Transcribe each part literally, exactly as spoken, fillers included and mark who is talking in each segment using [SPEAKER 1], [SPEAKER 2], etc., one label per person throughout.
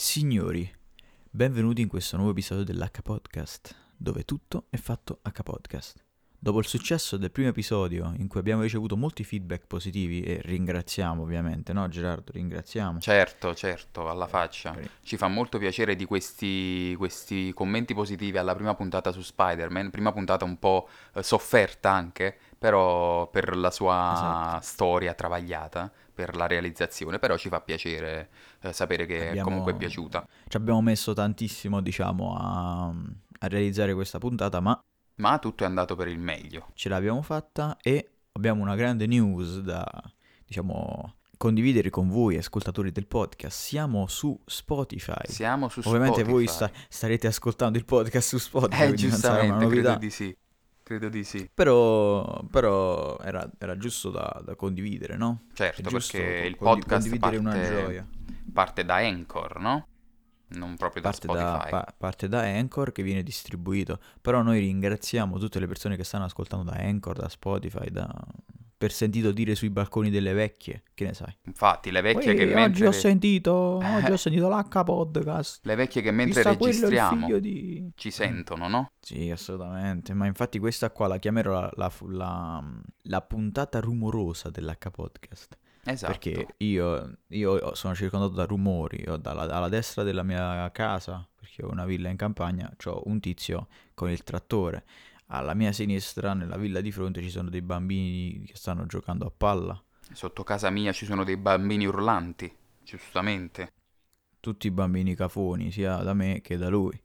[SPEAKER 1] Signori, benvenuti in questo nuovo episodio dell'H Podcast, dove tutto è fatto H Podcast. Dopo il successo del primo episodio, in cui abbiamo ricevuto molti feedback positivi, e ringraziamo ovviamente, no Gerardo? Ringraziamo.
[SPEAKER 2] Certo, certo, alla faccia.
[SPEAKER 1] Eh,
[SPEAKER 2] Ci fa molto piacere di questi, questi commenti positivi alla prima puntata su Spider-Man, prima puntata un po' eh, sofferta anche, però per la sua
[SPEAKER 1] Esatto.
[SPEAKER 2] storia travagliata, per la realizzazione, però ci fa piacere eh, sapere che comunque è
[SPEAKER 1] Abbiamo,
[SPEAKER 2] piaciuta.
[SPEAKER 1] ci abbiamo messo tantissimo, diciamo, a, a realizzare questa puntata, ma
[SPEAKER 2] Ma tutto è andato per il meglio.
[SPEAKER 1] ce l'abbiamo fatta e abbiamo una grande news da, diciamo, condividere con voi, ascoltatori del podcast. Siamo su Spotify.
[SPEAKER 2] Siamo su
[SPEAKER 1] Ovviamente voi sta-
[SPEAKER 2] Spotify.
[SPEAKER 1] starete ascoltando il podcast su Spotify,
[SPEAKER 2] Eh,
[SPEAKER 1] quindi non sarà una
[SPEAKER 2] giustamente, credo
[SPEAKER 1] novità.
[SPEAKER 2] di sì. Credo di sì.
[SPEAKER 1] Però, però era, era giusto da, da condividere, no? È
[SPEAKER 2] Certo, perché
[SPEAKER 1] giusto co-
[SPEAKER 2] il
[SPEAKER 1] condi-
[SPEAKER 2] podcast
[SPEAKER 1] condividere una
[SPEAKER 2] parte,
[SPEAKER 1] gioia.
[SPEAKER 2] parte da Anchor, no? Non proprio da
[SPEAKER 1] Parte da,
[SPEAKER 2] Spotify.
[SPEAKER 1] pa- parte da Anchor che viene distribuito, però noi ringraziamo tutte le persone che stanno ascoltando da Anchor, da Spotify, da... per sentito dire sui balconi delle vecchie, che ne sai?
[SPEAKER 2] Infatti, le vecchie che
[SPEAKER 1] Uè, oggi ho
[SPEAKER 2] mentre...
[SPEAKER 1] sentito, oggi ho sentito l'H Podcast,
[SPEAKER 2] le vecchie che mentre
[SPEAKER 1] chissà quello è il
[SPEAKER 2] registriamo
[SPEAKER 1] figlio di...
[SPEAKER 2] ci
[SPEAKER 1] Mm.
[SPEAKER 2] sentono, no?
[SPEAKER 1] Sì, assolutamente, ma infatti questa qua la chiamerò la, la, la, la puntata rumorosa dell'H Podcast.
[SPEAKER 2] Esatto.
[SPEAKER 1] Perché io, io sono circondato da rumori, ho dalla, alla destra della mia casa, perché ho una villa in campagna, c'ho un tizio con il trattore. Alla mia sinistra, nella villa di fronte, ci sono dei bambini che stanno giocando a palla.
[SPEAKER 2] Sotto casa mia ci sono dei bambini urlanti, giustamente.
[SPEAKER 1] Tutti bambini cafoni, sia da me che da lui.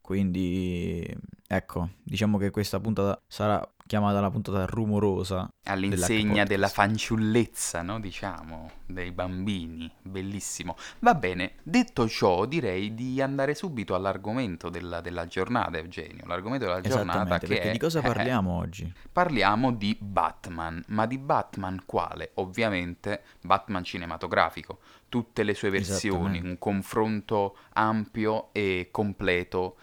[SPEAKER 1] Quindi, ecco, diciamo che questa puntata sarà chiamata la puntata rumorosa dell'H
[SPEAKER 2] All'insegna della
[SPEAKER 1] Podcast.
[SPEAKER 2] fanciullezza, no? Diciamo, dei bambini. Bellissimo. Va bene, detto ciò, direi di andare subito all'argomento della, della giornata, Eugenio. L'argomento della giornata
[SPEAKER 1] Esattamente,
[SPEAKER 2] che
[SPEAKER 1] perché di
[SPEAKER 2] è...
[SPEAKER 1] cosa
[SPEAKER 2] eh,
[SPEAKER 1] parliamo oggi?
[SPEAKER 2] parliamo di Batman, ma di Batman quale? Ovviamente Batman cinematografico, tutte le sue versioni,
[SPEAKER 1] Esattamente.
[SPEAKER 2] un confronto ampio e completo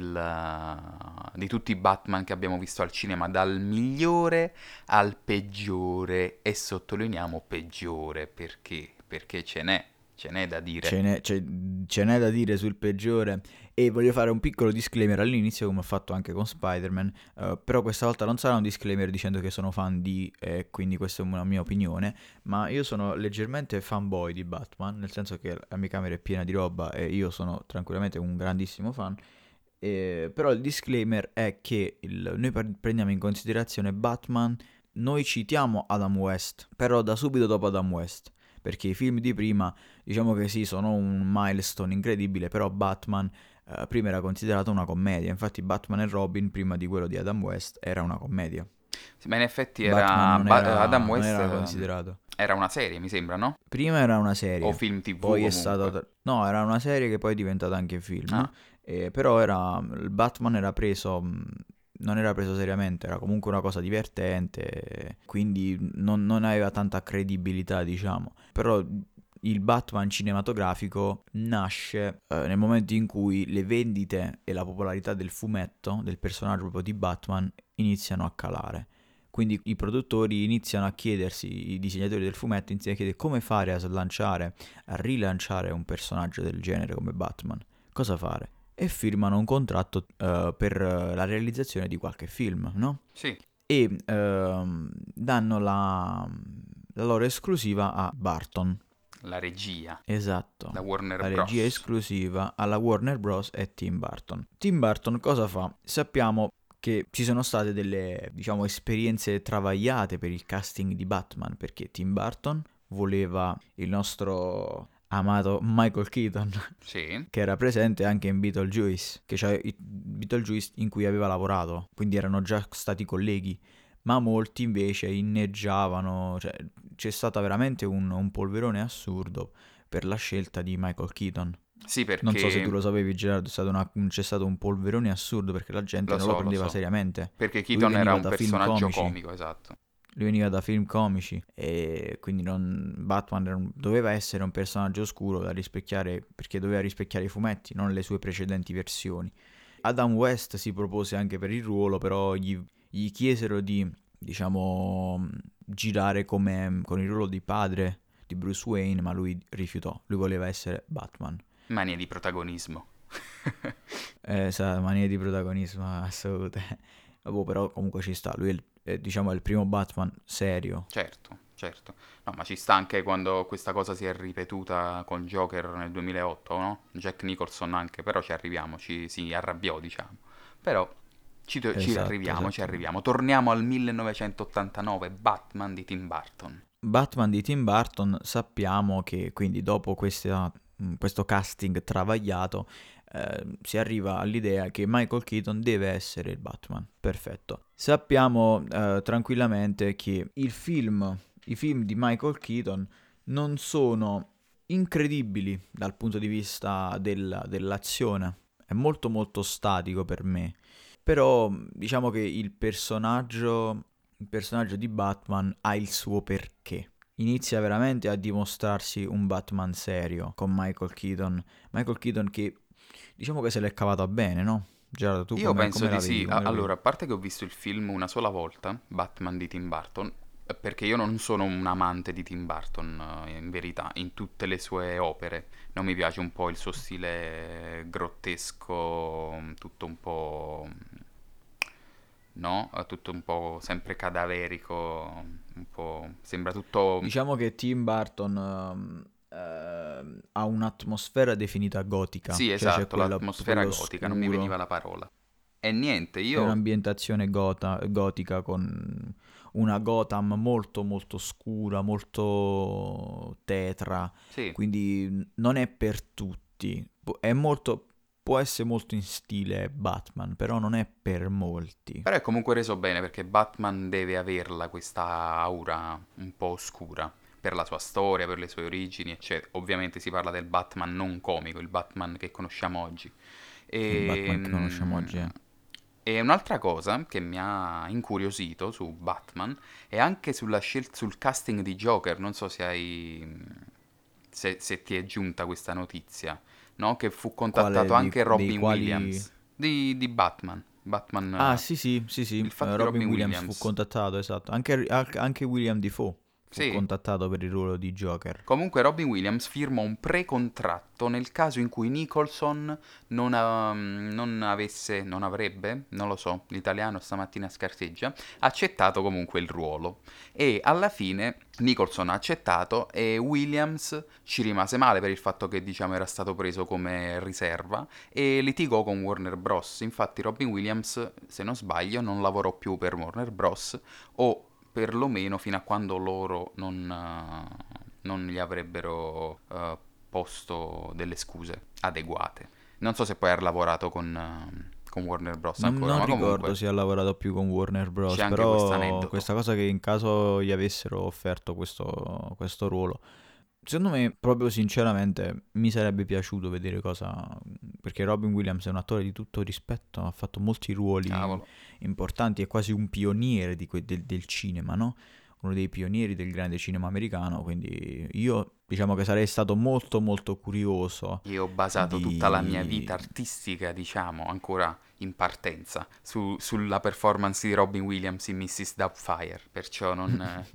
[SPEAKER 2] del, di tutti i Batman che abbiamo visto al cinema, dal migliore al peggiore, e sottolineiamo peggiore perché, perché ce n'è, ce n'è da dire.
[SPEAKER 1] Ce n'è, ce, ce n'è da dire sul peggiore e voglio fare un piccolo disclaimer all'inizio come ho fatto anche con Spider-Man, eh, però questa volta non sarà un disclaimer dicendo che sono fan di, eh, quindi questa è una mia opinione, ma io sono leggermente fanboy di Batman, nel senso che la mia camera è piena di roba e io sono tranquillamente un grandissimo fan, eh, però il disclaimer è che il- noi par- prendiamo in considerazione Batman, noi citiamo Adam West, però da subito dopo Adam West, perché i film di prima diciamo che sì, sono un milestone incredibile, però Batman eh, prima era considerato una commedia, infatti Batman e Robin prima di quello di Adam West era una commedia.
[SPEAKER 2] Sì, ma in effetti
[SPEAKER 1] Batman
[SPEAKER 2] era
[SPEAKER 1] non
[SPEAKER 2] Ba- Adam
[SPEAKER 1] era, non
[SPEAKER 2] West,
[SPEAKER 1] era
[SPEAKER 2] eh,
[SPEAKER 1] considerato.
[SPEAKER 2] era una serie, mi sembra, no?
[SPEAKER 1] Prima era una
[SPEAKER 2] O
[SPEAKER 1] serie,
[SPEAKER 2] film T V
[SPEAKER 1] poi è
[SPEAKER 2] comunque.
[SPEAKER 1] stato... No, era una serie che poi è diventata anche film,
[SPEAKER 2] Ah,
[SPEAKER 1] eh, però era... il Batman era preso... mh, non era preso seriamente, era comunque una cosa divertente, quindi non, non aveva tanta credibilità, diciamo. Però il Batman cinematografico nasce eh, nel momento in cui le vendite e la popolarità del fumetto, del personaggio proprio di Batman, iniziano a calare. Quindi i produttori iniziano a chiedersi, i disegnatori del fumetto iniziano a chiedere come fare a slanciare, a rilanciare un personaggio del genere come Batman. Cosa fare? E firmano un contratto eh, per eh, la realizzazione di qualche film, no?
[SPEAKER 2] sì,
[SPEAKER 1] E ehm, danno la, la loro esclusiva a Barton.
[SPEAKER 2] la regia,
[SPEAKER 1] Esatto,
[SPEAKER 2] da Warner
[SPEAKER 1] la regia
[SPEAKER 2] Bros.
[SPEAKER 1] esclusiva alla Warner Bros. E Tim Burton. Tim Burton cosa fa? Sappiamo che ci sono state delle, diciamo, esperienze travagliate per il casting di Batman, perché Tim Burton voleva il nostro amato Michael Keaton,
[SPEAKER 2] Sì,
[SPEAKER 1] che era presente anche in Beetlejuice, che c'è il Beetlejuice in cui aveva lavorato, quindi erano già stati colleghi, ma molti invece inneggiavano, cioè c'è stato veramente un, un polverone assurdo per la scelta di Michael Keaton.
[SPEAKER 2] sì,
[SPEAKER 1] Non so se tu
[SPEAKER 2] perché
[SPEAKER 1] lo sapevi, Gerardo, è stato una- c'è stato un polverone assurdo perché la gente
[SPEAKER 2] lo
[SPEAKER 1] non lo
[SPEAKER 2] so, lo
[SPEAKER 1] prendeva
[SPEAKER 2] so,
[SPEAKER 1] seriamente.
[SPEAKER 2] perché
[SPEAKER 1] Lui
[SPEAKER 2] Keaton era
[SPEAKER 1] veniva
[SPEAKER 2] un
[SPEAKER 1] da film
[SPEAKER 2] personaggio
[SPEAKER 1] comici,
[SPEAKER 2] comico, esatto.
[SPEAKER 1] lui veniva da film comici e quindi non, Batman era un- doveva essere un personaggio oscuro da rispecchiare perché doveva rispecchiare i fumetti, non le sue precedenti versioni. Adam West si propose anche per il ruolo, però gli, gli chiesero di, diciamo, girare come, con il ruolo di padre di Bruce Wayne, ma lui rifiutò, lui voleva essere Batman.
[SPEAKER 2] Manie di protagonismo.
[SPEAKER 1] Eh, sa, mania di protagonismo assolute. Vabbè, però comunque ci sta, lui è, il- è, diciamo, è il primo Batman serio.
[SPEAKER 2] Certo, certo. No, ma ci sta anche quando questa cosa si è ripetuta con Joker nel duemilaotto, no? Jack Nicholson anche, però ci arriviamo, ci si arrabbiò, diciamo. Però ci, to- ci
[SPEAKER 1] Esatto,
[SPEAKER 2] arriviamo, ci
[SPEAKER 1] esatto.
[SPEAKER 2] arriviamo. Torniamo al millenovecentottantanove, Batman di Tim Burton.
[SPEAKER 1] Batman di Tim Burton, sappiamo che quindi dopo questa- mh, questo casting travagliato eh, si arriva all'idea che Michael Keaton deve essere il Batman. Perfetto. Sappiamo eh, tranquillamente che il film, i film di Michael Keaton non sono incredibili dal punto di vista della- dell'azione. È molto molto statico per me. Però diciamo che il personaggio il personaggio di Batman ha il suo perché. Inizia veramente a dimostrarsi un Batman serio con Michael Keaton. Michael Keaton che diciamo che se l'è cavata bene, no? Gerardo, tu
[SPEAKER 2] Io
[SPEAKER 1] come,
[SPEAKER 2] penso
[SPEAKER 1] come
[SPEAKER 2] di
[SPEAKER 1] la vedi?
[SPEAKER 2] sì.
[SPEAKER 1] Come
[SPEAKER 2] A-
[SPEAKER 1] lo vedi?
[SPEAKER 2] Allora, a parte che ho visto il film una sola volta, Batman di Tim Burton, eh, perché io non sono un amante di Tim Burton, eh, in verità, in tutte le sue opere. Non mi piace un po' il suo stile grottesco, tutto un po', no? Eh, Tutto un po' sempre cadaverico, un po'. Sembra tutto.
[SPEAKER 1] Diciamo che Tim Burton ehm, ehm, ha un'atmosfera definita gotica,
[SPEAKER 2] Sì,
[SPEAKER 1] cioè c'è
[SPEAKER 2] esatto,
[SPEAKER 1] quella,
[SPEAKER 2] l'atmosfera
[SPEAKER 1] quello
[SPEAKER 2] gotica, non mi veniva
[SPEAKER 1] scuro,
[SPEAKER 2] la parola. E niente,
[SPEAKER 1] è
[SPEAKER 2] io.
[SPEAKER 1] un'ambientazione gota- gotica con una Gotham molto molto scura, molto tetra,
[SPEAKER 2] Sì.
[SPEAKER 1] quindi non è per tutti. Pu- È molto, può essere molto in stile Batman, però non è per molti.
[SPEAKER 2] Però è comunque reso bene perché Batman deve averla questa aura un po' oscura per la sua storia, per le sue origini, eccetera. Ovviamente si parla del Batman non comico, il Batman che conosciamo oggi.
[SPEAKER 1] Il
[SPEAKER 2] E,
[SPEAKER 1] Batman che conosciamo oggi è...
[SPEAKER 2] e un'altra cosa che mi ha incuriosito su Batman è anche sulla scel- sul casting di Joker. Non so se hai, se, se ti è giunta questa notizia, no? Che fu
[SPEAKER 1] Quale
[SPEAKER 2] contattato
[SPEAKER 1] di-
[SPEAKER 2] anche
[SPEAKER 1] dei
[SPEAKER 2] Robin
[SPEAKER 1] quali...
[SPEAKER 2] Williams di, di Batman.
[SPEAKER 1] Ah,
[SPEAKER 2] Batman,
[SPEAKER 1] sì, sì, sì,
[SPEAKER 2] eh, il
[SPEAKER 1] sì,
[SPEAKER 2] fatto
[SPEAKER 1] eh,
[SPEAKER 2] di
[SPEAKER 1] Robin
[SPEAKER 2] Robin
[SPEAKER 1] Williams fu
[SPEAKER 2] Williams.
[SPEAKER 1] contattato, esatto. Anche, anche William Defoe fu
[SPEAKER 2] Sì,
[SPEAKER 1] contattato per il ruolo di Joker.
[SPEAKER 2] comunque Robin Williams firmò un pre-contratto nel caso in cui Nicholson non, ha- non avesse, non avrebbe, non lo so, l'italiano stamattina scarseggia, accettato comunque il ruolo. E alla fine Nicholson ha accettato e Williams ci rimase male per il fatto che diciamo era stato preso come riserva e litigò con Warner Bros. Infatti Robin Williams, se non sbaglio, non lavorò più per Warner Bros. O perlomeno fino a quando loro non, eh, non gli avrebbero eh, posto delle scuse adeguate. Non so se poi ha lavorato con, eh, con Warner Bros.
[SPEAKER 1] Non,
[SPEAKER 2] Ancora,
[SPEAKER 1] non
[SPEAKER 2] ma
[SPEAKER 1] ricordo
[SPEAKER 2] comunque
[SPEAKER 1] se ha lavorato più con Warner
[SPEAKER 2] c'è
[SPEAKER 1] Bros.,
[SPEAKER 2] anche questo
[SPEAKER 1] però
[SPEAKER 2] aneddoto.
[SPEAKER 1] questa cosa che in caso gli avessero offerto questo, questo ruolo, secondo me, proprio sinceramente, mi sarebbe piaciuto vedere cosa... Perché Robin Williams è un attore di tutto rispetto, ha fatto molti ruoli
[SPEAKER 2] Cavolo.
[SPEAKER 1] importanti, è quasi un pioniere di que- del, del cinema, no? Uno dei pionieri del grande cinema americano, quindi io diciamo che sarei stato molto molto curioso
[SPEAKER 2] Io ho basato tutta la mia vita
[SPEAKER 1] di...
[SPEAKER 2] artistica, diciamo, ancora in partenza, su- sulla performance di Robin Williams in missus Doubtfire, perciò non... eh,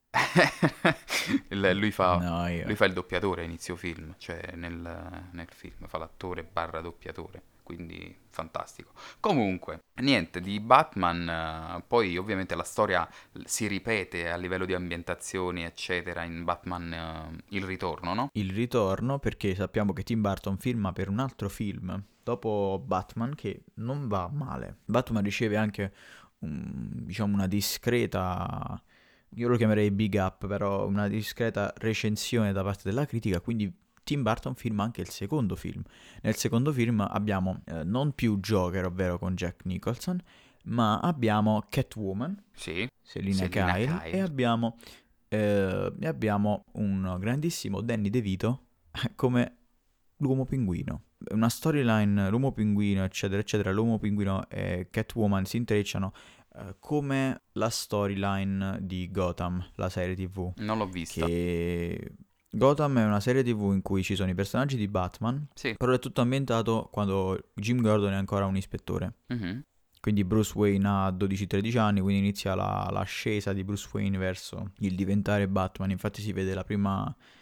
[SPEAKER 2] Il- lui fa,
[SPEAKER 1] No,
[SPEAKER 2] lui
[SPEAKER 1] io...
[SPEAKER 2] fa il doppiatore a inizio film, cioè nel, nel film fa l'attore barra doppiatore, quindi fantastico. Comunque, niente, di Batman, eh, poi ovviamente la storia si ripete a livello di ambientazioni, eccetera, in Batman eh, Il Ritorno, no?
[SPEAKER 1] Il ritorno, perché sappiamo che Tim Burton firma per un altro film dopo Batman che non va male. Batman riceve anche un- diciamo una discreta, io lo chiamerei big up, però una discreta recensione da parte della critica, quindi Tim Burton firma anche il secondo film. Nel secondo film abbiamo eh, non più Joker, ovvero con Jack Nicholson, ma abbiamo Catwoman,
[SPEAKER 2] Sì,
[SPEAKER 1] Selina
[SPEAKER 2] Selina
[SPEAKER 1] Kyle, e
[SPEAKER 2] Kyle.
[SPEAKER 1] abbiamo eh, e abbiamo un grandissimo Danny DeVito come l'uomo pinguino. Una storyline, l'uomo pinguino, eccetera, eccetera, l'uomo pinguino e Catwoman si intrecciano eh, come la storyline di Gotham, la serie T V.
[SPEAKER 2] Non l'ho vista.
[SPEAKER 1] Che Gotham è una serie T V in cui ci sono i personaggi di Batman,
[SPEAKER 2] Sì.
[SPEAKER 1] però è tutto ambientato quando Jim Gordon è ancora un ispettore.
[SPEAKER 2] Mhm.
[SPEAKER 1] Quindi Bruce Wayne ha dodici tredici anni, quindi inizia la- l'ascesa di Bruce Wayne verso il diventare Batman. Infatti si vede la prima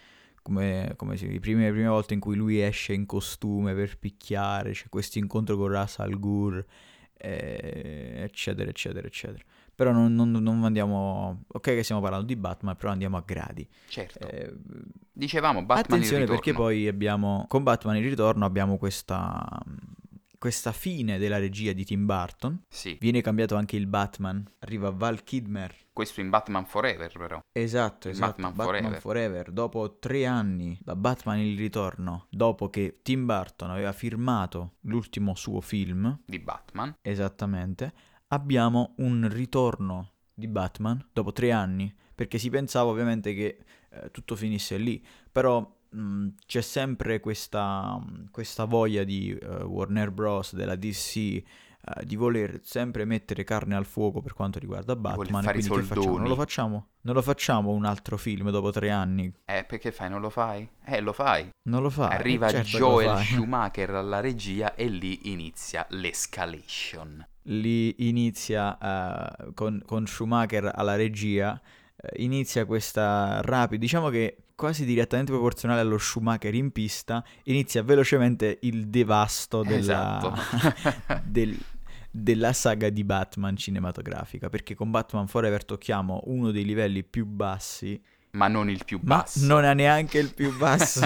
[SPEAKER 1] come, come si, le prime, le prime volte in cui lui esce in costume per picchiare, c'è questo incontro con Ra's al Ghul, eh, eccetera, eccetera, eccetera. Però non, non, non andiamo... Ok che stiamo parlando di Batman, però andiamo a gradi.
[SPEAKER 2] Certo.
[SPEAKER 1] Eh,
[SPEAKER 2] Dicevamo Batman il
[SPEAKER 1] attenzione
[SPEAKER 2] ritorno.
[SPEAKER 1] perché poi abbiamo... Con Batman il ritorno abbiamo questa... questa fine della regia di Tim Burton.
[SPEAKER 2] Sì.
[SPEAKER 1] Viene cambiato anche il Batman. Arriva Val Kilmer.
[SPEAKER 2] Questo in Batman Forever, però.
[SPEAKER 1] Esatto,
[SPEAKER 2] In
[SPEAKER 1] esatto.
[SPEAKER 2] Batman
[SPEAKER 1] Batman,
[SPEAKER 2] Forever.
[SPEAKER 1] Forever. Dopo tre anni da Batman il ritorno, dopo che Tim Burton aveva firmato l'ultimo suo film,
[SPEAKER 2] Di Batman.
[SPEAKER 1] esattamente, abbiamo un ritorno di Batman dopo tre anni, perché si pensava ovviamente che eh, tutto finisse lì, però mh, c'è sempre questa, questa voglia di uh, Warner Bros., della D C, uh, di voler sempre mettere carne al fuoco per quanto riguarda Batman, e
[SPEAKER 2] fare i
[SPEAKER 1] quindi che facciamo? Non lo
[SPEAKER 2] soldoni.
[SPEAKER 1] facciamo? Non lo facciamo un altro film dopo tre anni?
[SPEAKER 2] Eh, perché fai? Non lo fai? Eh, lo fai.
[SPEAKER 1] Non lo fai?
[SPEAKER 2] Arriva
[SPEAKER 1] certo che lo
[SPEAKER 2] Joel
[SPEAKER 1] fai.
[SPEAKER 2] Schumacher alla regia e lì inizia l'escalation.
[SPEAKER 1] Lì inizia uh, con, con Schumacher alla regia, uh, inizia questa rapida, diciamo che quasi direttamente proporzionale allo Schumacher in pista, inizia velocemente il devasto della,
[SPEAKER 2] Esatto.
[SPEAKER 1] del- della saga di Batman cinematografica, perché con Batman Forever tocchiamo uno dei livelli più bassi,
[SPEAKER 2] Ma non il più
[SPEAKER 1] ma
[SPEAKER 2] basso.
[SPEAKER 1] non è neanche il più basso.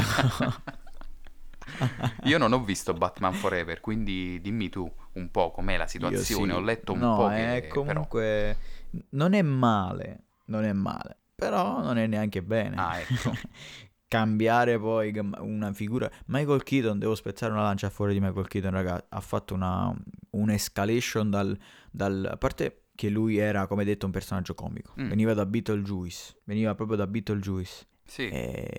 [SPEAKER 2] Io non ho visto Batman Forever, quindi dimmi tu un po' com'è la
[SPEAKER 1] Io
[SPEAKER 2] situazione.
[SPEAKER 1] sì.
[SPEAKER 2] Ho letto un
[SPEAKER 1] No,
[SPEAKER 2] po'
[SPEAKER 1] è
[SPEAKER 2] che però...
[SPEAKER 1] comunque... Non è male, non è male, però non è neanche bene.
[SPEAKER 2] Ah, ecco.
[SPEAKER 1] Cambiare poi gam- una figura... Michael Keaton, devo spezzare una lancia fuori di Michael Keaton, raga, ha fatto una un'escalation dal, dal... A parte che lui era, come detto, un personaggio comico.
[SPEAKER 2] Mm.
[SPEAKER 1] Veniva da Beetlejuice, veniva proprio da Beetlejuice.
[SPEAKER 2] Sì.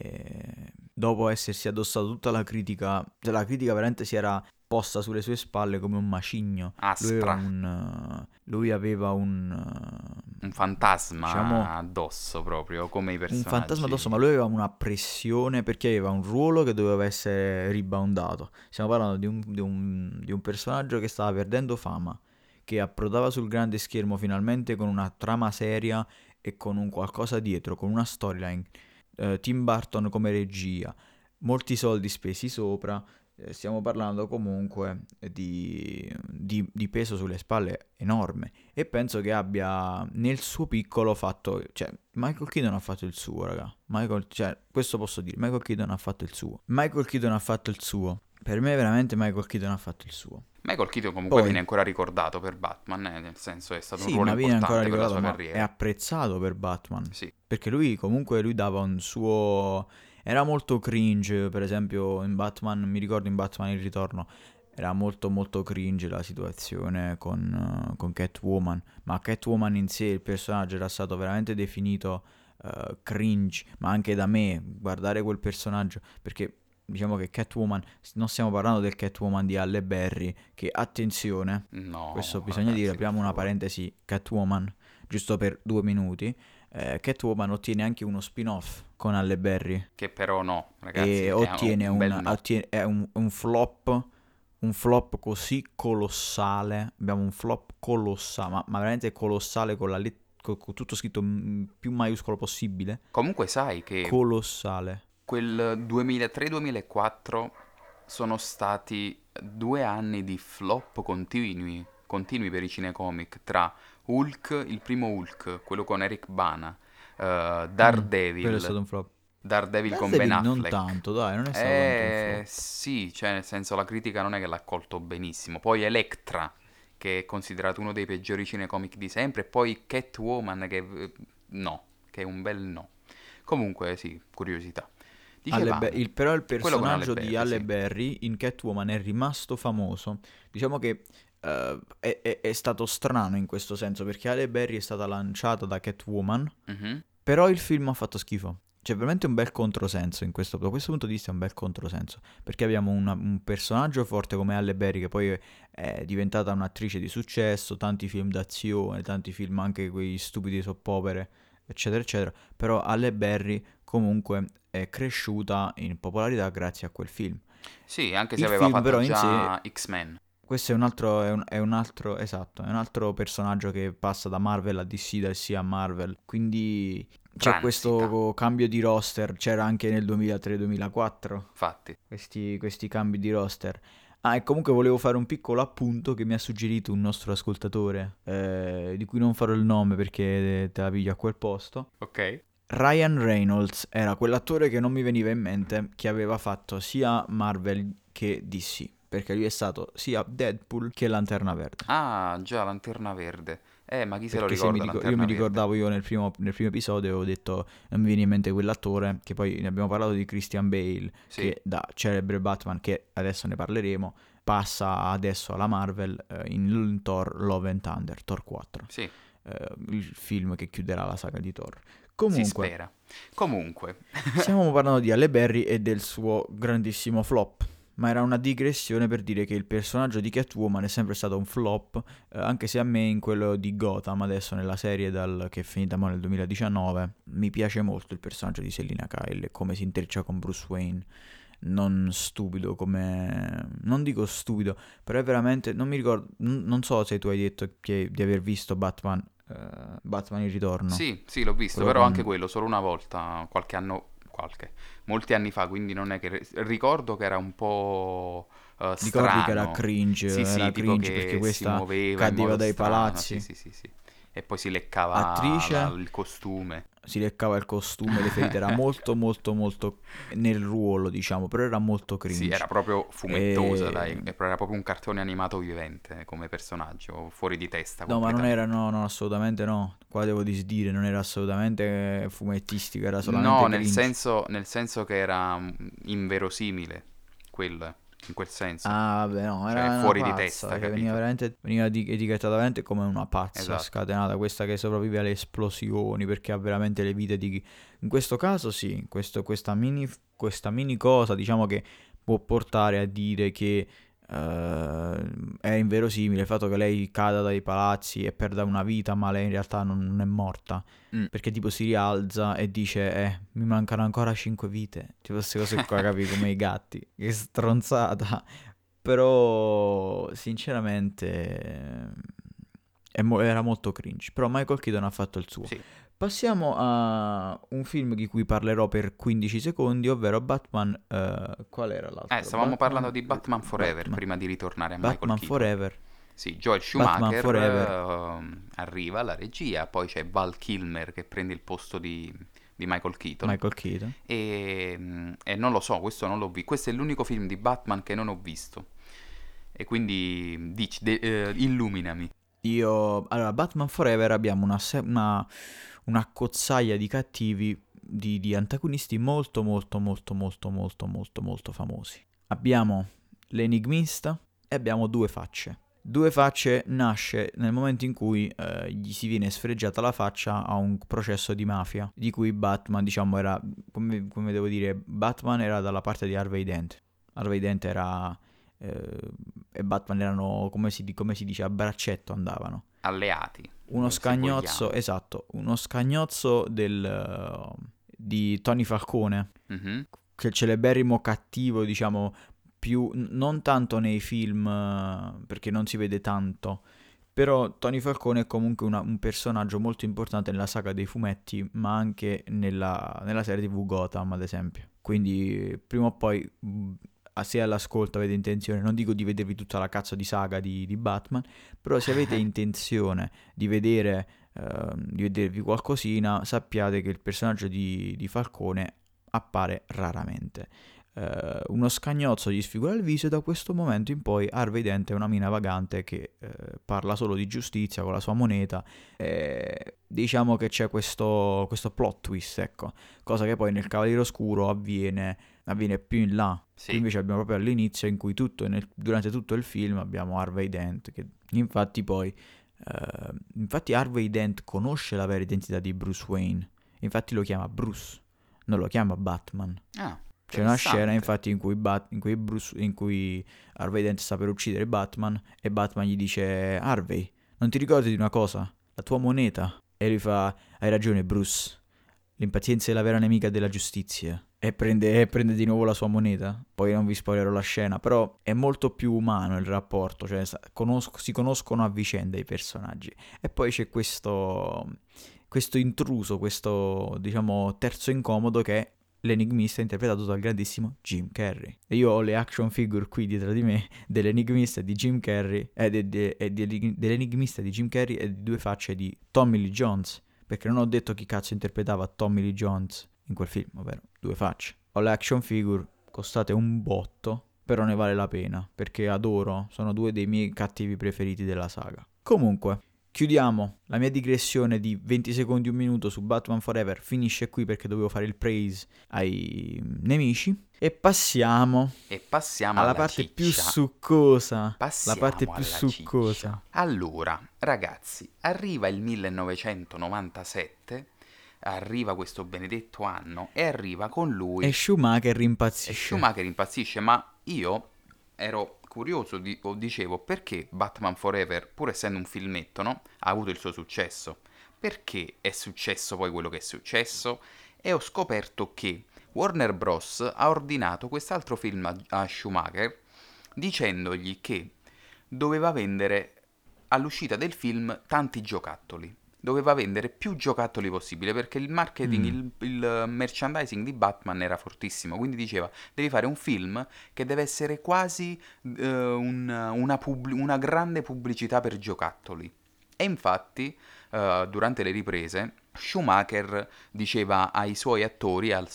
[SPEAKER 1] E dopo essersi addossato tutta la critica, cioè la critica veramente si era posta sulle sue spalle come un macigno. Lui aveva
[SPEAKER 2] Aspra.
[SPEAKER 1] un, lui aveva un,
[SPEAKER 2] Un fantasma
[SPEAKER 1] diciamo,
[SPEAKER 2] addosso proprio, come i
[SPEAKER 1] un
[SPEAKER 2] personaggi.
[SPEAKER 1] fantasma addosso, ma lui aveva una pressione perché aveva un ruolo che doveva essere riboundato. Stiamo parlando di un, di un, di un personaggio che stava perdendo fama, che approdava sul grande schermo finalmente con una trama seria e con un qualcosa dietro, con una storyline. Uh, Tim Burton come regia, molti soldi spesi sopra, eh, stiamo parlando comunque di, di, di peso sulle spalle enorme, e penso che abbia nel suo piccolo fatto, cioè Michael Keaton ha fatto il suo, raga. Michael, cioè, questo posso dire, Michael Keaton ha fatto il suo. Michael Keaton ha fatto il suo. Per me veramente Michael Keaton ha fatto il suo.
[SPEAKER 2] Michael Keaton comunque
[SPEAKER 1] Poi,
[SPEAKER 2] viene ancora ricordato per Batman, eh, nel senso è stato
[SPEAKER 1] sì,
[SPEAKER 2] un ruolo
[SPEAKER 1] ma viene ancora
[SPEAKER 2] importante per la
[SPEAKER 1] ricordato,
[SPEAKER 2] sua
[SPEAKER 1] ma
[SPEAKER 2] carriera.
[SPEAKER 1] è apprezzato per Batman.
[SPEAKER 2] Sì.
[SPEAKER 1] Perché lui comunque lui dava un suo... Era molto cringe, per esempio in Batman, mi ricordo in Batman il ritorno, era molto molto cringe la situazione con, uh, con Catwoman. Ma Catwoman in sé, il personaggio era stato veramente definito uh, cringe, ma anche da me, guardare quel personaggio, perché... Diciamo che Catwoman, non stiamo parlando del Catwoman di Halle Berry, che attenzione,
[SPEAKER 2] No,
[SPEAKER 1] questo bisogna
[SPEAKER 2] ragazzi,
[SPEAKER 1] dire,
[SPEAKER 2] per
[SPEAKER 1] apriamo una
[SPEAKER 2] favore.
[SPEAKER 1] parentesi, Catwoman, giusto per due minuti, eh, Catwoman ottiene anche uno spin-off con Halle Berry
[SPEAKER 2] Che però no, ragazzi,
[SPEAKER 1] e
[SPEAKER 2] è
[SPEAKER 1] ottiene
[SPEAKER 2] un
[SPEAKER 1] un,
[SPEAKER 2] bel no.
[SPEAKER 1] ottiene- è un, un flop, un flop così colossale, abbiamo un flop colossale, ma, ma veramente colossale con la let- con, con tutto scritto mm, più maiuscolo possibile,
[SPEAKER 2] Comunque sai che
[SPEAKER 1] colossale.
[SPEAKER 2] quel duemilatré duemilaquattro sono stati due anni di flop continui, continui per i cinecomic, tra Hulk, il primo Hulk, quello con Eric Bana, uh,
[SPEAKER 1] Mm,
[SPEAKER 2] Daredevil,
[SPEAKER 1] quello è stato un flop.
[SPEAKER 2] Daredevil con Ben
[SPEAKER 1] Daredevil non
[SPEAKER 2] Affleck.
[SPEAKER 1] tanto, dai, non è stato tanto un
[SPEAKER 2] Eh
[SPEAKER 1] flop.
[SPEAKER 2] sì, cioè nel senso la critica non è che l'ha accolto benissimo. Poi Elektra, che è considerato uno dei peggiori cinecomic di sempre, e poi Catwoman, che eh, no, che è un bel no. Comunque sì, curiosità.
[SPEAKER 1] Halle Be-
[SPEAKER 2] Dicevamo,
[SPEAKER 1] il- però il
[SPEAKER 2] quello con Halle
[SPEAKER 1] personaggio di
[SPEAKER 2] Berry,
[SPEAKER 1] Halle
[SPEAKER 2] sì.
[SPEAKER 1] Berry in Catwoman è rimasto famoso. Diciamo che eh, è, è- è stato strano in questo senso, perché Halle Berry è stata lanciata da Catwoman,
[SPEAKER 2] Mhm.
[SPEAKER 1] però il film ha fatto schifo. C'è veramente un bel controsenso in questo, da questo punto di vista è un bel controsenso, perché abbiamo una- un personaggio forte come Halle Berry, che poi è, è diventata un'attrice di successo, tanti film d'azione, tanti film anche quei stupidi soppopere, eccetera, eccetera, però Halle Berry comunque è cresciuta in popolarità grazie a quel film.
[SPEAKER 2] Sì, anche se
[SPEAKER 1] Il
[SPEAKER 2] aveva
[SPEAKER 1] film
[SPEAKER 2] fatto
[SPEAKER 1] però in sé,
[SPEAKER 2] già X-Men.
[SPEAKER 1] questo è un altro, è un, è un altro, esatto, è un altro personaggio che passa da Marvel a D C, da D C a Marvel, quindi c'è
[SPEAKER 2] transita.
[SPEAKER 1] questo cambio di roster, c'era anche nel duemilatré-duemilaquattro,
[SPEAKER 2] Infatti.
[SPEAKER 1] questi, questi cambi di roster. Ah, e comunque volevo fare un piccolo appunto che mi ha suggerito un nostro ascoltatore, eh, di cui non farò il nome perché te la piglio a quel posto.
[SPEAKER 2] Ok.
[SPEAKER 1] Ryan Reynolds era quell'attore che non mi veniva in mente, che aveva fatto sia Marvel che D C, perché lui è stato sia Deadpool che Lanterna Verde.
[SPEAKER 2] Ah, già, Lanterna Verde. Eh, ma chi se lo
[SPEAKER 1] Perché se mi
[SPEAKER 2] ricorda,
[SPEAKER 1] ricor- io mi
[SPEAKER 2] Lanterna Verde?
[SPEAKER 1] ricordavo io nel primo, nel primo episodio avevo detto non mi viene in mente quell'attore, che poi ne abbiamo parlato di Christian Bale,
[SPEAKER 2] Sì,
[SPEAKER 1] che da celebre Batman, che adesso ne parleremo, passa adesso alla Marvel eh, in Thor Love and Thunder, Thor quattro,
[SPEAKER 2] sì,
[SPEAKER 1] eh, il film che chiuderà la saga di Thor.
[SPEAKER 2] si
[SPEAKER 1] Comunque,
[SPEAKER 2] spera. Comunque,
[SPEAKER 1] stiamo parlando di Halle Berry e del suo grandissimo flop. Ma era una digressione per dire che il personaggio di Catwoman è sempre stato un flop, eh, anche se a me in quello di Gotham, adesso nella serie dal, che è finita mo nel duemiladiciannove, mi piace molto il personaggio di Selina Kyle e come si intreccia con Bruce Wayne. Non stupido come... non dico stupido, però è veramente... non mi ricordo... n- non so se tu hai detto che, di aver visto Batman, eh, Batman il ritorno,
[SPEAKER 2] sì, sì, l'ho visto,
[SPEAKER 1] quello
[SPEAKER 2] però anche
[SPEAKER 1] con...
[SPEAKER 2] quello solo una volta, qualche anno, qualche, molti anni fa, quindi non è che ricordo che era un po' eh,
[SPEAKER 1] Ricordi che era
[SPEAKER 2] strano.
[SPEAKER 1] cringe,
[SPEAKER 2] Sì, sì,
[SPEAKER 1] era
[SPEAKER 2] tipo
[SPEAKER 1] cringe perché
[SPEAKER 2] che si
[SPEAKER 1] questa
[SPEAKER 2] muoveva in
[SPEAKER 1] cadeva
[SPEAKER 2] modo
[SPEAKER 1] dai
[SPEAKER 2] strano, sì,
[SPEAKER 1] palazzi.
[SPEAKER 2] sì, sì, sì. E poi si leccava la-
[SPEAKER 1] Attrice,
[SPEAKER 2] il costume.
[SPEAKER 1] si leccava il costume, le ferite, era molto molto molto nel ruolo, diciamo, però era molto
[SPEAKER 2] Sì, era
[SPEAKER 1] cringe.
[SPEAKER 2] proprio fumettosa, dai,
[SPEAKER 1] E...
[SPEAKER 2] era proprio un cartone animato vivente come personaggio, fuori di testa
[SPEAKER 1] no, ma non era,
[SPEAKER 2] completamente.
[SPEAKER 1] no, no, assolutamente no. Qua devo disdire, non era assolutamente fumettistico, era
[SPEAKER 2] No,
[SPEAKER 1] solamente
[SPEAKER 2] nel
[SPEAKER 1] cringe.
[SPEAKER 2] senso, nel senso che era mm, inverosimile, quel, in quel senso,
[SPEAKER 1] Ah, vabbè, no,
[SPEAKER 2] cioè
[SPEAKER 1] era una
[SPEAKER 2] fuori di
[SPEAKER 1] pazza,
[SPEAKER 2] testa,
[SPEAKER 1] cioè veniva
[SPEAKER 2] capito?
[SPEAKER 1] veramente, veniva di- etichettata veramente come una pazza
[SPEAKER 2] Esatto.
[SPEAKER 1] scatenata, questa che sopravvive alle esplosioni, perché ha veramente le vite di... In questo caso sì, questo- questa mini, questa mini cosa, diciamo che può portare a dire che eh, è inverosimile il fatto che lei cada dai palazzi e perda una vita, ma lei in realtà non, non è morta.
[SPEAKER 2] Mm.
[SPEAKER 1] Perché tipo si rialza e dice, eh, mi mancano ancora cinque vite. Tipo queste cose qua, capi, come i gatti. Che stronzata. Però, sinceramente, è mo- era molto cringe. Però Michael Keaton ha fatto il suo.
[SPEAKER 2] Sì.
[SPEAKER 1] Passiamo a un film di cui parlerò per quindici secondi, ovvero Batman... eh, qual era
[SPEAKER 2] Eh,
[SPEAKER 1] l'altro?
[SPEAKER 2] stavamo parlando
[SPEAKER 1] Batman...
[SPEAKER 2] di Batman Forever
[SPEAKER 1] Batman.
[SPEAKER 2] prima di ritornare a Michael
[SPEAKER 1] Batman
[SPEAKER 2] Keaton.
[SPEAKER 1] Forever.
[SPEAKER 2] Sì, Joel
[SPEAKER 1] Batman
[SPEAKER 2] Schumacher
[SPEAKER 1] Forever.
[SPEAKER 2] ehm, arriva alla regia, poi c'è Val Kilmer che prende il posto di, di Michael Keaton.
[SPEAKER 1] Michael Keaton.
[SPEAKER 2] E, mm, e non lo so, questo non l'ho visto. Questo è l'unico film di Batman che non ho visto. E quindi dici, de- eh, illuminami.
[SPEAKER 1] Io... Allora, Batman Forever abbiamo una, se- una, una cozzaia di cattivi, di, di antagonisti molto molto molto molto molto molto molto famosi. Abbiamo l'enigmista e abbiamo due facce. Due facce nasce nel momento in cui eh, gli si viene sfregiata la faccia a un processo di mafia, di cui Batman, diciamo, era, come, come devo dire, Batman era dalla parte di Harvey Dent. Harvey Dent era... eh, e Batman erano, come si, come si dice, a braccetto andavano.
[SPEAKER 2] Alleati,
[SPEAKER 1] Uno
[SPEAKER 2] se
[SPEAKER 1] scagnozzo,
[SPEAKER 2] vogliamo.
[SPEAKER 1] esatto, uno scagnozzo del, eh, di Tony Falcone,
[SPEAKER 2] Mhm.
[SPEAKER 1] che è il celeberrimo cattivo, diciamo, più n- non tanto nei film, eh, perché non si vede tanto, però Tony Falcone è comunque una- un personaggio molto importante nella saga dei fumetti, ma anche nella, nella serie T V Gotham, ad esempio. Quindi prima o poi, mh, se all'ascolto avete intenzione, non dico di vedervi tutta la cazzo di saga di, di Batman, però se avete intenzione di vedere, ehm, di vedervi qualcosina, sappiate che il personaggio di, di Falcone appare raramente. Eh, uno scagnozzo gli sfigura il viso e da questo momento in poi Harvey Dent è una mina vagante che eh, parla solo di giustizia con la sua moneta. Eh, diciamo che c'è questo, questo plot twist, ecco, cosa che poi nel Cavaliere Oscuro avviene, avviene più in là. Qui
[SPEAKER 2] Sì,
[SPEAKER 1] invece abbiamo proprio all'inizio in cui tutto, nel- durante tutto il film abbiamo Harvey Dent che infatti poi eh, infatti Harvey Dent conosce la vera identità di Bruce Wayne, infatti lo chiama Bruce, non lo chiama Batman.
[SPEAKER 2] ah,
[SPEAKER 1] C'è una scena
[SPEAKER 2] interessante.
[SPEAKER 1] infatti in cui, Bat- in cui, Bruce- in cui Harvey Dent sta per uccidere Batman e Batman gli dice Harvey, non ti ricordi di una cosa? La tua moneta. E lui fa, hai ragione Bruce, l'impazienza è la vera nemica della giustizia. E prende, e prende di nuovo la sua moneta. Poi non vi spoilerò la scena, però è molto più umano il rapporto, cioè sa- conosco- si conoscono a vicenda i personaggi. E poi c'è questo, questo intruso, questo diciamo terzo incomodo che è l'enigmista interpretato dal grandissimo Jim Carrey. E io ho le action figure qui dietro di me dell'enigmista di Jim Carrey e de, de, de, de, dell'enigmista di Jim Carrey e di due facce di Tommy Lee Jones, perché non ho detto chi cazzo interpretava Tommy Lee Jones in quel film, ovvero due facce. Ho le action figure, costate un botto, però ne vale la pena, perché adoro, sono due dei miei cattivi preferiti della saga. Comunque, chiudiamo la mia digressione di venti secondi, un minuto su Batman Forever, finisce qui perché dovevo fare il praise ai nemici, e passiamo,
[SPEAKER 2] e passiamo
[SPEAKER 1] alla
[SPEAKER 2] alla
[SPEAKER 1] parte
[SPEAKER 2] ciccia.
[SPEAKER 1] più succosa,
[SPEAKER 2] Passiamo
[SPEAKER 1] la parte più
[SPEAKER 2] alla
[SPEAKER 1] succosa.
[SPEAKER 2] ciccia. Allora, ragazzi, arriva il millenovecentonovantasette, arriva questo benedetto anno e arriva con lui
[SPEAKER 1] E Schumacher
[SPEAKER 2] e
[SPEAKER 1] impazzisce.
[SPEAKER 2] Schumacher impazzisce, ma io ero curioso, di, o dicevo, perché Batman Forever, pur essendo un filmetto, no, ha avuto il suo successo? Perché è successo poi quello che è successo? E ho scoperto che Warner Bros. Ha ordinato quest'altro film a, a Schumacher dicendogli che doveva vendere all'uscita del film tanti giocattoli. Doveva vendere più giocattoli possibile perché il marketing,
[SPEAKER 1] Mm.
[SPEAKER 2] il, il merchandising di Batman era fortissimo. Quindi diceva: devi fare un film che deve essere quasi eh, un- una, pubblic- una grande pubblicità per giocattoli. E infatti, eh, durante le riprese, Schumacher diceva ai suoi attori, al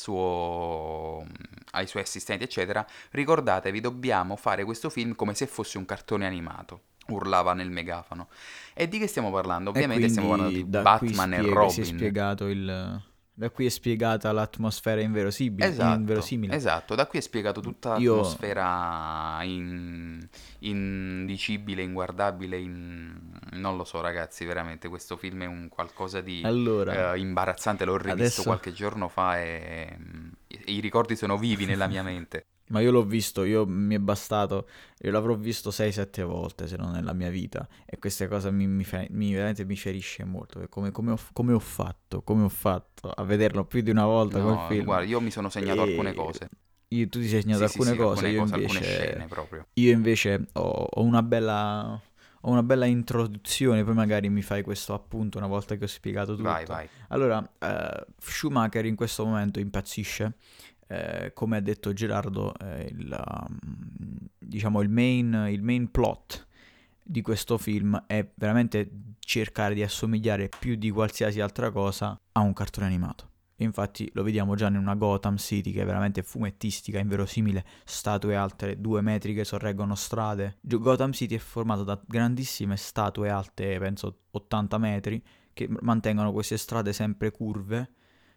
[SPEAKER 2] suo- ai suoi assistenti, eccetera: ricordatevi, dobbiamo fare questo film come se fosse un cartone animato. Urlava nel megafono. E di che stiamo parlando?
[SPEAKER 1] E
[SPEAKER 2] Ovviamente stiamo parlando di
[SPEAKER 1] quindi da qui
[SPEAKER 2] Batman e
[SPEAKER 1] spiega, si è
[SPEAKER 2] Robin.
[SPEAKER 1] spiegato il... Da qui è spiegata l'atmosfera inverosibile,
[SPEAKER 2] Esatto,
[SPEAKER 1] inverosimile.
[SPEAKER 2] esatto, da qui è spiegato tutta
[SPEAKER 1] Io...
[SPEAKER 2] l'atmosfera in- indicibile, inguardabile, in- non lo so ragazzi, veramente questo film è un qualcosa di
[SPEAKER 1] Allora,
[SPEAKER 2] eh, imbarazzante, l'ho rivisto
[SPEAKER 1] adesso...
[SPEAKER 2] qualche giorno fa e, e i ricordi sono vivi nella mia mente.
[SPEAKER 1] Ma io l'ho visto, io mi è bastato, io l'avrò visto sei sette volte se non nella mia vita, e questa cosa mi, mi, fe- mi- veramente mi ferisce molto, perché come, come ho, come ho fatto, come ho fatto a vederlo più di una volta quel
[SPEAKER 2] No,
[SPEAKER 1] film.
[SPEAKER 2] guarda, io mi sono segnato alcune
[SPEAKER 1] E
[SPEAKER 2] cose.
[SPEAKER 1] io- tu ti sei segnato
[SPEAKER 2] Sì, sì,
[SPEAKER 1] alcune
[SPEAKER 2] sì,
[SPEAKER 1] cose,
[SPEAKER 2] alcune
[SPEAKER 1] io
[SPEAKER 2] cose, alcune
[SPEAKER 1] invece,
[SPEAKER 2] scene proprio.
[SPEAKER 1] io invece ho, ho una bella, ho una bella introduzione, poi magari mi fai questo appunto una volta che ho spiegato tutto.
[SPEAKER 2] Vai, vai.
[SPEAKER 1] Allora, eh, Schumacher in questo momento impazzisce. Eh, come ha detto Gerardo, eh, il, um, diciamo il main, il main plot di questo film è veramente cercare di assomigliare più di qualsiasi altra cosa a un cartone animato. Infatti lo vediamo già in una Gotham City che è veramente fumettistica, inverosimile, statue alte due metri che sorreggono strade. Gio- Gotham City è formato da grandissime statue alte, penso ottanta metri, che m- mantengono queste strade sempre curve,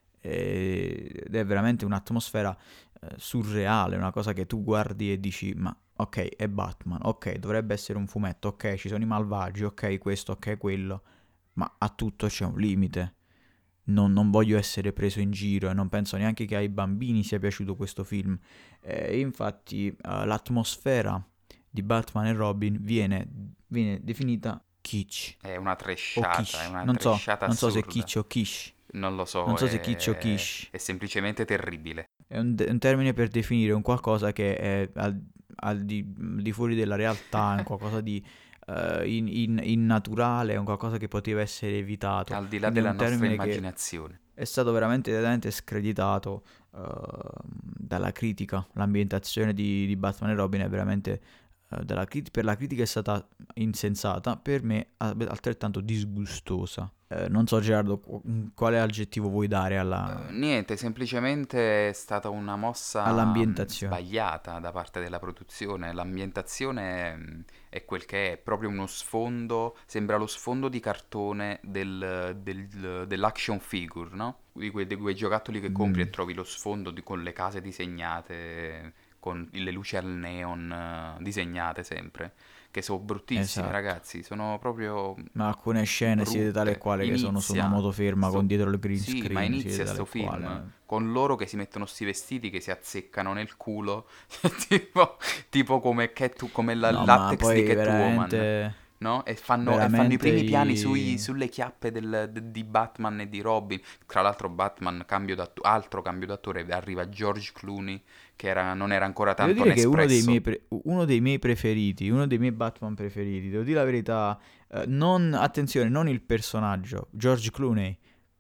[SPEAKER 1] e- ed è veramente un'atmosfera eh, surreale, una cosa che tu guardi e dici: ma ok, è Batman, ok, dovrebbe essere un fumetto, ok, ci sono i malvagi, ok, questo, ok, quello, ma a tutto c'è un limite. Non, non voglio essere preso in giro e non penso neanche che ai bambini sia piaciuto questo film. E infatti eh, l'atmosfera di Batman e Robin viene, viene definita kitsch
[SPEAKER 2] È una
[SPEAKER 1] o
[SPEAKER 2] trashata, è
[SPEAKER 1] kish.
[SPEAKER 2] una
[SPEAKER 1] Non so,
[SPEAKER 2] trashata
[SPEAKER 1] non so se
[SPEAKER 2] assurda.
[SPEAKER 1] kitsch o kish.
[SPEAKER 2] Non lo
[SPEAKER 1] Non
[SPEAKER 2] so,
[SPEAKER 1] so se kitsch o
[SPEAKER 2] è,
[SPEAKER 1] kish.
[SPEAKER 2] è semplicemente terribile.
[SPEAKER 1] È un, de- un termine per definire un qualcosa che è al, al di, di fuori della realtà, è un qualcosa di eh, in, in- innaturale, è un qualcosa che poteva essere evitato.
[SPEAKER 2] Al di là
[SPEAKER 1] Quindi è
[SPEAKER 2] della
[SPEAKER 1] un
[SPEAKER 2] nostra
[SPEAKER 1] termine che
[SPEAKER 2] immaginazione.
[SPEAKER 1] è stato veramente, veramente screditato eh, dalla critica. L'ambientazione di, di Batman e Robin è veramente... eh, dalla crit- per la critica è stata insensata, per me a- altrettanto disgustosa. Eh, non so Gerardo, qu- quale aggettivo vuoi dare alla,
[SPEAKER 2] Eh, niente, semplicemente è stata una mossa mh,
[SPEAKER 1] all'ambientazione?
[SPEAKER 2] sbagliata da parte della produzione. L'ambientazione mh, è quel che è, proprio uno sfondo, sembra lo sfondo di cartone del, del- dell'action figure, no? Di quei, di quei giocattoli che compri
[SPEAKER 1] Mm,
[SPEAKER 2] e trovi lo sfondo di- con le case disegnate, con le luci al neon eh, disegnate sempre, che sono bruttissime,
[SPEAKER 1] esatto.
[SPEAKER 2] ragazzi, sono proprio
[SPEAKER 1] Ma alcune scene si vede tale e
[SPEAKER 2] brutte.
[SPEAKER 1] quale che sono su una
[SPEAKER 2] Inizia
[SPEAKER 1] moto ferma con
[SPEAKER 2] sto...
[SPEAKER 1] dietro il green
[SPEAKER 2] Sì, ma
[SPEAKER 1] screen, si vede
[SPEAKER 2] inizia
[SPEAKER 1] tale
[SPEAKER 2] sto
[SPEAKER 1] e
[SPEAKER 2] film
[SPEAKER 1] quale.
[SPEAKER 2] con loro che si mettono sti vestiti che si azzeccano nel culo, tipo, tipo come, Cat- come la- il
[SPEAKER 1] No, ma
[SPEAKER 2] latex di
[SPEAKER 1] poi
[SPEAKER 2] Catwoman,
[SPEAKER 1] veramente,
[SPEAKER 2] no? E fanno, e fanno i
[SPEAKER 1] veramente
[SPEAKER 2] primi piani sui-
[SPEAKER 1] i...
[SPEAKER 2] sulle chiappe del- de- di Batman e di Robin. Tra l'altro Batman, cambio d'atto- altro cambio d'attore, arriva George Clooney, che era- non era ancora
[SPEAKER 1] Devo
[SPEAKER 2] tanto
[SPEAKER 1] dire che è uno dei miei,
[SPEAKER 2] Nespresso.
[SPEAKER 1] pre- uno dei miei preferiti, uno dei miei Batman preferiti, devo dire la verità, eh, non, attenzione, non il personaggio, George Clooney,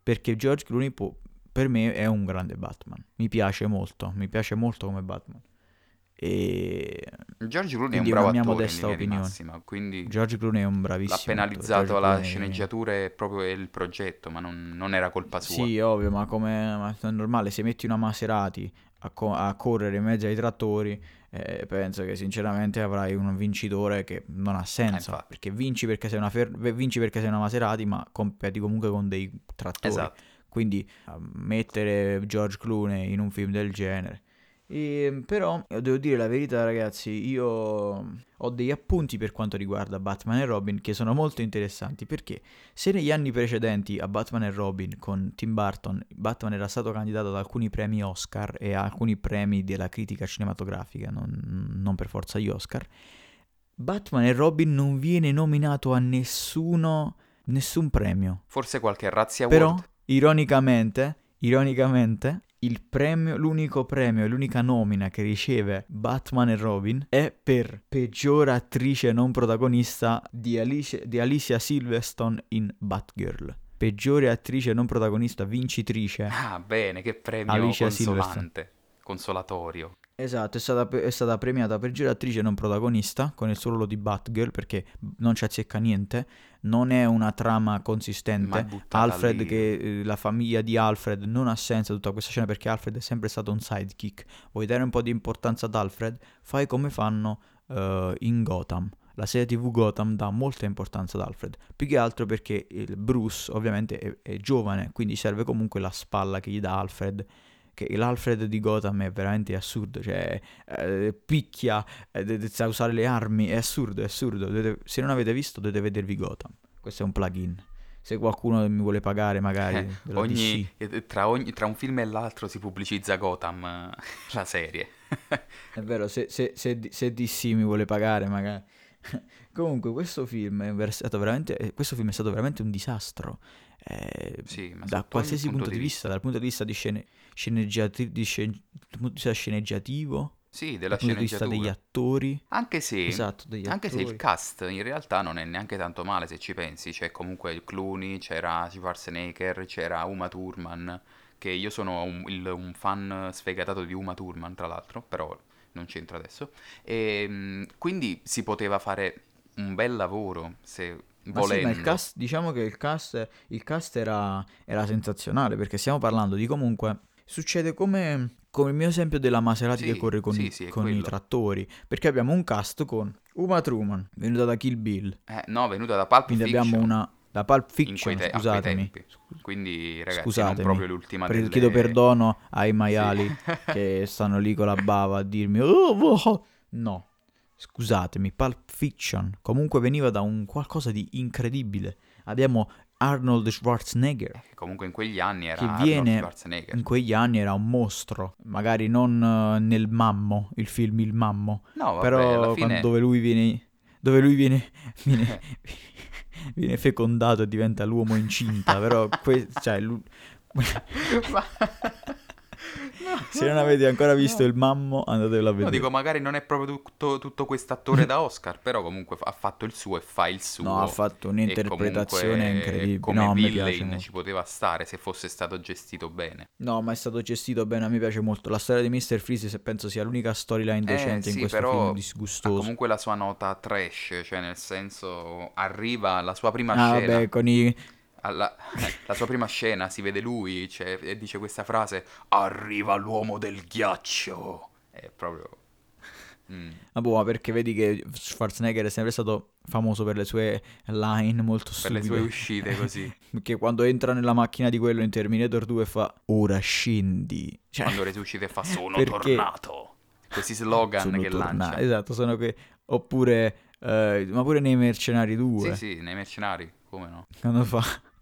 [SPEAKER 1] perché George Clooney può- per me è un grande Batman. Mi piace molto, mi piace molto come Batman. E
[SPEAKER 2] George Clooney è un
[SPEAKER 1] quindi è una
[SPEAKER 2] bravo
[SPEAKER 1] mia
[SPEAKER 2] attore in
[SPEAKER 1] modesta
[SPEAKER 2] linea di
[SPEAKER 1] opinione.
[SPEAKER 2] massima, quindi
[SPEAKER 1] George Clooney è un
[SPEAKER 2] l'ha
[SPEAKER 1] bravissimo attore. George
[SPEAKER 2] penalizzato la
[SPEAKER 1] Clooney,
[SPEAKER 2] sceneggiatura e proprio il progetto, ma non, non era colpa sua.
[SPEAKER 1] sì, ovvio, ma come ma è normale, se metti una Maserati a, co- a correre in mezzo ai trattori, eh, penso che sinceramente avrai un vincitore che non ha
[SPEAKER 2] Eh,
[SPEAKER 1] senso,
[SPEAKER 2] infatti,
[SPEAKER 1] perché vinci perché sei una, fer- vinci perché sei una Maserati, ma competi comunque con dei trattori.
[SPEAKER 2] esatto.
[SPEAKER 1] Quindi a mettere George Clooney in un film del genere. E, però, devo dire la verità, ragazzi, io ho degli appunti per quanto riguarda Batman e Robin che sono molto interessanti, perché se negli anni precedenti a Batman e Robin con Tim Burton Batman era stato candidato ad alcuni premi Oscar e a alcuni premi della critica cinematografica, non, non per forza gli Oscar, Batman e Robin non viene nominato a nessuno, nessun premio.
[SPEAKER 2] Forse qualche Razzie
[SPEAKER 1] Però,
[SPEAKER 2] Award?
[SPEAKER 1] ironicamente, ironicamente, il premio, l'unico premio e l'unica nomina che riceve Batman e Robin è per peggior attrice non protagonista di, Alice, di Alicia Silverstone in Batgirl. Peggiore attrice non protagonista vincitrice
[SPEAKER 2] Ah, bene, che premio
[SPEAKER 1] Alicia Silverstone.
[SPEAKER 2] consolante, consolatorio.
[SPEAKER 1] Esatto, è stata, è stata premiata peggiore attrice non protagonista con il suo ruolo di Batgirl perché non ci azzecca niente, non è una trama
[SPEAKER 2] Ma è
[SPEAKER 1] consistente.
[SPEAKER 2] buttata
[SPEAKER 1] Alfred,
[SPEAKER 2] lì.
[SPEAKER 1] che eh, la famiglia di Alfred non ha senso tutta questa scena perché Alfred è sempre stato un sidekick. Vuoi dare un po' di importanza ad Alfred? Fai come fanno eh, in Gotham. La serie tivù Gotham dà molta importanza ad Alfred, più che altro perché il Bruce ovviamente è, è giovane, quindi serve comunque la spalla che gli dà Alfred, che l'Alfred di Gotham è veramente assurdo, cioè eh, picchia, eh, de- de- sa usare le armi, è assurdo, è assurdo. Dovete- se non avete visto dovete vedervi Gotham, questo è un plugin. Se qualcuno mi vuole pagare magari della
[SPEAKER 2] Ogni,
[SPEAKER 1] D C,
[SPEAKER 2] eh, tra, ogni- tra un film e l'altro si pubblicizza Gotham, eh, la serie.
[SPEAKER 1] è vero, se, se, se, se D C mi vuole pagare magari. Comunque questo film è ver- stato veramente, eh, questo film è stato veramente un disastro. eh,
[SPEAKER 2] Sì, ma
[SPEAKER 1] da
[SPEAKER 2] sotto ogni
[SPEAKER 1] qualsiasi
[SPEAKER 2] punto
[SPEAKER 1] punto
[SPEAKER 2] di
[SPEAKER 1] di vista,
[SPEAKER 2] vista.
[SPEAKER 1] dal punto di vista di scene, sceneggiati- di scen- dal punto di vista sceneggiativo,
[SPEAKER 2] Sì, della
[SPEAKER 1] dal punto di vista degli
[SPEAKER 2] sceneggiatura.
[SPEAKER 1] attori,
[SPEAKER 2] Anche se,
[SPEAKER 1] esatto, degli
[SPEAKER 2] anche se il
[SPEAKER 1] attori.
[SPEAKER 2] cast in realtà non è neanche tanto male se ci pensi. C'è comunque Clooney, c'era Schwarzenegger, c'era Uma Thurman, che io sono un, il- un fan sfegatato di Uma Thurman, tra l'altro, però non c'entra adesso. E mm, quindi si poteva fare un bel lavoro, se
[SPEAKER 1] Ma sì, ma il
[SPEAKER 2] volendo.
[SPEAKER 1] cast, diciamo che il cast, il cast era, era sensazionale, perché stiamo parlando di comunque, succede come, come il mio esempio della Maserati che
[SPEAKER 2] Sì,
[SPEAKER 1] corre con
[SPEAKER 2] sì,
[SPEAKER 1] i,
[SPEAKER 2] sì, è
[SPEAKER 1] con i
[SPEAKER 2] quello.
[SPEAKER 1] trattori, perché abbiamo un cast con Uma Thurman, venuta da Kill Bill,
[SPEAKER 2] Eh, no, venuta da Pulp
[SPEAKER 1] quindi abbiamo
[SPEAKER 2] Fiction
[SPEAKER 1] una, da Pulp
[SPEAKER 2] in quei
[SPEAKER 1] Fiction,
[SPEAKER 2] te- a quei
[SPEAKER 1] scusatemi,
[SPEAKER 2] tempi.
[SPEAKER 1] scu-
[SPEAKER 2] Quindi, ragazzi, non
[SPEAKER 1] scusatemi,
[SPEAKER 2] proprio l'ultima
[SPEAKER 1] per- chiedo
[SPEAKER 2] delle...
[SPEAKER 1] perdono ai
[SPEAKER 2] Sì.
[SPEAKER 1] maiali che stanno lì con la bava a dirmi, oh, oh, no, scusatemi, Pulp Fiction, comunque veniva da un qualcosa di incredibile. Abbiamo Arnold Schwarzenegger,
[SPEAKER 2] Che comunque in quegli anni
[SPEAKER 1] che
[SPEAKER 2] era Arnold
[SPEAKER 1] viene in
[SPEAKER 2] Schwarzenegger.
[SPEAKER 1] quegli anni era un mostro, magari non eh, nel Mammo, il film Il Mammo,
[SPEAKER 2] No, vabbè, alla
[SPEAKER 1] però quando,
[SPEAKER 2] fine...
[SPEAKER 1] dove lui viene, dove lui viene, viene, viene fecondato e diventa l'uomo incinta, però que- cioè, lu-
[SPEAKER 2] Ma...
[SPEAKER 1] se non avete ancora visto
[SPEAKER 2] No.
[SPEAKER 1] Il Mammo andatelo a
[SPEAKER 2] No, dico,
[SPEAKER 1] vedere.
[SPEAKER 2] magari non è proprio tutto, tutto quest'attore da Oscar, però comunque ha fatto il suo e fa il
[SPEAKER 1] No, ha
[SPEAKER 2] suo.
[SPEAKER 1] fatto
[SPEAKER 2] E
[SPEAKER 1] un'interpretazione
[SPEAKER 2] comunque
[SPEAKER 1] incredibile,
[SPEAKER 2] come
[SPEAKER 1] no, mi piace
[SPEAKER 2] villain ci
[SPEAKER 1] molto.
[SPEAKER 2] poteva stare se fosse stato gestito bene.
[SPEAKER 1] No, ma è stato gestito bene, a me piace molto. La storia di mister Freeze se penso sia l'unica storyline
[SPEAKER 2] Eh
[SPEAKER 1] decente in
[SPEAKER 2] sì,
[SPEAKER 1] questo film
[SPEAKER 2] però ha
[SPEAKER 1] disgustoso.
[SPEAKER 2] comunque la sua nota trash, cioè nel senso arriva la sua prima
[SPEAKER 1] Ah, vabbè,
[SPEAKER 2] scena.
[SPEAKER 1] con i...
[SPEAKER 2] Alla- la sua prima scena si vede lui cioè, e dice questa frase: Arriva l'uomo del ghiaccio. È proprio. mm.
[SPEAKER 1] Ah, boh, ma perché vedi che Schwarzenegger è sempre stato famoso per le sue line molto
[SPEAKER 2] Per le sue
[SPEAKER 1] stupide.
[SPEAKER 2] uscite così.
[SPEAKER 1] Che quando entra nella macchina di quello in Terminator due fa ora scendi. Cioè,
[SPEAKER 2] Quando resuscita e fa: Sono
[SPEAKER 1] perché
[SPEAKER 2] tornato. Questi slogan
[SPEAKER 1] sono
[SPEAKER 2] che
[SPEAKER 1] tornato.
[SPEAKER 2] lancia.
[SPEAKER 1] Esatto, sono que... Oppure, eh, ma pure nei Mercenari
[SPEAKER 2] Sì,
[SPEAKER 1] due,
[SPEAKER 2] sì, nei mercenari, come no?
[SPEAKER 1] quando fa...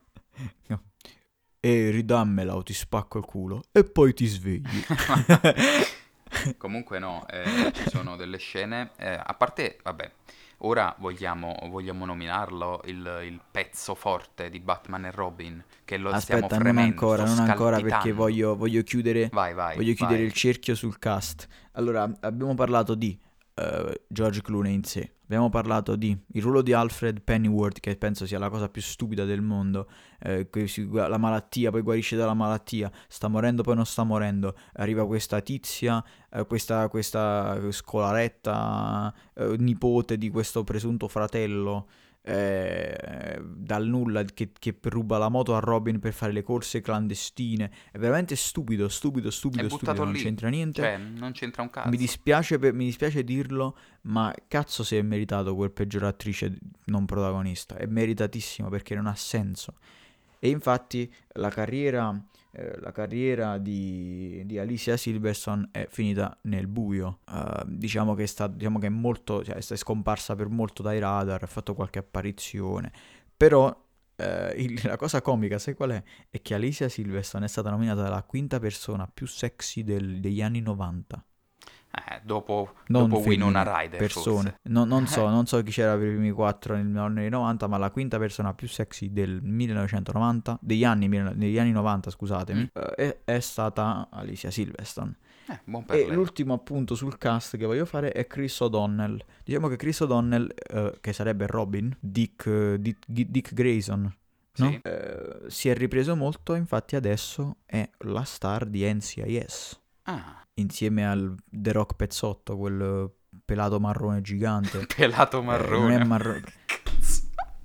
[SPEAKER 1] E ridammela o ti spacco il culo e poi ti svegli.
[SPEAKER 2] Comunque no, eh, ci sono delle scene, eh, a parte, vabbè, ora vogliamo, vogliamo nominarlo il, il pezzo forte di Batman e Robin, che lo stiamo
[SPEAKER 1] Aspetta, non
[SPEAKER 2] fremendo,
[SPEAKER 1] ancora,
[SPEAKER 2] sto
[SPEAKER 1] non ancora perché
[SPEAKER 2] scalpitando.
[SPEAKER 1] voglio, voglio chiudere,
[SPEAKER 2] Vai, vai,
[SPEAKER 1] voglio chiudere
[SPEAKER 2] vai.
[SPEAKER 1] il cerchio sul cast. Allora, abbiamo parlato di eh, George Clooney in sé. Abbiamo parlato di il ruolo di Alfred Pennyworth, che penso sia la cosa più stupida del mondo, eh, che si- la malattia, poi guarisce dalla malattia, sta morendo poi non sta morendo, arriva questa tizia, eh, questa, questa scolaretta, eh, nipote di questo presunto fratello, eh, dal nulla, che, che ruba la moto a Robin per fare le corse clandestine. È veramente stupido, stupido,
[SPEAKER 2] È
[SPEAKER 1] stupido, stupido,
[SPEAKER 2] buttato
[SPEAKER 1] non
[SPEAKER 2] lì,
[SPEAKER 1] c'entra niente.
[SPEAKER 2] cioè non c'entra un
[SPEAKER 1] Mi
[SPEAKER 2] cazzo.
[SPEAKER 1] dispiace, per- mi dispiace dirlo, ma cazzo se è meritato quel peggior attrice non protagonista. È meritatissimo perché non ha senso. E infatti la carriera, eh, la carriera di, di Alicia Silverstone è finita nel buio. Eh, diciamo che è sta- diciamo che è molto, cioè, è scomparsa per molto dai radar, ha fatto qualche apparizione. Però eh, il- la cosa comica, sai qual è? È che Alicia Silverstone è stata nominata la quinta persona più sexy del- degli anni novanta.
[SPEAKER 2] Eh, dopo,
[SPEAKER 1] Non
[SPEAKER 2] dopo Winona
[SPEAKER 1] femmine,
[SPEAKER 2] Ryder,
[SPEAKER 1] persone.
[SPEAKER 2] forse.
[SPEAKER 1] No- non so, non so chi c'era per i primi quattro nel- negli anni novanta, ma la quinta persona più sexy del millenovecentonovanta, degli anni, degli anni novanta,
[SPEAKER 2] Mm?
[SPEAKER 1] scusatemi, eh, è, è stata Alicia Silverstone.
[SPEAKER 2] Eh, buon per
[SPEAKER 1] E
[SPEAKER 2] lei.
[SPEAKER 1] l'ultimo appunto sul cast che voglio fare è Chris O'Donnell. Diciamo che Chris O'Donnell, eh, che sarebbe Robin, Dick, eh, Dick, Dick Grayson, no?
[SPEAKER 2] Sì.
[SPEAKER 1] Eh, si è ripreso molto, infatti adesso è la star di N C I S.
[SPEAKER 2] Ah,
[SPEAKER 1] Insieme al The Rock Pezzotto, quel pelato marrone gigante.
[SPEAKER 2] pelato
[SPEAKER 1] Eh, non è
[SPEAKER 2] marrone.
[SPEAKER 1] marrone.
[SPEAKER 2] Che cazzo?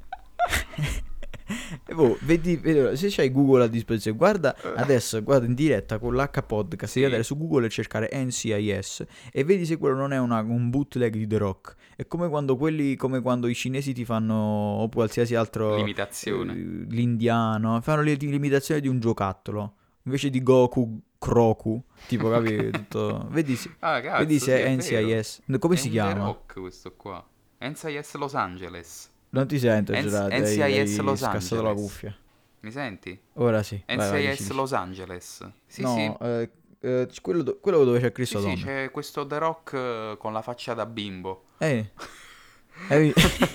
[SPEAKER 1] E boh, vedi, vedi, se c'hai Google a disposizione, guarda adesso, guarda in diretta con l'H Podcast,
[SPEAKER 2] Sì.
[SPEAKER 1] devi andare su Google e cercare N C I S e vedi se quello non è una- un bootleg di The Rock. È come quando quelli, come quando i cinesi ti fanno, o qualsiasi altro,
[SPEAKER 2] L'imitazione.
[SPEAKER 1] eh, l'indiano, fanno li- l'imitazione di un giocattolo. Invece di Goku, Kroku, tipo, capi? Tutto... Vedi, se-
[SPEAKER 2] Ah,
[SPEAKER 1] vedi
[SPEAKER 2] cazzo,
[SPEAKER 1] se
[SPEAKER 2] sì,
[SPEAKER 1] è
[SPEAKER 2] è
[SPEAKER 1] N C I
[SPEAKER 2] vero.
[SPEAKER 1] S. Come
[SPEAKER 2] È
[SPEAKER 1] si
[SPEAKER 2] un The
[SPEAKER 1] chiama?
[SPEAKER 2] Rock questo qua. N C I S Los Angeles.
[SPEAKER 1] Non ti sento,
[SPEAKER 2] N-
[SPEAKER 1] Gerard, hai,
[SPEAKER 2] NCIS
[SPEAKER 1] hai
[SPEAKER 2] Los
[SPEAKER 1] scassato la
[SPEAKER 2] Angeles.
[SPEAKER 1] cuffia.
[SPEAKER 2] Mi senti?
[SPEAKER 1] Ora sì, vai, vai, dici,
[SPEAKER 2] N C I S
[SPEAKER 1] dici.
[SPEAKER 2] Los Angeles. Sì,
[SPEAKER 1] No,
[SPEAKER 2] sì.
[SPEAKER 1] eh, eh, quello, do- quello dove c'è Chris
[SPEAKER 2] Sì, sì,
[SPEAKER 1] O'Donnell.
[SPEAKER 2] c'è questo The Rock eh, con la faccia da bimbo.
[SPEAKER 1] Eh, hai vi-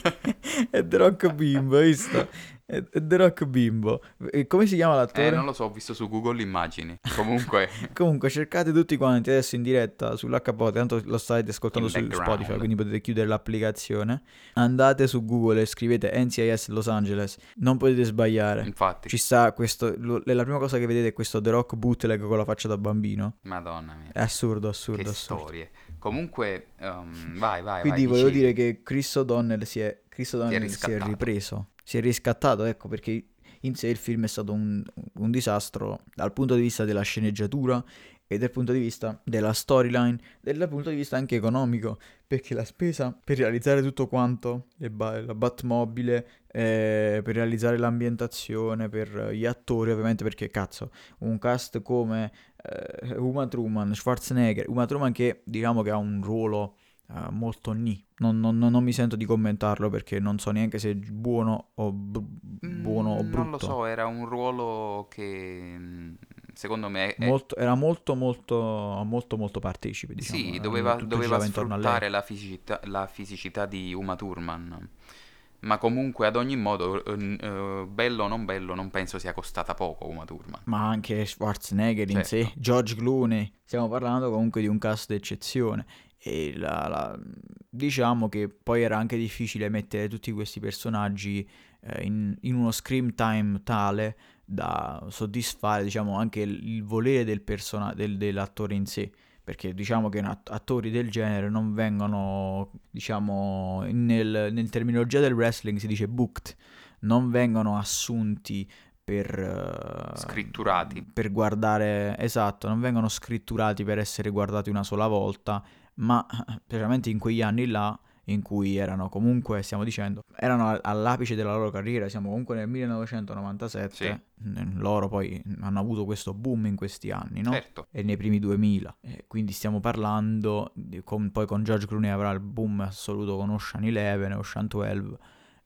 [SPEAKER 1] è The Rock Bimbo, hai visto? È, è The Rock Bimbo. E come si chiama
[SPEAKER 2] Eh,
[SPEAKER 1] l'attore?
[SPEAKER 2] non lo so, ho visto su Google immagini. Comunque,
[SPEAKER 1] Comunque cercate tutti quanti adesso in diretta sull'H P O D, tanto lo state ascoltando
[SPEAKER 2] in
[SPEAKER 1] su
[SPEAKER 2] background.
[SPEAKER 1] Spotify, quindi potete chiudere l'applicazione. Andate su Google e scrivete N C I S Los Angeles, non potete sbagliare.
[SPEAKER 2] Infatti.
[SPEAKER 1] Ci sta questo, lo- la prima cosa che vedete è questo The Rock bootleg con la faccia da bambino.
[SPEAKER 2] Madonna mia.
[SPEAKER 1] È assurdo, assurdo,
[SPEAKER 2] Che
[SPEAKER 1] assurdo.
[SPEAKER 2] storie. Comunque, ehm, vai, vai,
[SPEAKER 1] Quindi
[SPEAKER 2] vai,
[SPEAKER 1] volevo
[SPEAKER 2] dicevi.
[SPEAKER 1] dire che Chris O'Donnell si è, Chris O'Donnell si è
[SPEAKER 2] riscattato.
[SPEAKER 1] ripreso, si è riscattato, ecco, perché in sé il film è stato un, un disastro dal punto di vista della sceneggiatura e dal punto di vista della storyline, e dal punto di vista anche economico, perché la spesa per realizzare tutto quanto, le ba- la Batmobile, eh, per realizzare l'ambientazione, per gli attori ovviamente, perché cazzo, un cast come eh, Uma Thurman, Schwarzenegger, Uma Thurman che diciamo che ha un ruolo eh, molto ni. Non, non- non- non mi sento di commentarlo perché non so neanche se è buono o, b- buono o
[SPEAKER 2] Mm, non lo
[SPEAKER 1] brutto.
[SPEAKER 2] so, era un ruolo che mm, secondo me è-
[SPEAKER 1] Molto- era molto molto molto molto partecipe, diciamo.
[SPEAKER 2] sì,
[SPEAKER 1] eh,
[SPEAKER 2] doveva,
[SPEAKER 1] tutto
[SPEAKER 2] doveva
[SPEAKER 1] girava intorno a lei.
[SPEAKER 2] sfruttare la fisicità, la fisicità di Uma Thurman. Ma comunque, ad ogni modo, eh, n- eh, bello o non bello, non penso sia costata poco Uma Thurman.
[SPEAKER 1] Ma anche Schwarzenegger in sé,
[SPEAKER 2] Certo.
[SPEAKER 1] George Clooney, stiamo parlando comunque di un cast d'eccezione e la- la- diciamo che poi era anche difficile mettere tutti questi personaggi eh, in, in uno screen time tale da soddisfare, diciamo, anche il, il volere del persona- del- dell'attore in sé, perché diciamo che att- attori del genere non vengono, diciamo, nel, nel terminologia del wrestling si dice booked, non vengono assunti per, eh,
[SPEAKER 2] Scritturati.
[SPEAKER 1] per guardare, esatto, non vengono scritturati per essere guardati una sola volta, ma eh, specialmente in quegli anni là in cui erano comunque, stiamo dicendo, erano a- all'apice della loro carriera, siamo comunque nel millenovecentonovantasette,
[SPEAKER 2] Sì.
[SPEAKER 1] n- loro poi hanno avuto questo boom in questi anni, no?
[SPEAKER 2] Certo.
[SPEAKER 1] E nei primi duemila, e quindi stiamo parlando, di- con- poi con George Clooney avrà il boom assoluto con Ocean Eleven, Ocean dodici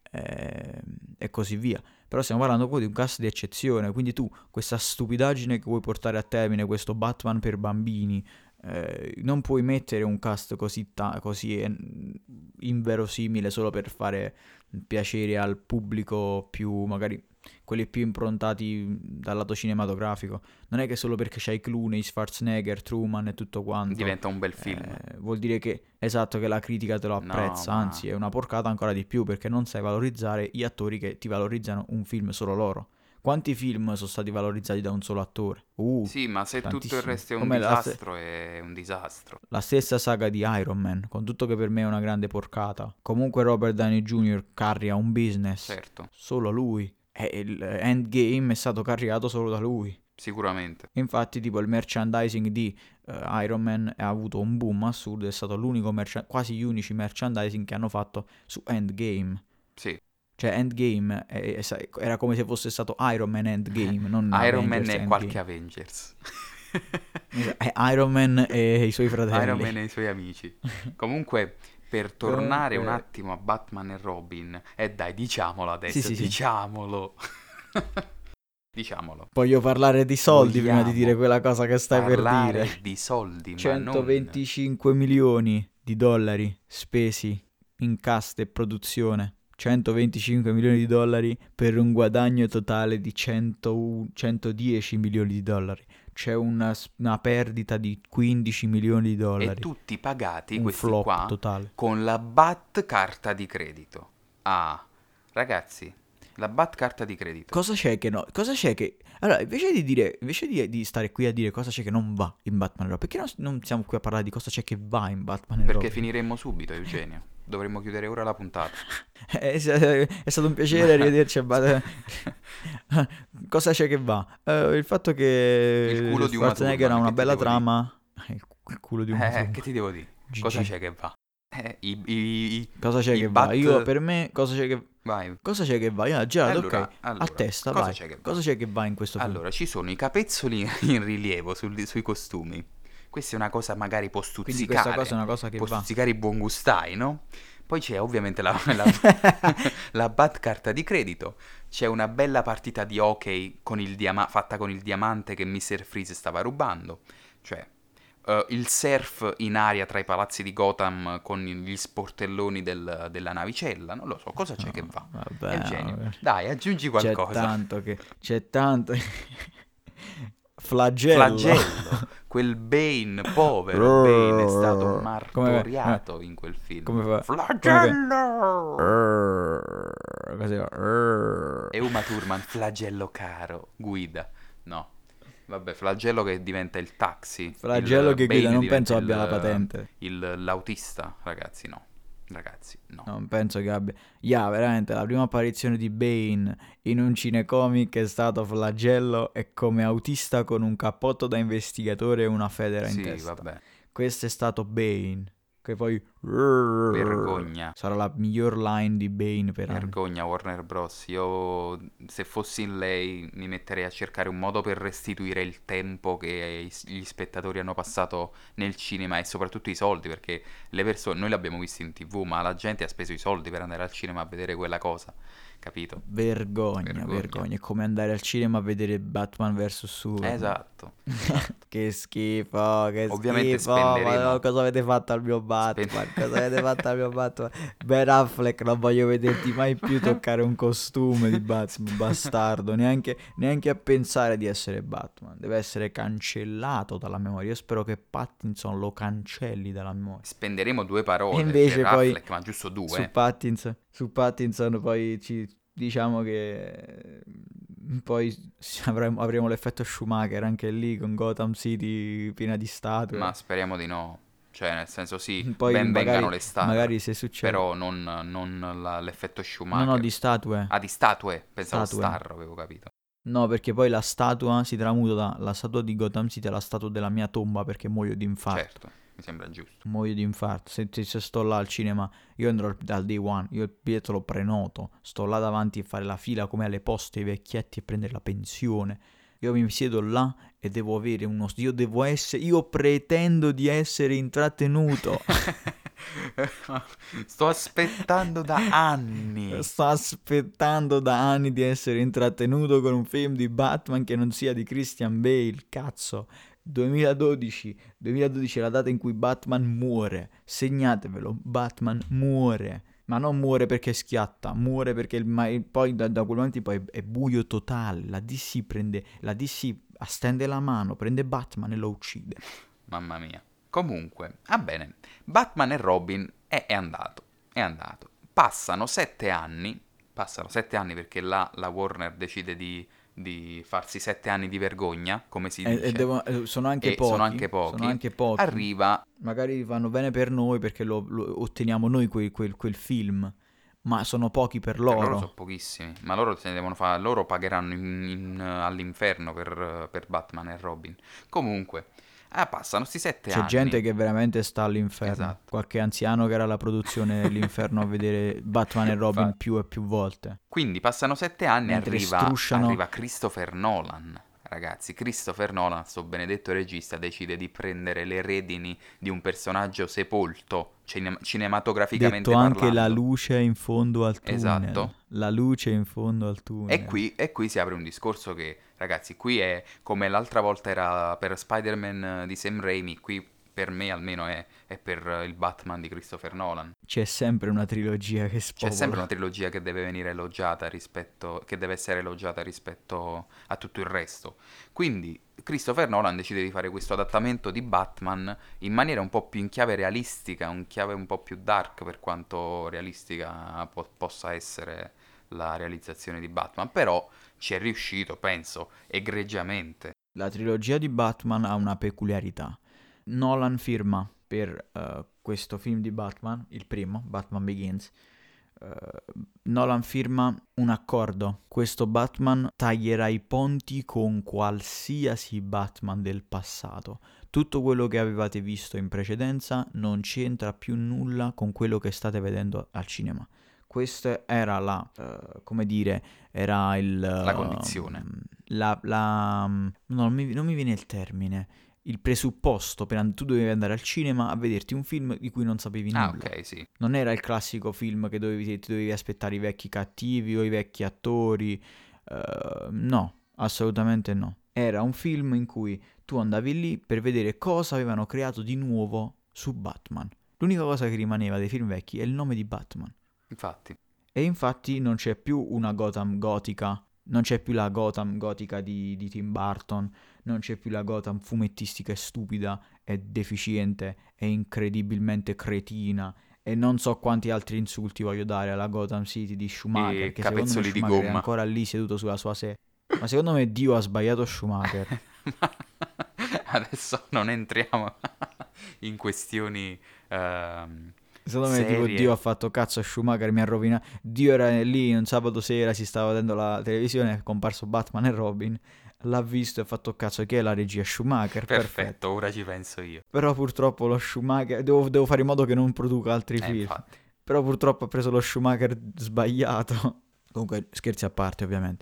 [SPEAKER 1] eh, e così via. Però stiamo parlando poi di un cast di eccezione, quindi tu questa stupidaggine che vuoi portare a termine, questo Batman per bambini, Eh, non puoi mettere un cast così, ta- così eh, inverosimile solo per fare piacere al pubblico più, magari quelli più improntati dal lato cinematografico. Non è che solo perché c'hai Clooney, Schwarzenegger, Truman e tutto quanto
[SPEAKER 2] Diventa un bel film.
[SPEAKER 1] eh, vuol dire che, esatto, che la critica te lo
[SPEAKER 2] No,
[SPEAKER 1] apprezza,
[SPEAKER 2] ma...
[SPEAKER 1] anzi è una porcata ancora di più perché non sai valorizzare gli attori che ti valorizzano un film solo loro. Quanti film sono stati valorizzati da un solo attore? Uh,
[SPEAKER 2] Sì, ma se tutto il
[SPEAKER 1] tantissimi.
[SPEAKER 2] resto è un
[SPEAKER 1] Come la, ste-
[SPEAKER 2] disastro, è un disastro.
[SPEAKER 1] la stessa saga di Iron Man, con tutto che per me è una grande porcata. Comunque Robert Downey junior carria un business,
[SPEAKER 2] Certo,
[SPEAKER 1] solo lui. E il Endgame è stato carriato solo da lui.
[SPEAKER 2] sicuramente.
[SPEAKER 1] Infatti, tipo, il merchandising di eh, Iron Man ha avuto un boom assurdo, è stato l'unico, mercha- quasi gli unici merchandising che hanno fatto su Endgame.
[SPEAKER 2] Sì.
[SPEAKER 1] Cioè, Endgame è- è- era come se fosse stato Iron Man Endgame, non
[SPEAKER 2] Iron Man
[SPEAKER 1] Avengers
[SPEAKER 2] e
[SPEAKER 1] Endgame.
[SPEAKER 2] qualche Avengers.
[SPEAKER 1] È Iron Man e i suoi fratelli.
[SPEAKER 2] Iron Man e i suoi amici. Comunque, per tornare un
[SPEAKER 1] Comunque...
[SPEAKER 2] attimo a Batman e Robin, e eh dai, diciamolo adesso,
[SPEAKER 1] Sì, sì, sì.
[SPEAKER 2] diciamolo. Diciamolo.
[SPEAKER 1] Voglio parlare di soldi prima di
[SPEAKER 2] Vogliamo
[SPEAKER 1] dire quella cosa che stai per
[SPEAKER 2] parlare
[SPEAKER 1] dire.
[SPEAKER 2] di soldi, ma non...
[SPEAKER 1] centoventicinque milioni di dollari spesi in cast e produzione. centoventicinque milioni di dollari per un guadagno totale di cento, centodieci milioni di dollari. C'è una, una perdita di quindici milioni di
[SPEAKER 2] E
[SPEAKER 1] dollari.
[SPEAKER 2] tutti pagati,
[SPEAKER 1] Un
[SPEAKER 2] questi
[SPEAKER 1] flop
[SPEAKER 2] qua,
[SPEAKER 1] totale.
[SPEAKER 2] con la Bat carta di credito. Ah, ragazzi, la Bat carta di credito.
[SPEAKER 1] Cosa c'è che no? Cosa c'è che... Allora, invece di dire, invece di, di stare qui a dire cosa c'è che non va in Batman e Robin, perché non, non siamo qui a parlare di cosa c'è che va in Batman e
[SPEAKER 2] Perché
[SPEAKER 1] Robin?
[SPEAKER 2] finiremmo subito, Eugenio. Dovremmo chiudere ora la puntata.
[SPEAKER 1] È, è stato un piacere rivederci a Bat- Cosa c'è che va? Eh, il fatto che
[SPEAKER 2] Il culo di Uma
[SPEAKER 1] Schwarzenegger ha
[SPEAKER 2] Thurman,
[SPEAKER 1] una
[SPEAKER 2] che ti
[SPEAKER 1] bella
[SPEAKER 2] devo
[SPEAKER 1] trama... Il, il culo di Uma
[SPEAKER 2] Eh,
[SPEAKER 1] Thurman.
[SPEAKER 2] che ti devo dire?
[SPEAKER 1] G G.
[SPEAKER 2] Cosa c'è che va? Eh, i, i, i-
[SPEAKER 1] Cosa c'è
[SPEAKER 2] i
[SPEAKER 1] che
[SPEAKER 2] bat...
[SPEAKER 1] va? Io, per me, cosa c'è che...
[SPEAKER 2] Vai.
[SPEAKER 1] Cosa c'è che va? Io, Gerardo,
[SPEAKER 2] Allora,
[SPEAKER 1] ok,
[SPEAKER 2] allora,
[SPEAKER 1] a testa,
[SPEAKER 2] cosa
[SPEAKER 1] vai.
[SPEAKER 2] c'è che va?
[SPEAKER 1] Cosa c'è che va in questo film?
[SPEAKER 2] Allora, ci sono i capezzoli in rilievo sul- sui costumi. Questa è una cosa magari può stuzzicare.
[SPEAKER 1] Quindi questa cosa è una cosa che
[SPEAKER 2] può
[SPEAKER 1] va.
[SPEAKER 2] stuzzicare i buon gustai, no? Poi c'è ovviamente la, la, la bat carta di credito. C'è una bella partita di hockey con il diama- fatta con il diamante che mister Freeze stava rubando. Cioè, eh, il surf in aria tra i palazzi di Gotham con gli sportelloni del- della navicella. Non lo so, cosa c'è che va?
[SPEAKER 1] Vabbè,
[SPEAKER 2] Eugenio,
[SPEAKER 1] vabbè.
[SPEAKER 2] dai, aggiungi
[SPEAKER 1] C'è
[SPEAKER 2] qualcosa.
[SPEAKER 1] tanto che... C'è tanto... Flagello.
[SPEAKER 2] Flagello, quel Bane povero Bane è stato
[SPEAKER 1] Come-
[SPEAKER 2] martoriato in quel film.
[SPEAKER 1] come fa-
[SPEAKER 2] Flagello!
[SPEAKER 1] Così va.
[SPEAKER 2] E Uma Thurman, flagello caro, guida. No, vabbè, flagello che diventa il taxi.
[SPEAKER 1] Flagello
[SPEAKER 2] il
[SPEAKER 1] che
[SPEAKER 2] Bane
[SPEAKER 1] guida, non
[SPEAKER 2] diventa
[SPEAKER 1] penso abbia
[SPEAKER 2] il-
[SPEAKER 1] la patente.
[SPEAKER 2] il- l'autista, ragazzi, no. Ragazzi, no.
[SPEAKER 1] Non penso che abbia... Yeah, veramente, la prima apparizione di Bane in un cinecomic è stato Flagello e come autista con un cappotto da investigatore e una federa in
[SPEAKER 2] Sì,
[SPEAKER 1] testa.
[SPEAKER 2] vabbè.
[SPEAKER 1] Questo è stato Bane, che poi...
[SPEAKER 2] Vergogna.
[SPEAKER 1] Sarà la miglior line di Bane per anni.
[SPEAKER 2] Vergogna Warner Bros. Io se fossi in lei mi metterei a cercare un modo per restituire il tempo che i- gli spettatori hanno passato nel cinema e soprattutto i soldi, perché le persone, noi l'abbiamo visto in tv, ma la gente ha speso i soldi per andare al cinema a vedere quella cosa, capito?
[SPEAKER 1] Vergogna,
[SPEAKER 2] Vergogna.
[SPEAKER 1] vergogna. È come andare al cinema a vedere Batman vs Superman.
[SPEAKER 2] Esatto.
[SPEAKER 1] Che schifo, che
[SPEAKER 2] Ovviamente
[SPEAKER 1] schifo.
[SPEAKER 2] spenderemo-
[SPEAKER 1] Ma cosa avete fatto al mio Batman?
[SPEAKER 2] Spen-
[SPEAKER 1] Cosa avete fatto al mio Batman? Ben Affleck, non voglio vederti mai più toccare un costume di Batman, bastardo. Neanche, neanche a pensare di essere Batman. Deve essere cancellato dalla memoria. Io spero che Pattinson lo cancelli dalla memoria.
[SPEAKER 2] Spenderemo due parole
[SPEAKER 1] E invece
[SPEAKER 2] per
[SPEAKER 1] poi
[SPEAKER 2] Affleck, ma giusto due.
[SPEAKER 1] Su Pattinson, su Pattinson poi ci diciamo che poi avremo, avremo l'effetto Schumacher anche lì con Gotham City piena di statue.
[SPEAKER 2] Ma speriamo di no. Cioè, nel senso sì,
[SPEAKER 1] Poi
[SPEAKER 2] ben
[SPEAKER 1] magari-
[SPEAKER 2] vengano le statue,
[SPEAKER 1] magari se succede...
[SPEAKER 2] però non, non la- l'effetto Schumacher.
[SPEAKER 1] No, no, di statue.
[SPEAKER 2] Ah, di statue? Pensavo
[SPEAKER 1] Statue.
[SPEAKER 2] star, avevo capito.
[SPEAKER 1] No, perché poi la statua si tramuta dalla statua di Gotham City alla statua della mia tomba perché muoio di infarto.
[SPEAKER 2] Certo, mi sembra giusto.
[SPEAKER 1] Muoio di infarto. Se, se- se sto là al cinema, io andrò dal day one, io il biglietto lo prenoto, sto là davanti a fare la fila come alle poste, i vecchietti e prendere la pensione. Io mi siedo là e devo avere uno... Io devo essere... Io pretendo di essere intrattenuto.
[SPEAKER 2] Sto aspettando da anni.
[SPEAKER 1] Sto aspettando da anni di essere intrattenuto con un film di Batman che non sia di Christian Bale, cazzo. duemiladodici, duemiladodici è la data in cui Batman muore. Segnatevelo, Batman muore. Ma non muore perché schiatta, muore perché il, ma, il- poi da, da quel momento in poi è, è buio totale. La D C prende, la D C stende la mano, prende Batman e lo uccide.
[SPEAKER 2] Mamma mia. Comunque, va bene. Batman e Robin è, è andato. È andato. Passano sette anni. Passano sette anni perché là la Warner decide di, di farsi sette anni di vergogna, come si
[SPEAKER 1] E, e
[SPEAKER 2] dice.
[SPEAKER 1] devo- e sono anche
[SPEAKER 2] E sono
[SPEAKER 1] pochi,
[SPEAKER 2] anche
[SPEAKER 1] sono
[SPEAKER 2] pochi.
[SPEAKER 1] anche pochi.
[SPEAKER 2] Arriva.
[SPEAKER 1] Magari vanno bene per noi perché lo, lo otteniamo noi quel, quel- quel film, ma sono pochi per
[SPEAKER 2] Per loro sono
[SPEAKER 1] loro.
[SPEAKER 2] pochissimi. Ma loro se ne devono fare. Loro pagheranno in- in- all'inferno per, per Batman e Robin. Comunque. Ah, passano sti sette
[SPEAKER 1] C'è
[SPEAKER 2] anni.
[SPEAKER 1] gente che veramente sta all'inferno.
[SPEAKER 2] Esatto.
[SPEAKER 1] Qualche anziano che era alla produzione dell'inferno a vedere Batman e Robin
[SPEAKER 2] Infatti.
[SPEAKER 1] più e più volte.
[SPEAKER 2] Quindi passano sette anni e
[SPEAKER 1] Mentre
[SPEAKER 2] arriva,
[SPEAKER 1] strusciano.
[SPEAKER 2] arriva Christopher Nolan. Ragazzi, Christopher Nolan, sto benedetto regista, decide di prendere le redini di un personaggio sepolto, cine- cinematograficamente
[SPEAKER 1] Detto anche la
[SPEAKER 2] parlando.
[SPEAKER 1] luce in fondo al tunnel.
[SPEAKER 2] Esatto.
[SPEAKER 1] La luce in fondo al
[SPEAKER 2] E
[SPEAKER 1] tunnel.
[SPEAKER 2] qui, e qui si apre un discorso che, ragazzi, qui è come l'altra volta era per Spider-Man di Sam Raimi, qui per me almeno è, è per il Batman di Christopher Nolan.
[SPEAKER 1] C'è sempre una trilogia che
[SPEAKER 2] C'è sempre una
[SPEAKER 1] spopola.
[SPEAKER 2] trilogia che deve venire elogiata rispetto, che deve essere elogiata rispetto a tutto il resto. Quindi Christopher Nolan decide di fare questo adattamento di Batman in maniera un po' più in chiave realistica, un chiave un po' più dark per quanto realistica po- possa essere la realizzazione di Batman, però ci è riuscito, penso, egregiamente.
[SPEAKER 1] La trilogia di Batman ha una peculiarità. Nolan firma per eh, questo film di Batman, il primo, Batman Begins. eh, Nolan firma un accordo. Questo Batman taglierà i ponti con qualsiasi Batman del passato. Tutto quello che avevate visto in precedenza non c'entra più nulla con quello che state vedendo al cinema. Questa era la, eh, come dire, era il...
[SPEAKER 2] La condizione.
[SPEAKER 1] ehm, la, la- no, non mi, non mi viene il termine. Il presupposto per and- tu dovevi andare al cinema a vederti un film di cui non sapevi
[SPEAKER 2] Ah,
[SPEAKER 1] nulla.
[SPEAKER 2] ok, sì.
[SPEAKER 1] Non era il classico film che dovevi, ti dovevi aspettare i vecchi cattivi o i vecchi attori. Eh, no, assolutamente no. Era un film in cui tu andavi lì per vedere cosa avevano creato di nuovo su Batman. L'unica cosa che rimaneva dei film vecchi è il nome di Batman.
[SPEAKER 2] Infatti.
[SPEAKER 1] E infatti non c'è più una Gotham gotica, non c'è più la Gotham gotica di, di Tim Burton, non c'è più la Gotham fumettistica e stupida e deficiente e incredibilmente cretina e non so quanti altri insulti voglio dare alla Gotham City di Schumacher,
[SPEAKER 2] E
[SPEAKER 1] che secondo me
[SPEAKER 2] capezzoli di
[SPEAKER 1] Schumacher è
[SPEAKER 2] gomma.
[SPEAKER 1] ancora lì seduto sulla sua sedia. Ma secondo me Dio ha sbagliato Schumacher.
[SPEAKER 2] Adesso non entriamo in questioni ehm,
[SPEAKER 1] Secondo me tipo Dio ha
[SPEAKER 2] serie.
[SPEAKER 1] fatto cazzo a Schumacher, mi ha rovinato. Dio era lì un sabato sera, si stava vedendo la televisione, è comparso Batman e Robin, l'ha visto e ha fatto cazzo, chi è la regia? Schumacher, perfetto.
[SPEAKER 2] Perfetto, ora ci penso io.
[SPEAKER 1] Però purtroppo lo Schumacher, devo, devo fare in modo che non produca altri
[SPEAKER 2] Eh,
[SPEAKER 1] film.
[SPEAKER 2] infatti.
[SPEAKER 1] Però purtroppo ha preso lo Schumacher sbagliato. Comunque scherzi a parte ovviamente.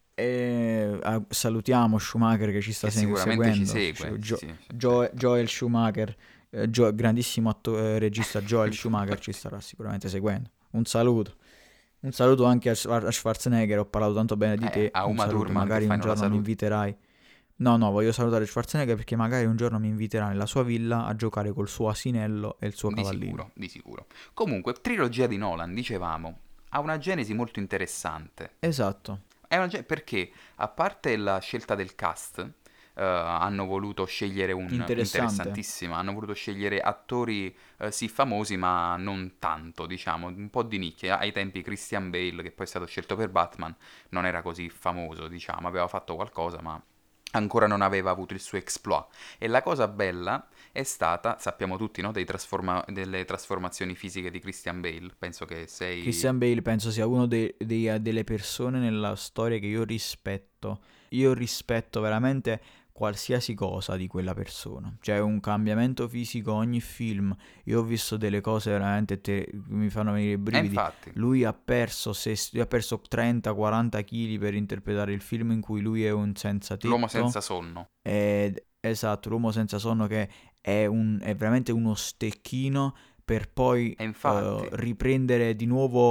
[SPEAKER 1] E ah, salutiamo Schumacher che ci sta
[SPEAKER 2] Che
[SPEAKER 1] se-
[SPEAKER 2] sicuramente ci
[SPEAKER 1] seguendo.
[SPEAKER 2] segue.
[SPEAKER 1] Gio-
[SPEAKER 2] Sì, sì,
[SPEAKER 1] Gio-
[SPEAKER 2] certo.
[SPEAKER 1] Joel Schumacher, eh, Gio- grandissimo atto- eh, regista Joel Schumacher ci starà sicuramente seguendo. Un saluto. Un saluto anche a Schwar- a Schwarzenegger, ho parlato tanto bene di
[SPEAKER 2] Eh,
[SPEAKER 1] te.
[SPEAKER 2] a
[SPEAKER 1] Un
[SPEAKER 2] Uma
[SPEAKER 1] saluto,
[SPEAKER 2] Thurman che
[SPEAKER 1] magari
[SPEAKER 2] fai
[SPEAKER 1] un
[SPEAKER 2] non la
[SPEAKER 1] giorno mi
[SPEAKER 2] saluti.
[SPEAKER 1] inviterai. No, no, voglio salutare Schwarzenegger perché magari un giorno mi inviterà nella sua villa a giocare col suo asinello e il suo
[SPEAKER 2] Di
[SPEAKER 1] cavallino.
[SPEAKER 2] sicuro, di sicuro. Comunque, trilogia di Nolan, dicevamo, ha una genesi molto interessante.
[SPEAKER 1] Esatto.
[SPEAKER 2] È una ge- perché, a parte la scelta del cast, eh, hanno voluto scegliere un...
[SPEAKER 1] Interessante.
[SPEAKER 2] interessantissima, hanno voluto scegliere attori eh, sì famosi, ma non tanto, diciamo, un po' di nicchia. Ai tempi Christian Bale, che poi è stato scelto per Batman, non era così famoso, diciamo, aveva fatto qualcosa, ma ancora non aveva avuto il suo exploit. E la cosa bella è stata, sappiamo tutti, no, dei trasforma- delle trasformazioni fisiche di Christian Bale. Penso che sei...
[SPEAKER 1] Christian Bale penso sia uno dei- dei- delle persone nella storia che io rispetto. Io rispetto veramente qualsiasi cosa di quella persona. Cioè un cambiamento fisico ogni film. Io ho visto delle cose veramente te- che mi fanno venire i
[SPEAKER 2] E
[SPEAKER 1] brividi.
[SPEAKER 2] infatti,
[SPEAKER 1] Lui ha perso, ses- lui ha perso trenta quaranta kg per interpretare il film in cui lui è un senza
[SPEAKER 2] l'uomo
[SPEAKER 1] tetto.
[SPEAKER 2] senza sonno.
[SPEAKER 1] Ed- esatto, l'uomo senza sonno che è, un- è veramente uno stecchino per poi
[SPEAKER 2] E
[SPEAKER 1] eh,
[SPEAKER 2] infatti,
[SPEAKER 1] riprendere di nuovo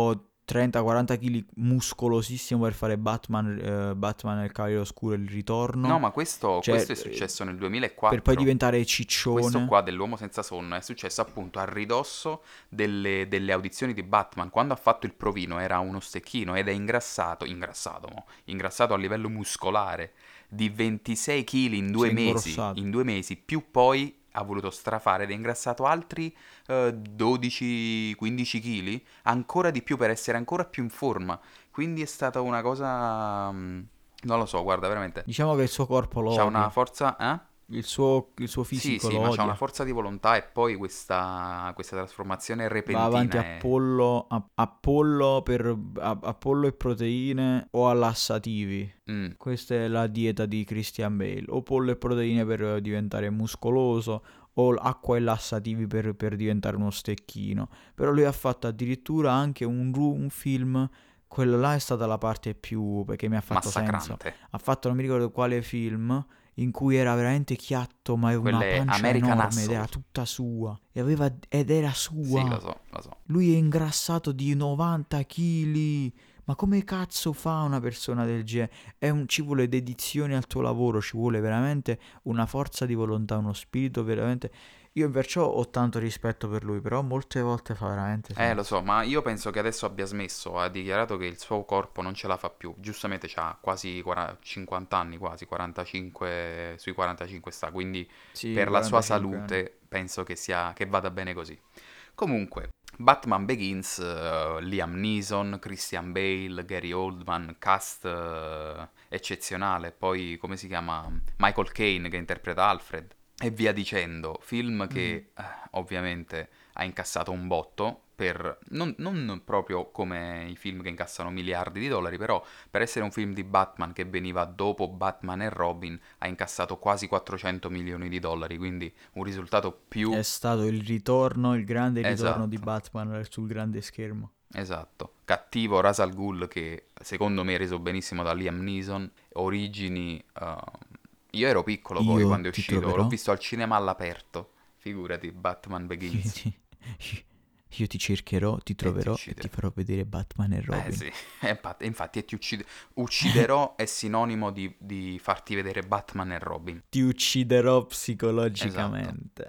[SPEAKER 1] trenta quaranta chili muscolosissimo per fare Batman, eh, Batman e il Cavaliere Oscuro il ritorno.
[SPEAKER 2] No, ma questo,
[SPEAKER 1] Cioè,
[SPEAKER 2] questo è
[SPEAKER 1] eh,
[SPEAKER 2] successo nel
[SPEAKER 1] per poi
[SPEAKER 2] duemilaquattro.
[SPEAKER 1] diventare
[SPEAKER 2] Questo
[SPEAKER 1] ciccione.
[SPEAKER 2] qua dell'Uomo Senza Sonno è successo appunto a ridosso delle, delle audizioni di Batman. Quando ha fatto il provino era uno stecchino ed è ingrassato, ingrassato, mo, ingrassato a livello muscolare di ventisei chili in
[SPEAKER 1] Si
[SPEAKER 2] due
[SPEAKER 1] è
[SPEAKER 2] mesi,
[SPEAKER 1] ingrossato.
[SPEAKER 2] in due mesi, più poi ha voluto strafare ed è ingrassato altri eh, dodici quindici chili, ancora di più per essere ancora più in forma. Quindi è stata una cosa... mm, non lo so, guarda, veramente.
[SPEAKER 1] Diciamo che il suo corpo lo
[SPEAKER 2] C'ha una
[SPEAKER 1] odia.
[SPEAKER 2] forza, eh?
[SPEAKER 1] Il suo, il suo
[SPEAKER 2] Sì,
[SPEAKER 1] fisico
[SPEAKER 2] sì,
[SPEAKER 1] lo
[SPEAKER 2] ma c'ha una
[SPEAKER 1] odia.
[SPEAKER 2] forza di volontà e poi questa, questa trasformazione
[SPEAKER 1] Va avanti
[SPEAKER 2] repentina è...
[SPEAKER 1] Apollo, a- Apollo, per, a- Apollo e proteine o a lassativi.
[SPEAKER 2] Mm,
[SPEAKER 1] Questa è la dieta di Christian Bale. O pollo e proteine per diventare muscoloso, o acqua e lassativi per, per diventare uno stecchino. Però lui ha fatto addirittura anche un, ru- un film. Quello là è stata la parte più, perché mi ha fatto senso.
[SPEAKER 2] massacrante.
[SPEAKER 1] Ha fatto, non mi ricordo quale film, in cui era veramente chiatto, ma aveva una
[SPEAKER 2] Quelle
[SPEAKER 1] pancia
[SPEAKER 2] American
[SPEAKER 1] enorme ed
[SPEAKER 2] Hustle.
[SPEAKER 1] era tutta sua. E aveva, ed era
[SPEAKER 2] Sì, lo
[SPEAKER 1] sua.
[SPEAKER 2] so, lo so.
[SPEAKER 1] Lui è ingrassato di novanta chili. Ma come cazzo fa una persona del genere? È un- ci vuole dedizione al tuo lavoro, ci vuole veramente una forza di volontà, uno spirito veramente... Io perciò ho tanto rispetto per lui, però molte volte fa veramente
[SPEAKER 2] Eh, lo
[SPEAKER 1] senso.
[SPEAKER 2] so, ma io penso che adesso abbia smesso, ha dichiarato che il suo corpo non ce la fa più. Giustamente ha quasi quaranta cinquanta anni, quasi quarantacinque, sui quarantacinque sta, quindi
[SPEAKER 1] Sì,
[SPEAKER 2] per la sua
[SPEAKER 1] quarantacinque anni.
[SPEAKER 2] salute penso che sia, che vada bene così. Comunque, Batman Begins, eh, Liam Neeson, Christian Bale, Gary Oldman, cast eh, eccezionale, poi come si chiama? Michael Caine che interpreta Alfred e via dicendo. Film
[SPEAKER 1] Mhm.
[SPEAKER 2] che eh, ovviamente ha incassato un botto per non, non proprio come i film che incassano miliardi di dollari, però per essere un film di Batman che veniva dopo Batman e Robin ha incassato quasi quattrocento milioni di dollari, quindi un risultato più
[SPEAKER 1] È stato il ritorno, il grande ritorno di
[SPEAKER 2] esatto.
[SPEAKER 1] Batman sul grande schermo.
[SPEAKER 2] Esatto, cattivo Ra's al Ghul che secondo me è reso benissimo da Liam Neeson, origini... eh, io ero piccolo poi
[SPEAKER 1] Io
[SPEAKER 2] quando è
[SPEAKER 1] ti
[SPEAKER 2] uscito, l'ho
[SPEAKER 1] troverò.
[SPEAKER 2] visto al cinema all'aperto, figurati, Batman
[SPEAKER 1] Io
[SPEAKER 2] Begins,
[SPEAKER 1] ti, io ti cercherò, ti
[SPEAKER 2] e ti
[SPEAKER 1] troverò e ti
[SPEAKER 2] ucciderò.
[SPEAKER 1] farò vedere Batman e
[SPEAKER 2] Eh
[SPEAKER 1] Robin.
[SPEAKER 2] sì, e infatti, infatti e ti uccide- ucciderò è sinonimo di, di farti vedere Batman e Robin,
[SPEAKER 1] Ti ucciderò
[SPEAKER 2] esatto.
[SPEAKER 1] psicologicamente.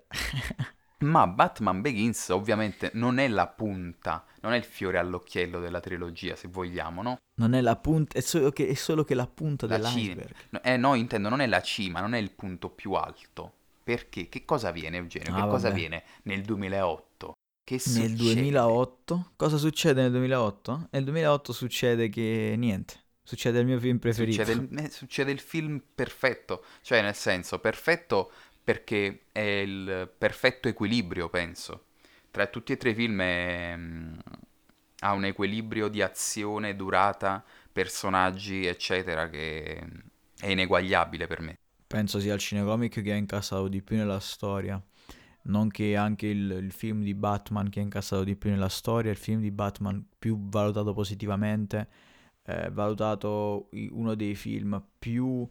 [SPEAKER 2] Ma Batman Begins ovviamente non è la punta, non è il fiore all'occhiello della trilogia, se vogliamo, no?
[SPEAKER 1] Non è la punta, è solo che, è solo che la punta
[SPEAKER 2] La cima.
[SPEAKER 1] dell'iceberg.
[SPEAKER 2] Eh no, intendo, non è la cima, non è il punto più alto. Perché? Che cosa avviene, Eugenio? Che
[SPEAKER 1] Ah,
[SPEAKER 2] cosa
[SPEAKER 1] vabbè.
[SPEAKER 2] avviene nel duemilaotto? Che
[SPEAKER 1] Nel
[SPEAKER 2] succede?
[SPEAKER 1] duemilaotto? Cosa succede nel duemilaotto? Nel duemilaotto succede che niente. Succede il mio film
[SPEAKER 2] Succede
[SPEAKER 1] preferito.
[SPEAKER 2] il, eh, succede il film perfetto, cioè nel senso perfetto perché è il perfetto equilibrio, penso. Tra tutti e tre i film è, mm, ha un equilibrio di azione, durata, personaggi, eccetera, che mm, è ineguagliabile per me.
[SPEAKER 1] Penso sia il cinecomic che ha incassato di più nella storia. Non che anche il, il film di Batman che ha incassato di più nella storia, il film di Batman più valutato positivamente, eh, valutato i- uno dei film più,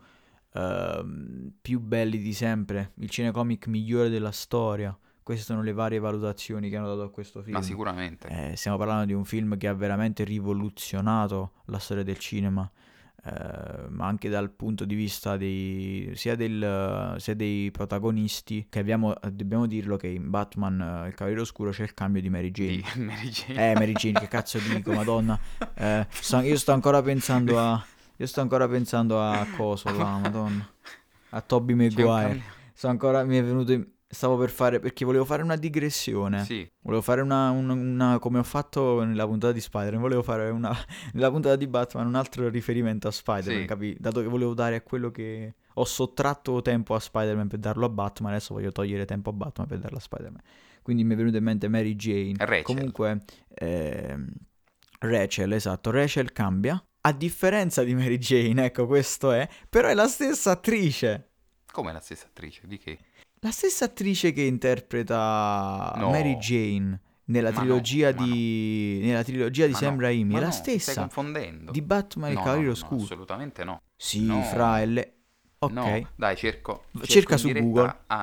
[SPEAKER 1] ehm, più belli di sempre, il cinecomic migliore della storia. Queste sono le varie valutazioni che hanno dato a questo
[SPEAKER 2] Ma
[SPEAKER 1] film.
[SPEAKER 2] sicuramente.
[SPEAKER 1] Eh, stiamo parlando di un film che ha veramente rivoluzionato la storia del cinema, eh, ma anche dal punto di vista dei, sia, del, sia dei protagonisti, che abbiamo, dobbiamo dirlo che in Batman, eh, il Cavaliere Oscuro c'è il cambio di Mary
[SPEAKER 2] Di
[SPEAKER 1] Jane.
[SPEAKER 2] Mary Jane.
[SPEAKER 1] Eh, Mary Jane, che cazzo dico, Madonna. Eh, sto- io sto ancora pensando a... Io sto ancora pensando a coso là, Madonna. A Tobey
[SPEAKER 2] C'è un
[SPEAKER 1] Maguire.
[SPEAKER 2] cambio.
[SPEAKER 1] Sto ancora... Mi è venuto in... Stavo per fare... Perché volevo fare una digressione.
[SPEAKER 2] Sì,
[SPEAKER 1] Volevo fare una, una- una- come ho fatto nella puntata di Spider-Man, volevo fare una, nella puntata di Batman un altro riferimento a Spider-Man,
[SPEAKER 2] sì.
[SPEAKER 1] capi? Dato che volevo dare a quello che... Ho sottratto tempo a Spider-Man per darlo a Batman, adesso voglio togliere tempo a Batman per darlo a Spider-Man. Quindi mi è venuto in mente Mary Jane.
[SPEAKER 2] Rachel.
[SPEAKER 1] Comunque, ehm, Rachel, esatto, Rachel cambia. A differenza di Mary Jane, ecco, questo è. Però è la stessa attrice.
[SPEAKER 2] Come la stessa attrice? Di che?
[SPEAKER 1] La stessa attrice che interpreta Mary
[SPEAKER 2] No,
[SPEAKER 1] Jane nella
[SPEAKER 2] ma no,
[SPEAKER 1] trilogia
[SPEAKER 2] ma no,
[SPEAKER 1] di, nella trilogia di
[SPEAKER 2] ma
[SPEAKER 1] Sam
[SPEAKER 2] no,
[SPEAKER 1] Raimi, è
[SPEAKER 2] ma
[SPEAKER 1] la
[SPEAKER 2] no, ti stai
[SPEAKER 1] stessa
[SPEAKER 2] confondendo.
[SPEAKER 1] di Batman e il
[SPEAKER 2] No, no,
[SPEAKER 1] Cavaliere
[SPEAKER 2] no, no,
[SPEAKER 1] Oscuro.
[SPEAKER 2] assolutamente no.
[SPEAKER 1] Sì, fra
[SPEAKER 2] No,
[SPEAKER 1] elle...
[SPEAKER 2] no,
[SPEAKER 1] Ok.
[SPEAKER 2] dai, cerco, cerco
[SPEAKER 1] Cerca
[SPEAKER 2] in
[SPEAKER 1] su Google.
[SPEAKER 2] diretta a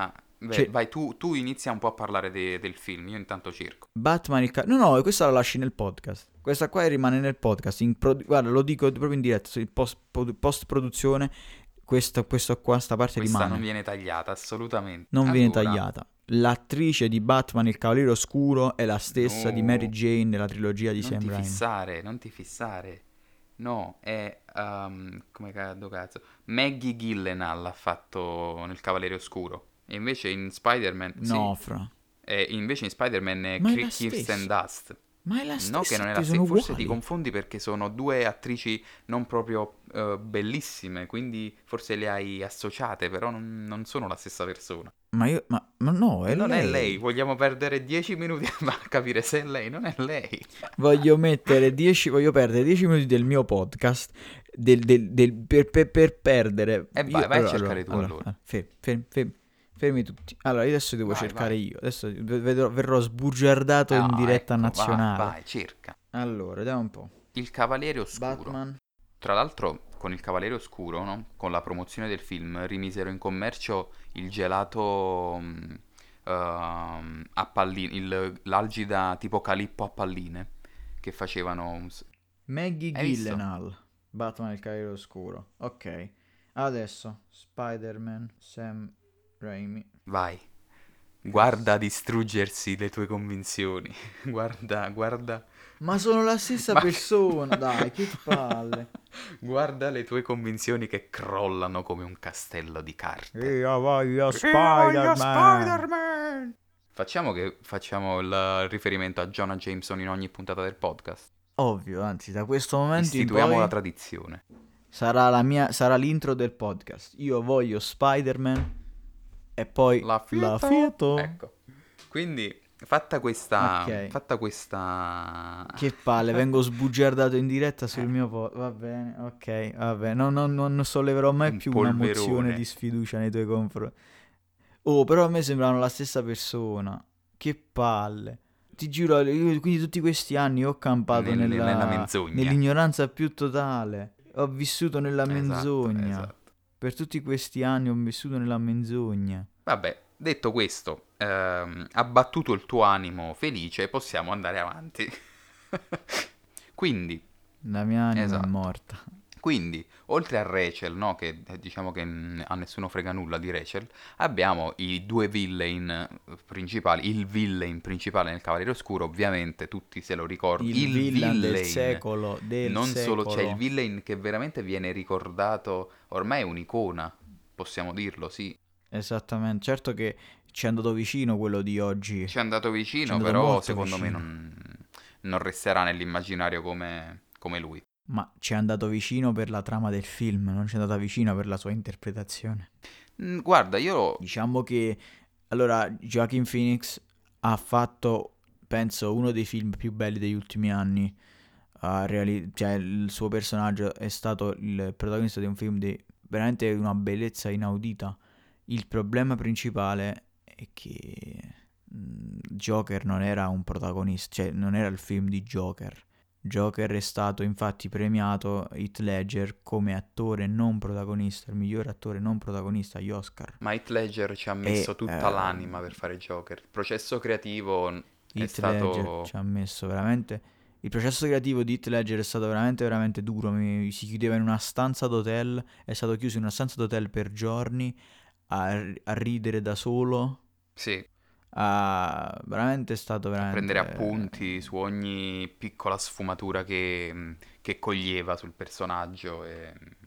[SPEAKER 2] Beh,
[SPEAKER 1] Cioè,
[SPEAKER 2] vai, tu, tu inizia un po' a parlare de- del film, io intanto cerco.
[SPEAKER 1] Batman il ca- No, no, questa la lasci nel podcast. Questa qua rimane nel podcast. In pro- Guarda, lo dico proprio in diretta, su- in post- post-produzione, questa, questo qua, sta parte
[SPEAKER 2] Questa non
[SPEAKER 1] rimane.
[SPEAKER 2] viene tagliata, assolutamente.
[SPEAKER 1] Non viene
[SPEAKER 2] Allora,
[SPEAKER 1] tagliata. L'attrice di Batman il Cavaliere Oscuro è la stessa di Mary
[SPEAKER 2] no,
[SPEAKER 1] Jane nella trilogia di
[SPEAKER 2] non
[SPEAKER 1] Sam
[SPEAKER 2] ti
[SPEAKER 1] Raimi.
[SPEAKER 2] fissare, non ti fissare. No, è... um, come cazzo, cazzo? Maggie Gyllenhaal ha fatto nel Cavaliere Oscuro. E invece in Spider-Man, sì,
[SPEAKER 1] No, fra.
[SPEAKER 2] e invece in Spider-Man è
[SPEAKER 1] Ma è
[SPEAKER 2] Kri-
[SPEAKER 1] la
[SPEAKER 2] Kirsten
[SPEAKER 1] stessa.
[SPEAKER 2] Dust.
[SPEAKER 1] Ma è la
[SPEAKER 2] No, che
[SPEAKER 1] stessa,
[SPEAKER 2] non è la
[SPEAKER 1] che
[SPEAKER 2] stessa.
[SPEAKER 1] sono
[SPEAKER 2] Forse ti
[SPEAKER 1] uguali.
[SPEAKER 2] confondi perché sono due attrici non proprio eh, bellissime, quindi forse le hai associate, però non, non sono la stessa persona.
[SPEAKER 1] Ma io, ma, ma no,
[SPEAKER 2] E
[SPEAKER 1] è
[SPEAKER 2] non è lei,
[SPEAKER 1] lei.
[SPEAKER 2] vogliamo perdere dieci minuti a capire se è lei, non è lei.
[SPEAKER 1] Voglio mettere dieci, voglio perdere dieci minuti del mio podcast del, del- del- per, per- per perdere.
[SPEAKER 2] E
[SPEAKER 1] Io,
[SPEAKER 2] vai, vai a
[SPEAKER 1] allora, allora,
[SPEAKER 2] cercare tu
[SPEAKER 1] allora,
[SPEAKER 2] allora.
[SPEAKER 1] allora, fermi, fermi, fermi, fermi tutti. Allora, io adesso devo
[SPEAKER 2] Vai,
[SPEAKER 1] cercare
[SPEAKER 2] vai.
[SPEAKER 1] io. Adesso v- vedrò- verrò sbugiardato in
[SPEAKER 2] Ah,
[SPEAKER 1] diretta
[SPEAKER 2] ecco, vai,
[SPEAKER 1] nazionale.
[SPEAKER 2] vai, cerca.
[SPEAKER 1] Allora, vediamo un po'.
[SPEAKER 2] Il Cavaliere Oscuro.
[SPEAKER 1] Batman.
[SPEAKER 2] Tra l'altro, con il Cavaliere Oscuro, no? Con la promozione del film, rimisero in commercio il gelato mh, ehm, a palline, il- l'algida tipo calippo a palline che facevano. un s-
[SPEAKER 1] Maggie
[SPEAKER 2] Hai visto?
[SPEAKER 1] Gyllenhaal. Batman il Cavaliere Oscuro. Ok. Adesso Spider-Man, Sam Raimi.
[SPEAKER 2] Vai. Guarda distruggersi le tue convinzioni. Guarda, guarda.
[SPEAKER 1] Ma sono la stessa
[SPEAKER 2] Ma-
[SPEAKER 1] persona, dai, che palle.
[SPEAKER 2] Guarda le tue convinzioni che crollano come un castello di carte.
[SPEAKER 1] Io voglio
[SPEAKER 2] Spider-Man!
[SPEAKER 1] Spider-Man.
[SPEAKER 2] Facciamo che facciamo il riferimento a Jonah Jameson in ogni puntata del podcast.
[SPEAKER 1] Ovvio, anzi, da questo momento in
[SPEAKER 2] Istituiamo la
[SPEAKER 1] poi
[SPEAKER 2] tradizione.
[SPEAKER 1] sarà la mia, sarà l'intro del podcast. Io voglio Spider-Man e poi
[SPEAKER 2] La
[SPEAKER 1] la
[SPEAKER 2] Fieto.
[SPEAKER 1] Fieto.
[SPEAKER 2] Ecco. Quindi, fatta questa...
[SPEAKER 1] Ok.
[SPEAKER 2] Fatta questa...
[SPEAKER 1] Che palle, vengo sbugiardato in diretta sul mio podcast. Va bene, ok, va bene. Non, non, non solleverò mai
[SPEAKER 2] Un
[SPEAKER 1] più una
[SPEAKER 2] polverone.
[SPEAKER 1] mozione di sfiducia nei tuoi confronti. Oh, però a me sembrano la stessa persona. Che palle. Ti giuro, io quindi tutti questi anni ho campato
[SPEAKER 2] Nel-
[SPEAKER 1] nella,
[SPEAKER 2] nella menzogna.
[SPEAKER 1] nell'ignoranza più totale. Ho vissuto nella
[SPEAKER 2] Esatto,
[SPEAKER 1] menzogna.
[SPEAKER 2] esatto.
[SPEAKER 1] Per tutti questi anni ho vissuto nella menzogna.
[SPEAKER 2] Vabbè, detto questo, ehm, abbattuto il tuo animo felice, possiamo andare avanti. Quindi,
[SPEAKER 1] La mia anima
[SPEAKER 2] esatto.
[SPEAKER 1] è morta.
[SPEAKER 2] Quindi, oltre a Rachel, no, che eh, diciamo che mm, a nessuno frega nulla di Rachel, abbiamo i due villain eh, principali, il villain principale nel Cavaliere Oscuro, ovviamente tutti se lo ricordano,
[SPEAKER 1] Il,
[SPEAKER 2] il
[SPEAKER 1] villain del
[SPEAKER 2] villain,
[SPEAKER 1] secolo, del
[SPEAKER 2] non
[SPEAKER 1] secolo.
[SPEAKER 2] solo c'è il villain che veramente viene ricordato, ormai è un'icona, possiamo dirlo, sì.
[SPEAKER 1] Esattamente, certo che ci è andato vicino quello di oggi.
[SPEAKER 2] Ci è andato
[SPEAKER 1] Ci è
[SPEAKER 2] vicino,
[SPEAKER 1] andato
[SPEAKER 2] però
[SPEAKER 1] molto
[SPEAKER 2] secondo me
[SPEAKER 1] vicino.
[SPEAKER 2] non, non resterà nell'immaginario come, come lui.
[SPEAKER 1] Ma ci è andato vicino per la trama del film, non ci è andata vicino per la sua interpretazione.
[SPEAKER 2] Mm, Guarda, io
[SPEAKER 1] Diciamo che, allora, Joaquin Phoenix ha fatto, penso, uno dei film più belli degli ultimi anni. Ha reali- cioè, il suo personaggio è stato il protagonista di un film di veramente una bellezza inaudita. Il problema principale è che mh, Joker non era un protagonista, cioè non era il film di Joker. Joker è stato infatti premiato Heath Ledger come attore non protagonista, il miglior attore non protagonista agli Oscar.
[SPEAKER 2] Ma Heath Ledger ci ha messo
[SPEAKER 1] E
[SPEAKER 2] tutta
[SPEAKER 1] eh,
[SPEAKER 2] l'anima per fare Joker. Il processo creativo è
[SPEAKER 1] Heath Ledger
[SPEAKER 2] stato...
[SPEAKER 1] ci ha messo veramente. Il processo creativo di Heath Ledger è stato veramente, veramente duro. Mi- si chiudeva in una stanza d'hotel, è stato chiuso in una stanza d'hotel per giorni a, a ridere da solo.
[SPEAKER 2] Sì,
[SPEAKER 1] A, veramente è stato
[SPEAKER 2] a
[SPEAKER 1] veramente.
[SPEAKER 2] prendere appunti su ogni piccola sfumatura che, che coglieva sul personaggio. E...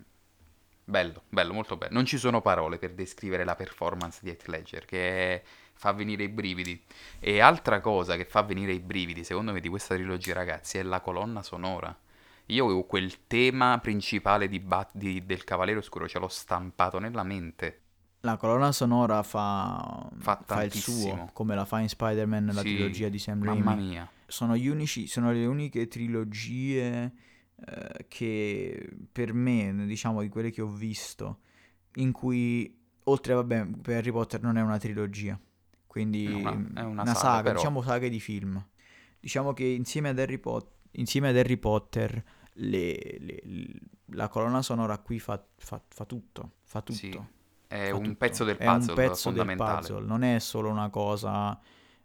[SPEAKER 2] Bello, bello, molto bello. Non ci sono parole per descrivere la performance di Heath Ledger, che è- fa venire i brividi. E altra cosa che fa venire i brividi, secondo me, di questa trilogia, ragazzi, è la colonna sonora. Io avevo quel tema principale di Bat- di- del Cavaliere Oscuro, ce l'ho stampato nella mente.
[SPEAKER 1] La colonna sonora fa,
[SPEAKER 2] Fa
[SPEAKER 1] fa il suo,
[SPEAKER 2] tantissimo.
[SPEAKER 1] come la fa in Spider-Man, la
[SPEAKER 2] Sì,
[SPEAKER 1] trilogia di Sam
[SPEAKER 2] mamma
[SPEAKER 1] Raimi.
[SPEAKER 2] mia.
[SPEAKER 1] Sono gli unici, sono le uniche trilogie eh, che per me, diciamo, di quelle che ho visto, in cui, oltre, vabbè, per Harry Potter non è una trilogia,
[SPEAKER 2] È
[SPEAKER 1] quindi
[SPEAKER 2] una, è una
[SPEAKER 1] una
[SPEAKER 2] saga,
[SPEAKER 1] saga,
[SPEAKER 2] però.
[SPEAKER 1] diciamo saghe di film. Diciamo che insieme ad Harry, Pot- insieme ad Harry Potter le- le- l- la colonna sonora qui fa, fa- fa tutto, fa tutto.
[SPEAKER 2] Sì. È
[SPEAKER 1] fa
[SPEAKER 2] un pezzo
[SPEAKER 1] tutto.
[SPEAKER 2] del
[SPEAKER 1] È un
[SPEAKER 2] puzzle
[SPEAKER 1] pezzo del
[SPEAKER 2] fondamentale.
[SPEAKER 1] puzzle, non è solo una cosa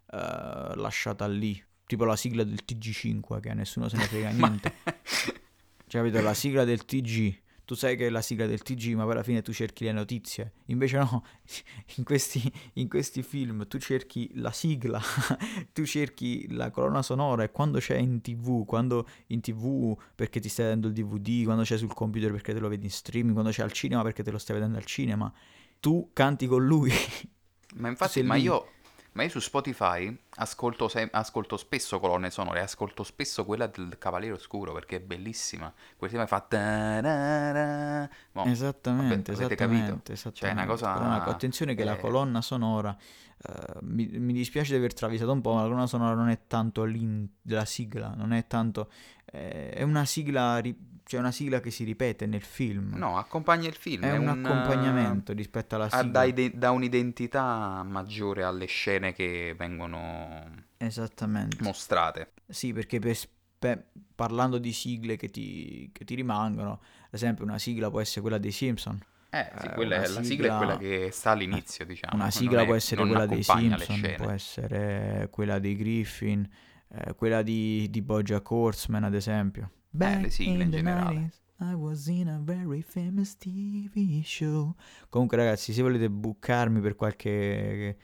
[SPEAKER 1] eh, lasciata lì, tipo la sigla del T G cinque che a nessuno se ne frega
[SPEAKER 2] Ma...
[SPEAKER 1] niente. Cioè, capito, la sigla del T G, tu sai che è la sigla del T G, ma poi alla fine tu cerchi le notizie. Invece no, in questi, in questi film tu cerchi la sigla, tu cerchi la colonna sonora, e quando c'è in tv, quando in tv perché ti stai vedendo il D V D, quando c'è sul computer perché te lo vedi in streaming, quando c'è al cinema perché te lo stai vedendo al cinema, tu canti con lui.
[SPEAKER 2] Ma
[SPEAKER 1] Tu
[SPEAKER 2] infatti,
[SPEAKER 1] sei
[SPEAKER 2] ma
[SPEAKER 1] lì.
[SPEAKER 2] io, ma io su Spotify ascolto, sem- ascolto spesso colonne sonore, ascolto spesso quella del Cavaliere Oscuro perché è bellissima. Quel tema fa... ta-ra-ra. Mo, vabbè,
[SPEAKER 1] Esattamente,
[SPEAKER 2] avete capito?
[SPEAKER 1] esattamente,
[SPEAKER 2] Cioè, è una
[SPEAKER 1] esattamente. Però no, ecco,
[SPEAKER 2] cosa...
[SPEAKER 1] attenzione che la
[SPEAKER 2] eh,
[SPEAKER 1] colonna sonora, eh, mi, mi dispiace di aver travisato un po', ma la colonna sonora non è tanto l'in- la sigla, non è tanto... eh, è una sigla, ri- cioè una sigla che si ripete nel film.
[SPEAKER 2] no, accompagna il film,
[SPEAKER 1] È
[SPEAKER 2] è
[SPEAKER 1] un
[SPEAKER 2] un... eh,
[SPEAKER 1] accompagnamento rispetto alla
[SPEAKER 2] ha- dà,
[SPEAKER 1] sigla.
[SPEAKER 2] ide- dà un'identità maggiore alle scene che vengono
[SPEAKER 1] Esattamente.
[SPEAKER 2] mostrate.
[SPEAKER 1] Sì, perché per spe- parlando di sigle che ti, che ti rimangono, ad esempio una sigla può essere quella dei Simpson.
[SPEAKER 2] Eh sì,
[SPEAKER 1] Eh,
[SPEAKER 2] quella
[SPEAKER 1] una
[SPEAKER 2] è- la sigla è quella
[SPEAKER 1] sigla
[SPEAKER 2] che sta
[SPEAKER 1] eh,
[SPEAKER 2] all'inizio,
[SPEAKER 1] una
[SPEAKER 2] diciamo, non,
[SPEAKER 1] sigla può
[SPEAKER 2] è-
[SPEAKER 1] essere
[SPEAKER 2] non
[SPEAKER 1] quella dei
[SPEAKER 2] accompagna le
[SPEAKER 1] Simpson, può
[SPEAKER 2] scene.
[SPEAKER 1] essere quella dei Griffin, eh, quella di, di BoJack Horseman, ad esempio.
[SPEAKER 2] Eh, le
[SPEAKER 1] Back
[SPEAKER 2] sigle
[SPEAKER 1] in
[SPEAKER 2] in
[SPEAKER 1] the
[SPEAKER 2] generale.
[SPEAKER 1] nineties I was in a very famous T V show. Comunque ragazzi, se volete buccarmi per qualche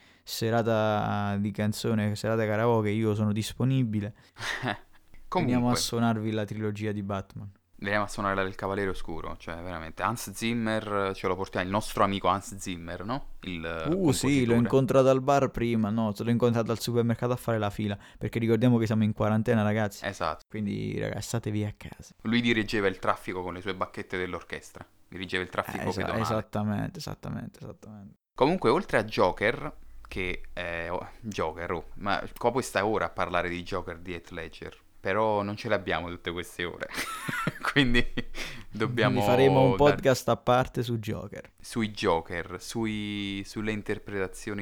[SPEAKER 1] serata di canzone, serata karaoke, io sono disponibile. Veniamo a
[SPEAKER 2] Comunque,
[SPEAKER 1] suonarvi la trilogia di Batman.
[SPEAKER 2] veniamo a suonare la del Cavaliere Oscuro, cioè veramente Hans Zimmer, ce lo portiamo, il nostro amico Hans Zimmer, no? Il eh,
[SPEAKER 1] Uh sì, l'ho
[SPEAKER 2] compositore.
[SPEAKER 1] incontrato al bar prima, no, l'ho incontrato al supermercato a fare la fila, perché ricordiamo che siamo in quarantena ragazzi,
[SPEAKER 2] Esatto.
[SPEAKER 1] quindi ragazzi statevi a casa.
[SPEAKER 2] Lui dirigeva il traffico con le sue bacchette dell'orchestra, dirigeva il
[SPEAKER 1] Eh,
[SPEAKER 2] traffico
[SPEAKER 1] esa-
[SPEAKER 2] pedonale.
[SPEAKER 1] esattamente, esattamente, esattamente.
[SPEAKER 2] Comunque, oltre a Joker, che è oh, Joker, oh, ma qua poi sta ora a parlare di Joker di Heath Ledger, però non ce le abbiamo tutte queste ore, quindi
[SPEAKER 1] Quindi faremo un
[SPEAKER 2] dobbiamo dar
[SPEAKER 1] podcast a parte su Joker.
[SPEAKER 2] sui Joker, sui, sulle interpretazioni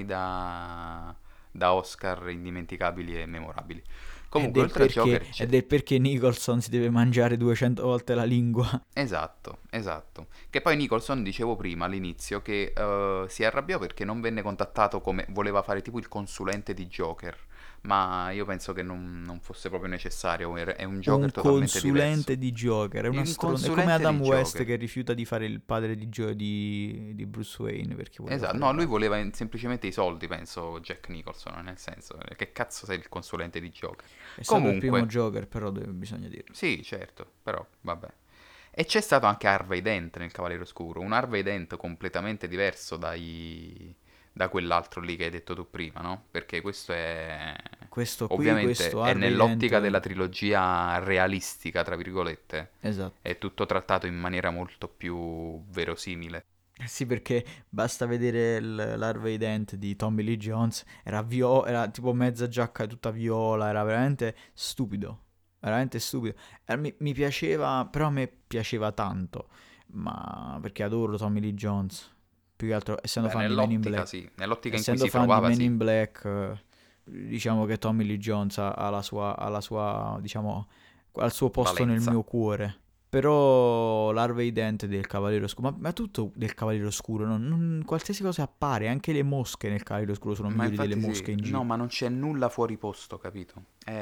[SPEAKER 2] da, da Oscar indimenticabili e memorabili.
[SPEAKER 1] E
[SPEAKER 2] Comunque,
[SPEAKER 1] del
[SPEAKER 2] oltre a
[SPEAKER 1] perché,
[SPEAKER 2] Joker
[SPEAKER 1] e
[SPEAKER 2] c'è...
[SPEAKER 1] del perché Nicholson si deve mangiare duecento volte la lingua.
[SPEAKER 2] Esatto, esatto. Che poi Nicholson, dicevo prima all'inizio, che eh, si arrabbiò perché non venne contattato come voleva fare tipo il consulente di Joker, ma io penso che non, non fosse proprio necessario, è un Joker
[SPEAKER 1] Un
[SPEAKER 2] totalmente diverso.
[SPEAKER 1] consulente di Joker, è una
[SPEAKER 2] Un
[SPEAKER 1] stronza. È come
[SPEAKER 2] consulente
[SPEAKER 1] Adam
[SPEAKER 2] di
[SPEAKER 1] West
[SPEAKER 2] Joker.
[SPEAKER 1] che rifiuta di fare il padre di, Gio- di, di Bruce Wayne perché voleva
[SPEAKER 2] Esatto,
[SPEAKER 1] fare
[SPEAKER 2] no, lui
[SPEAKER 1] Batman.
[SPEAKER 2] voleva in- semplicemente i soldi, penso, Jack Nicholson, nel senso, eh, che cazzo sei il consulente di Joker?
[SPEAKER 1] È stato il primo
[SPEAKER 2] Comunque,
[SPEAKER 1] Joker, però dove- bisogna dirlo.
[SPEAKER 2] sì, certo, però, vabbè. E c'è stato anche Harvey Dent nel Cavaliere Oscuro, un Harvey Dent completamente diverso dai, da quell'altro lì che hai detto tu prima, no? Perché questo è...
[SPEAKER 1] Questo qui,
[SPEAKER 2] ovviamente
[SPEAKER 1] questo
[SPEAKER 2] è
[SPEAKER 1] Harvey
[SPEAKER 2] nell'ottica della
[SPEAKER 1] Dent,
[SPEAKER 2] trilogia realistica, tra virgolette.
[SPEAKER 1] esatto.
[SPEAKER 2] È tutto trattato in maniera molto più verosimile.
[SPEAKER 1] Eh sì, perché basta vedere il- l'Harvey Dent di Tommy Lee Jones, era, vio- era tipo mezza giacca tutta viola, era veramente stupido, veramente stupido. Eh, mi, mi piaceva, però a me piaceva tanto, ma perché adoro Tommy Lee Jones, più che altro essendo
[SPEAKER 2] Beh,
[SPEAKER 1] fan di Men in
[SPEAKER 2] nell'ottica
[SPEAKER 1] Black,
[SPEAKER 2] sì, nell'ottica in cui
[SPEAKER 1] essendo
[SPEAKER 2] si
[SPEAKER 1] fan di
[SPEAKER 2] trovava
[SPEAKER 1] Men
[SPEAKER 2] sì.
[SPEAKER 1] in Black, eh, diciamo che Tommy Lee Jones ha, ha la sua, ha la sua, diciamo, ha il suo posto nel
[SPEAKER 2] Valenza.
[SPEAKER 1] mio cuore. Però l'Harvey Dent del Cavaliere Oscuro, ma, ma tutto del Cavaliere Oscuro, no? Non- qualsiasi cosa appare, anche le mosche nel Cavaliere Oscuro sono
[SPEAKER 2] Ma
[SPEAKER 1] migliori delle
[SPEAKER 2] infatti sì,
[SPEAKER 1] mosche in
[SPEAKER 2] no,
[SPEAKER 1] giro.
[SPEAKER 2] ma non c'è nulla fuori posto, capito?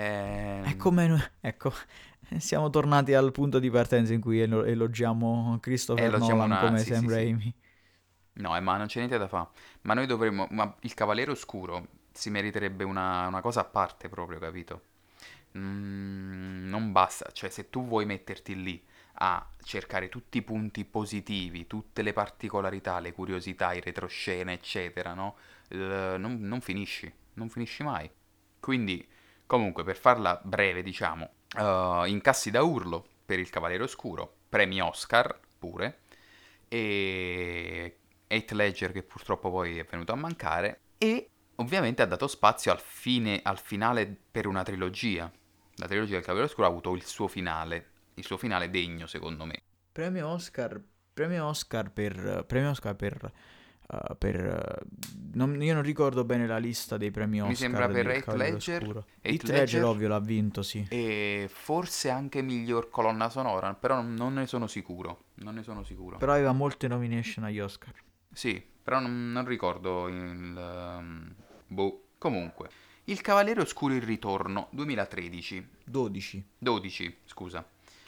[SPEAKER 1] È
[SPEAKER 2] Ehm,
[SPEAKER 1] come, no- ecco, siamo tornati al punto di partenza in cui elo- elogiamo
[SPEAKER 2] E
[SPEAKER 1] Christopher
[SPEAKER 2] lo diciamo
[SPEAKER 1] Nolan
[SPEAKER 2] una...
[SPEAKER 1] come
[SPEAKER 2] Sì,
[SPEAKER 1] Sam
[SPEAKER 2] sì, sì.
[SPEAKER 1] Raimi.
[SPEAKER 2] No, eh, ma non c'è niente da fare. Ma noi dovremmo... Ma il Cavaliere Oscuro si meriterebbe una, una cosa a parte proprio, capito? Mm, non basta. Cioè, se tu vuoi metterti lì a cercare tutti i punti positivi, tutte le particolarità, le curiosità, i retroscena, eccetera, no? Eh, non, non finisci. Non finisci mai. Quindi, comunque, per farla breve, diciamo, eh, incassi da urlo per il Cavaliere Oscuro, premi Oscar pure, e Heath Ledger che purtroppo poi è venuto a mancare, e ovviamente ha dato spazio al, fine, al finale per una trilogia. La trilogia del Cavaliere Oscuro ha avuto il suo finale, il suo finale degno secondo me.
[SPEAKER 1] Premio Oscar, premio Oscar per, premio Oscar per, eh, per eh, non- io non ricordo bene la lista dei premi
[SPEAKER 2] Mi sembra
[SPEAKER 1] Oscar
[SPEAKER 2] per
[SPEAKER 1] del
[SPEAKER 2] Heath
[SPEAKER 1] Cavaliere
[SPEAKER 2] Ledger,
[SPEAKER 1] Oscuro.
[SPEAKER 2] Heath
[SPEAKER 1] Heath Ledger,
[SPEAKER 2] Ledger
[SPEAKER 1] ovvio, l'ha vinto, sì.
[SPEAKER 2] e forse anche miglior colonna sonora, però non ne sono sicuro, non ne sono sicuro.
[SPEAKER 1] Però aveva molte nomination agli Oscar.
[SPEAKER 2] Sì, però non, non ricordo il... um, boh, comunque. Il Cavaliere Oscuro il Ritorno, duemilatredici.
[SPEAKER 1] dodici.
[SPEAKER 2] dodici, scusa.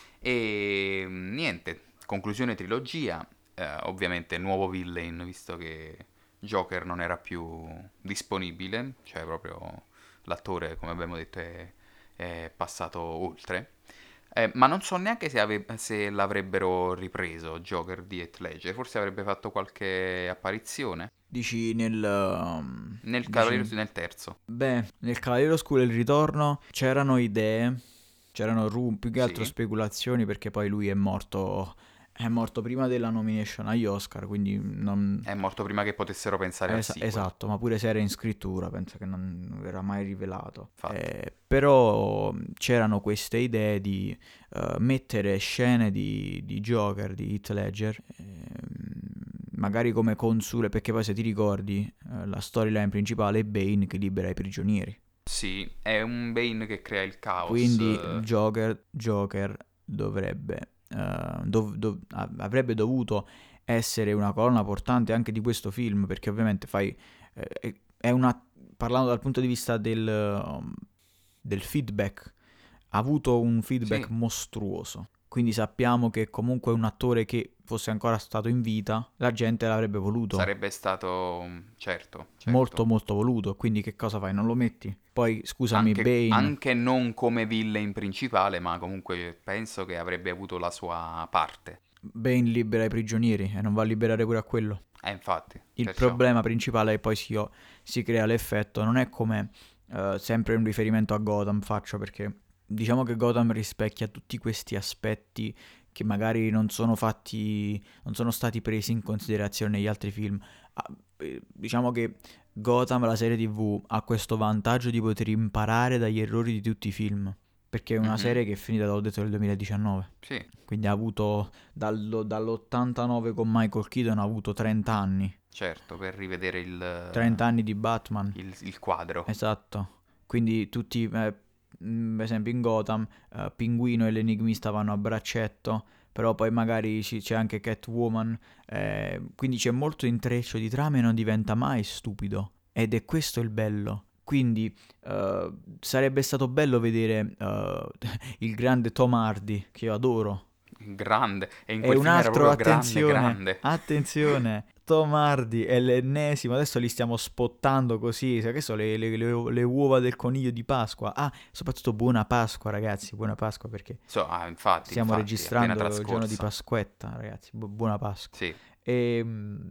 [SPEAKER 2] E mm, niente, conclusione trilogia. Eh, ovviamente nuovo villain, visto che Joker non era più disponibile, cioè proprio l'attore, come abbiamo detto, è, è passato oltre. Eh, ma non so neanche se, ave- se l'avrebbero ripreso Joker di Heath Ledger, forse avrebbe fatto qualche apparizione
[SPEAKER 1] Dici nel... um,
[SPEAKER 2] nel Cavaliere
[SPEAKER 1] dici...
[SPEAKER 2] nel terzo.
[SPEAKER 1] Beh, nel Cavaliere Oscuro e il Ritorno c'erano idee, c'erano ru- più che altro
[SPEAKER 2] Sì,
[SPEAKER 1] speculazioni perché poi lui è morto, è morto prima della nomination agli Oscar, quindi non...
[SPEAKER 2] è morto prima che potessero pensare al
[SPEAKER 1] Es-
[SPEAKER 2] sequel,
[SPEAKER 1] esatto, ma pure se era in scrittura, penso che non non verrà mai rivelato.
[SPEAKER 2] infatti.
[SPEAKER 1] Eh, però mh, c'erano queste idee di eh, mettere scene di, di Joker, di Heath Ledger, ehm, magari come consule, perché poi se ti ricordi, eh, la storyline principale è Bane che libera i prigionieri.
[SPEAKER 2] Sì, è un Bane che crea il caos.
[SPEAKER 1] Quindi
[SPEAKER 2] eh,
[SPEAKER 1] Joker, Joker dovrebbe, eh, dov- dov- a- avrebbe dovuto essere una colonna portante anche di questo film, perché ovviamente fai, eh, è è una, parlando dal punto di vista del, um, del feedback, ha avuto un feedback
[SPEAKER 2] Sì,
[SPEAKER 1] mostruoso. Quindi sappiamo che comunque un attore che fosse ancora stato in vita, la gente l'avrebbe voluto.
[SPEAKER 2] sarebbe stato... Certo,
[SPEAKER 1] Molto
[SPEAKER 2] certo.
[SPEAKER 1] molto voluto. Quindi che cosa fai? Non lo metti? Poi scusami,
[SPEAKER 2] Anche,
[SPEAKER 1] Bane.
[SPEAKER 2] anche non come villain principale, ma comunque penso che avrebbe avuto la sua parte.
[SPEAKER 1] Bane libera i prigionieri e non va a liberare pure a quello.
[SPEAKER 2] Eh, infatti,
[SPEAKER 1] Il
[SPEAKER 2] perciò.
[SPEAKER 1] problema principale è che poi si, si crea l'effetto, non è come eh, sempre un riferimento a Gotham faccio perché diciamo che Gotham rispecchia tutti questi aspetti che magari non sono fatti, non sono stati presi in considerazione negli altri film. Ah, eh, diciamo che Gotham, la serie T V, ha questo vantaggio di poter imparare dagli errori di tutti i film, perché è una
[SPEAKER 2] Mhm,
[SPEAKER 1] serie che è finita, l'ho detto, nel duemiladiciannove.
[SPEAKER 2] sì,
[SPEAKER 1] Quindi ha avuto dallo- dall'ottantanove con Michael Keaton ha avuto trenta anni.
[SPEAKER 2] certo, per rivedere il,
[SPEAKER 1] trenta anni di Batman.
[SPEAKER 2] il, il quadro.
[SPEAKER 1] Esatto. Quindi tutti, eh, mh, per esempio in Gotham, eh, Pinguino e l'Enigmista vanno a braccetto, però poi magari ci- c'è anche Catwoman, eh, quindi c'è molto intreccio di trame e non diventa mai stupido. Ed è questo il bello. Quindi eh, sarebbe stato bello vedere eh, il grande Tom Hardy, che io adoro.
[SPEAKER 2] Grande. E in
[SPEAKER 1] E
[SPEAKER 2] quel
[SPEAKER 1] un
[SPEAKER 2] film era
[SPEAKER 1] altro,
[SPEAKER 2] proprio grande,
[SPEAKER 1] attenzione,
[SPEAKER 2] grande.
[SPEAKER 1] attenzione, Tom Hardy è l'ennesimo, adesso li stiamo spottando così, sai che sono le, le- le- le uova del coniglio di Pasqua. Ah, soprattutto buona Pasqua ragazzi, buona Pasqua perché
[SPEAKER 2] So, ah, infatti,
[SPEAKER 1] stiamo
[SPEAKER 2] infatti, appena
[SPEAKER 1] registrando il giorno di
[SPEAKER 2] trascorsa.
[SPEAKER 1] Pasquetta, ragazzi, bu- buona Pasqua.
[SPEAKER 2] Sì,
[SPEAKER 1] E mm,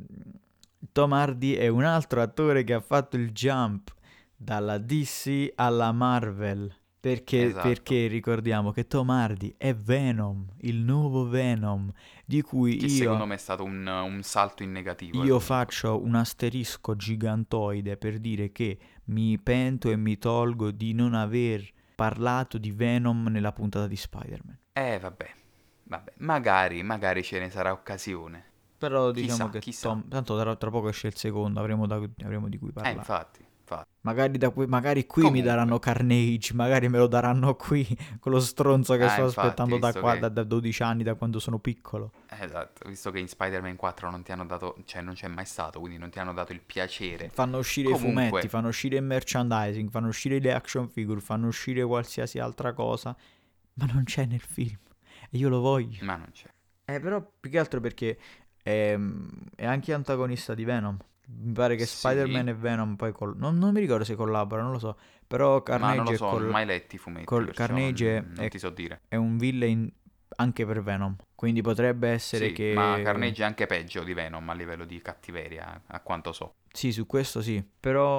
[SPEAKER 1] Tom Hardy è un altro attore che ha fatto il jump dalla D C alla Marvel. Perché,
[SPEAKER 2] esatto.
[SPEAKER 1] perché ricordiamo che Tom Hardy è Venom, il nuovo Venom, di
[SPEAKER 2] Che
[SPEAKER 1] cui
[SPEAKER 2] secondo
[SPEAKER 1] io,
[SPEAKER 2] me è stato un, un salto in negativo, eh,
[SPEAKER 1] io
[SPEAKER 2] comunque.
[SPEAKER 1] faccio un asterisco gigantoide per dire che mi pento e mi tolgo di non aver parlato di Venom nella puntata di Spider-Man.
[SPEAKER 2] Eh, vabbè, vabbè. Magari, magari ce ne sarà occasione.
[SPEAKER 1] Però diciamo
[SPEAKER 2] Chissà,
[SPEAKER 1] che
[SPEAKER 2] chissà.
[SPEAKER 1] Tom, tanto tra, tra poco esce il secondo, avremo, da- avremo di cui
[SPEAKER 2] Eh,
[SPEAKER 1] parlare.
[SPEAKER 2] infatti, infatti.
[SPEAKER 1] Magari, da que- magari qui mi
[SPEAKER 2] Comunque,
[SPEAKER 1] daranno Carnage, magari me lo daranno qui, quello stronzo che
[SPEAKER 2] ah,
[SPEAKER 1] sto
[SPEAKER 2] infatti,
[SPEAKER 1] aspettando da,
[SPEAKER 2] visto
[SPEAKER 1] qua, da,
[SPEAKER 2] che...
[SPEAKER 1] da dodici anni, da quando sono piccolo.
[SPEAKER 2] Esatto, visto che in Spider-Man quattro non ti hanno dato... Cioè, non c'è mai stato, quindi non ti hanno dato il piacere.
[SPEAKER 1] Fanno uscire i fumetti,
[SPEAKER 2] Comunque,
[SPEAKER 1] fanno uscire il merchandising, fanno uscire le action figure, fanno uscire qualsiasi altra cosa, ma non c'è nel film. E io lo voglio.
[SPEAKER 2] ma non c'è.
[SPEAKER 1] Eh, però più che altro perché è, è anche antagonista di Venom. Mi pare che
[SPEAKER 2] Sì,
[SPEAKER 1] Spider-Man e Venom poi col... non, non mi ricordo se collaborano, non lo so. Però
[SPEAKER 2] ma non lo
[SPEAKER 1] Carnage è,
[SPEAKER 2] so, non ho
[SPEAKER 1] col...
[SPEAKER 2] mai letti i fumetti,
[SPEAKER 1] col...
[SPEAKER 2] perciò
[SPEAKER 1] Carnage
[SPEAKER 2] non, non
[SPEAKER 1] è,
[SPEAKER 2] ti so dire.
[SPEAKER 1] è un villain anche per Venom. Quindi potrebbe essere
[SPEAKER 2] Sì, ma
[SPEAKER 1] che...
[SPEAKER 2] Carnage è anche peggio di Venom a livello di cattiveria, a quanto so.
[SPEAKER 1] Sì, su questo sì. Però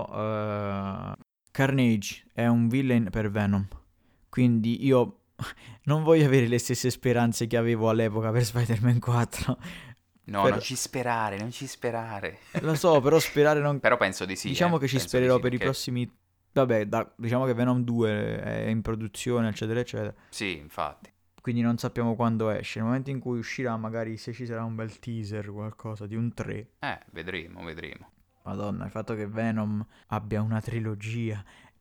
[SPEAKER 1] eh, Carnage è un villain per Venom. Quindi io non voglio avere le stesse speranze che avevo all'epoca per Spider-Man quattro.
[SPEAKER 2] No, non
[SPEAKER 1] Per-
[SPEAKER 2] ci sperare, non ci sperare.
[SPEAKER 1] eh, Lo so, però sperare non...
[SPEAKER 2] Però penso di sì,
[SPEAKER 1] Diciamo
[SPEAKER 2] eh.
[SPEAKER 1] che ci
[SPEAKER 2] Penso di
[SPEAKER 1] spererò
[SPEAKER 2] sì,
[SPEAKER 1] per i
[SPEAKER 2] perché...
[SPEAKER 1] prossimi... Vabbè, da- diciamo che Venom due è in produzione, eccetera, eccetera.
[SPEAKER 2] Sì, infatti.
[SPEAKER 1] Quindi non sappiamo quando esce. Nel momento in cui uscirà, magari se ci sarà un bel teaser, qualcosa di un tre.
[SPEAKER 2] Eh, vedremo, vedremo.
[SPEAKER 1] Madonna, il fatto che Venom abbia una trilogia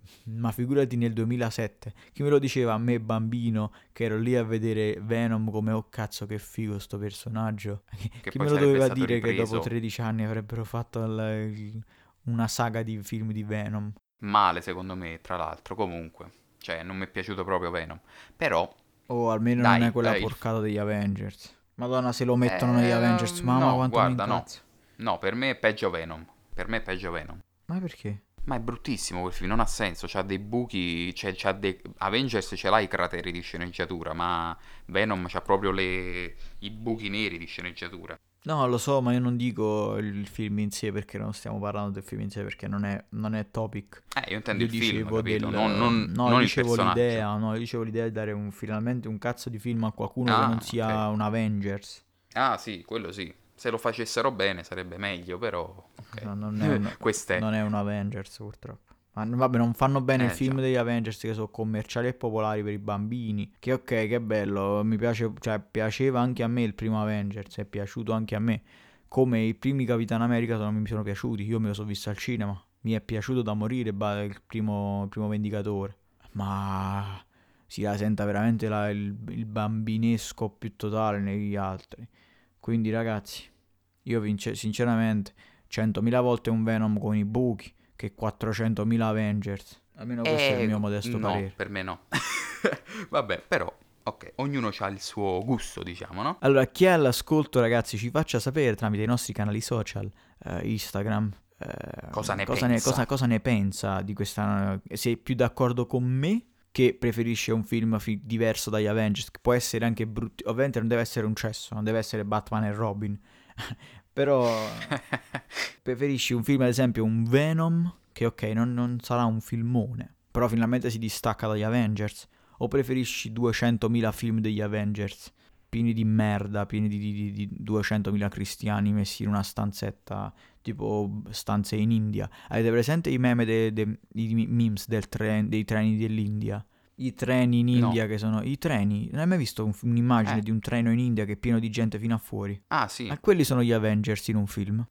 [SPEAKER 1] Ma figurati nel duemilasette, chi me lo diceva a me bambino che ero lì a vedere Venom come oh cazzo che figo sto personaggio.
[SPEAKER 2] Che
[SPEAKER 1] Chi
[SPEAKER 2] poi
[SPEAKER 1] me lo
[SPEAKER 2] sarebbe
[SPEAKER 1] doveva
[SPEAKER 2] stato
[SPEAKER 1] dire che dopo
[SPEAKER 2] ripreso
[SPEAKER 1] tredici anni avrebbero fatto il- il- una saga di film di Venom?
[SPEAKER 2] male, secondo me, tra l'altro. Comunque, cioè, non mi è piaciuto proprio Venom. Però,
[SPEAKER 1] O almeno non è
[SPEAKER 2] dai,
[SPEAKER 1] quella
[SPEAKER 2] eh, il...
[SPEAKER 1] porcata degli Avengers. Madonna, se lo mettono negli
[SPEAKER 2] eh,
[SPEAKER 1] Avengers, mamma
[SPEAKER 2] no,
[SPEAKER 1] quanto mi
[SPEAKER 2] guarda, no.
[SPEAKER 1] incazzo.
[SPEAKER 2] No, per me è peggio Venom. Per me è peggio Venom.
[SPEAKER 1] Ma perché?
[SPEAKER 2] Ma è bruttissimo quel film, non ha senso, c'ha dei buchi, c'è, c'ha dei... Avengers ce l'ha i crateri di sceneggiatura, ma Venom c'ha proprio le... i buchi neri di sceneggiatura.
[SPEAKER 1] No, lo so, ma io non dico il film in sé perché non stiamo parlando del film in sé perché non è, non è topic.
[SPEAKER 2] Eh, io intendo
[SPEAKER 1] Io
[SPEAKER 2] il film,
[SPEAKER 1] dicevo
[SPEAKER 2] capito?
[SPEAKER 1] del...
[SPEAKER 2] Non, non-
[SPEAKER 1] No, io
[SPEAKER 2] non il
[SPEAKER 1] dicevo
[SPEAKER 2] personaggio.
[SPEAKER 1] l'idea, no, io dicevo l'idea di dare un, finalmente un cazzo di film a qualcuno che non
[SPEAKER 2] Ah, ok.
[SPEAKER 1] sia un Avengers.
[SPEAKER 2] Ah, sì, quello sì. Se lo facessero bene sarebbe meglio, però...
[SPEAKER 1] No,
[SPEAKER 2] Ok.
[SPEAKER 1] non è un,
[SPEAKER 2] Queste...
[SPEAKER 1] non è un Avengers purtroppo. Ma vabbè, non fanno bene il
[SPEAKER 2] Eh,
[SPEAKER 1] film
[SPEAKER 2] già.
[SPEAKER 1] degli Avengers che sono commerciali e popolari per i bambini. Che ok, che bello, mi piace, cioè piaceva anche a me il primo Avengers, è piaciuto anche a me. Come i primi Capitan America sono- mi sono piaciuti, io me lo sono visto al cinema. Mi è piaciuto da morire ba- il primo, il primo Vendicatore. Ma si rasenta veramente la- il, il bambinesco più totale negli altri. Quindi ragazzi, io vince, sinceramente centomila volte un Venom con i buchi che quattrocentomila Avengers. Almeno questo è il
[SPEAKER 2] Eh,
[SPEAKER 1] mio modesto
[SPEAKER 2] no,
[SPEAKER 1] parere.
[SPEAKER 2] per me no. Vabbè, però, ok, ognuno ha il suo gusto, diciamo, no?
[SPEAKER 1] Allora, chi è all'ascolto, ragazzi, ci faccia sapere tramite i nostri canali social, eh, Instagram,
[SPEAKER 2] Cosa
[SPEAKER 1] eh,
[SPEAKER 2] ne
[SPEAKER 1] cosa, ne,
[SPEAKER 2] pensa?
[SPEAKER 1] cosa- cosa ne pensa di questa... Se è più d'accordo con me che preferisce un film fi- diverso dagli Avengers, che può essere anche brutto. Ovviamente non deve essere un cesso, non deve essere Batman e Robin. Però preferisci un film, ad esempio, un Venom, che ok, non, non sarà un filmone, però finalmente si distacca dagli Avengers. O preferisci duecentomila film degli Avengers, pieni di merda, pieni di, di- di- di duecentomila cristiani messi in una stanzetta, tipo stanze in India. Avete presente i meme, de- de- i memes del tren- dei treni dell'India? I treni in
[SPEAKER 2] No.
[SPEAKER 1] India che sono... I treni? Non hai mai visto un- un'immagine
[SPEAKER 2] Eh,
[SPEAKER 1] di un treno in India che è pieno di gente fino a fuori?
[SPEAKER 2] ah, sì.
[SPEAKER 1] Ma quelli sono gli Avengers in un film.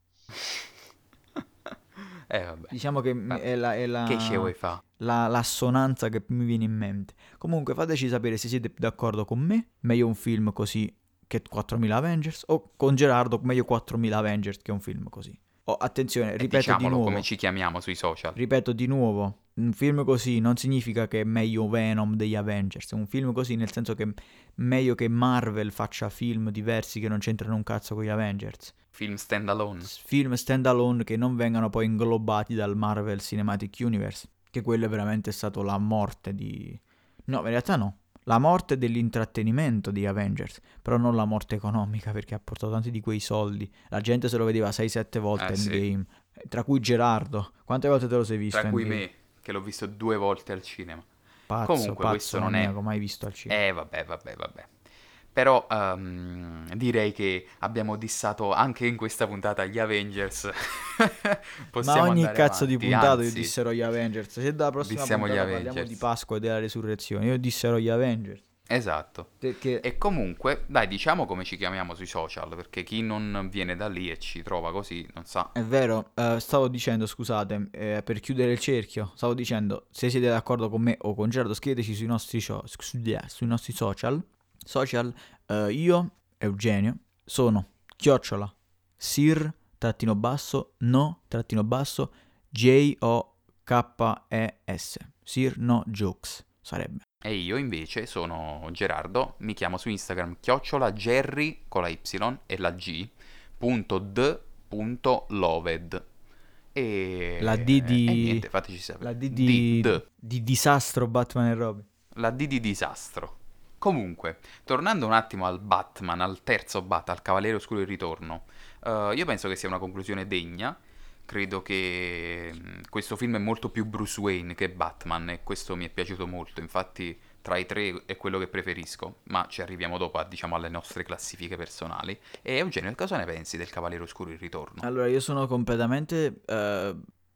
[SPEAKER 2] Eh, vabbè.
[SPEAKER 1] Diciamo che mi-
[SPEAKER 2] Vabbè.
[SPEAKER 1] è la, è
[SPEAKER 2] Che ce
[SPEAKER 1] la,
[SPEAKER 2] vuoi fa?
[SPEAKER 1] la- l'assonanza che mi viene in mente. Comunque fateci sapere se siete d'accordo con me. Meglio un film così che quattromila Avengers. O con Gerardo, meglio quattromila Avengers che un film così. Oh, attenzione,
[SPEAKER 2] E
[SPEAKER 1] ripeto di
[SPEAKER 2] diciamolo come
[SPEAKER 1] nuovo.
[SPEAKER 2] ci chiamiamo sui social.
[SPEAKER 1] Ripeto di nuovo. Un film così non significa che è meglio Venom degli Avengers. Un film così nel senso che è meglio che Marvel faccia film diversi che non c'entrano un cazzo con gli Avengers.
[SPEAKER 2] Film standalone.
[SPEAKER 1] Film standalone che non vengano poi inglobati dal Marvel Cinematic Universe, che quello è veramente stato la morte di... No, in realtà no, la morte dell'intrattenimento di Avengers, però non la morte economica perché ha portato tanti di quei soldi. La gente se lo vedeva sei sette volte
[SPEAKER 2] Eh, sì.
[SPEAKER 1] Endgame, tra cui Gerardo. Quante volte te lo sei visto
[SPEAKER 2] Tra cui
[SPEAKER 1] Endgame?
[SPEAKER 2] me, che l'ho visto due volte al cinema.
[SPEAKER 1] Pazzo,
[SPEAKER 2] Comunque, questo
[SPEAKER 1] pazzo
[SPEAKER 2] non è...
[SPEAKER 1] maniaco, mai visto al cinema.
[SPEAKER 2] Eh, vabbè, vabbè, vabbè. Però ehm, direi che abbiamo dissato anche in questa puntata gli Avengers.
[SPEAKER 1] Ma
[SPEAKER 2] Possiamo
[SPEAKER 1] ogni
[SPEAKER 2] andare
[SPEAKER 1] cazzo di
[SPEAKER 2] avanti,
[SPEAKER 1] puntata io
[SPEAKER 2] anzi,
[SPEAKER 1] disserò gli Avengers. Se dalla prossima
[SPEAKER 2] dissiamo gli
[SPEAKER 1] puntata parliamo di
[SPEAKER 2] Avengers.
[SPEAKER 1] Pasqua e della resurrezione, io disserò gli Avengers.
[SPEAKER 2] Esatto.
[SPEAKER 1] Perché
[SPEAKER 2] E comunque, dai, diciamo come ci chiamiamo sui social, perché chi non viene da lì e ci trova così non sa.
[SPEAKER 1] è vero, eh, stavo dicendo, scusate, eh, per chiudere il cerchio, stavo dicendo, se siete d'accordo con me o con Gerardo, scriveteci sui nostri, scio- sui sui nostri social. Social, eh, io, Eugenio, sono chiocciola, sir, trattino basso, no, trattino basso, J O K E S. Sir no jokes, sarebbe.
[SPEAKER 2] E io invece sono Gerardo, mi chiamo su Instagram chiocciola Jerry con la Y e la G, punto d punto loved. E...
[SPEAKER 1] La D
[SPEAKER 2] e
[SPEAKER 1] di...
[SPEAKER 2] niente, fateci sapere.
[SPEAKER 1] La D
[SPEAKER 2] D,
[SPEAKER 1] di...
[SPEAKER 2] D.
[SPEAKER 1] di disastro Batman e Robin.
[SPEAKER 2] La D di disastro. Comunque, tornando un attimo al Batman, al terzo Batman, al Cavaliere Oscuro in Ritorno, eh, io penso che sia una conclusione degna. Credo che mh, questo film è molto più Bruce Wayne che Batman e questo mi è piaciuto molto. Infatti, tra i tre è quello che preferisco, ma ci arriviamo dopo a, diciamo, alle nostre classifiche personali. E Eugenio, cosa ne pensi del Cavaliere Oscuro in Ritorno?
[SPEAKER 1] Allora, io sono completamente eh,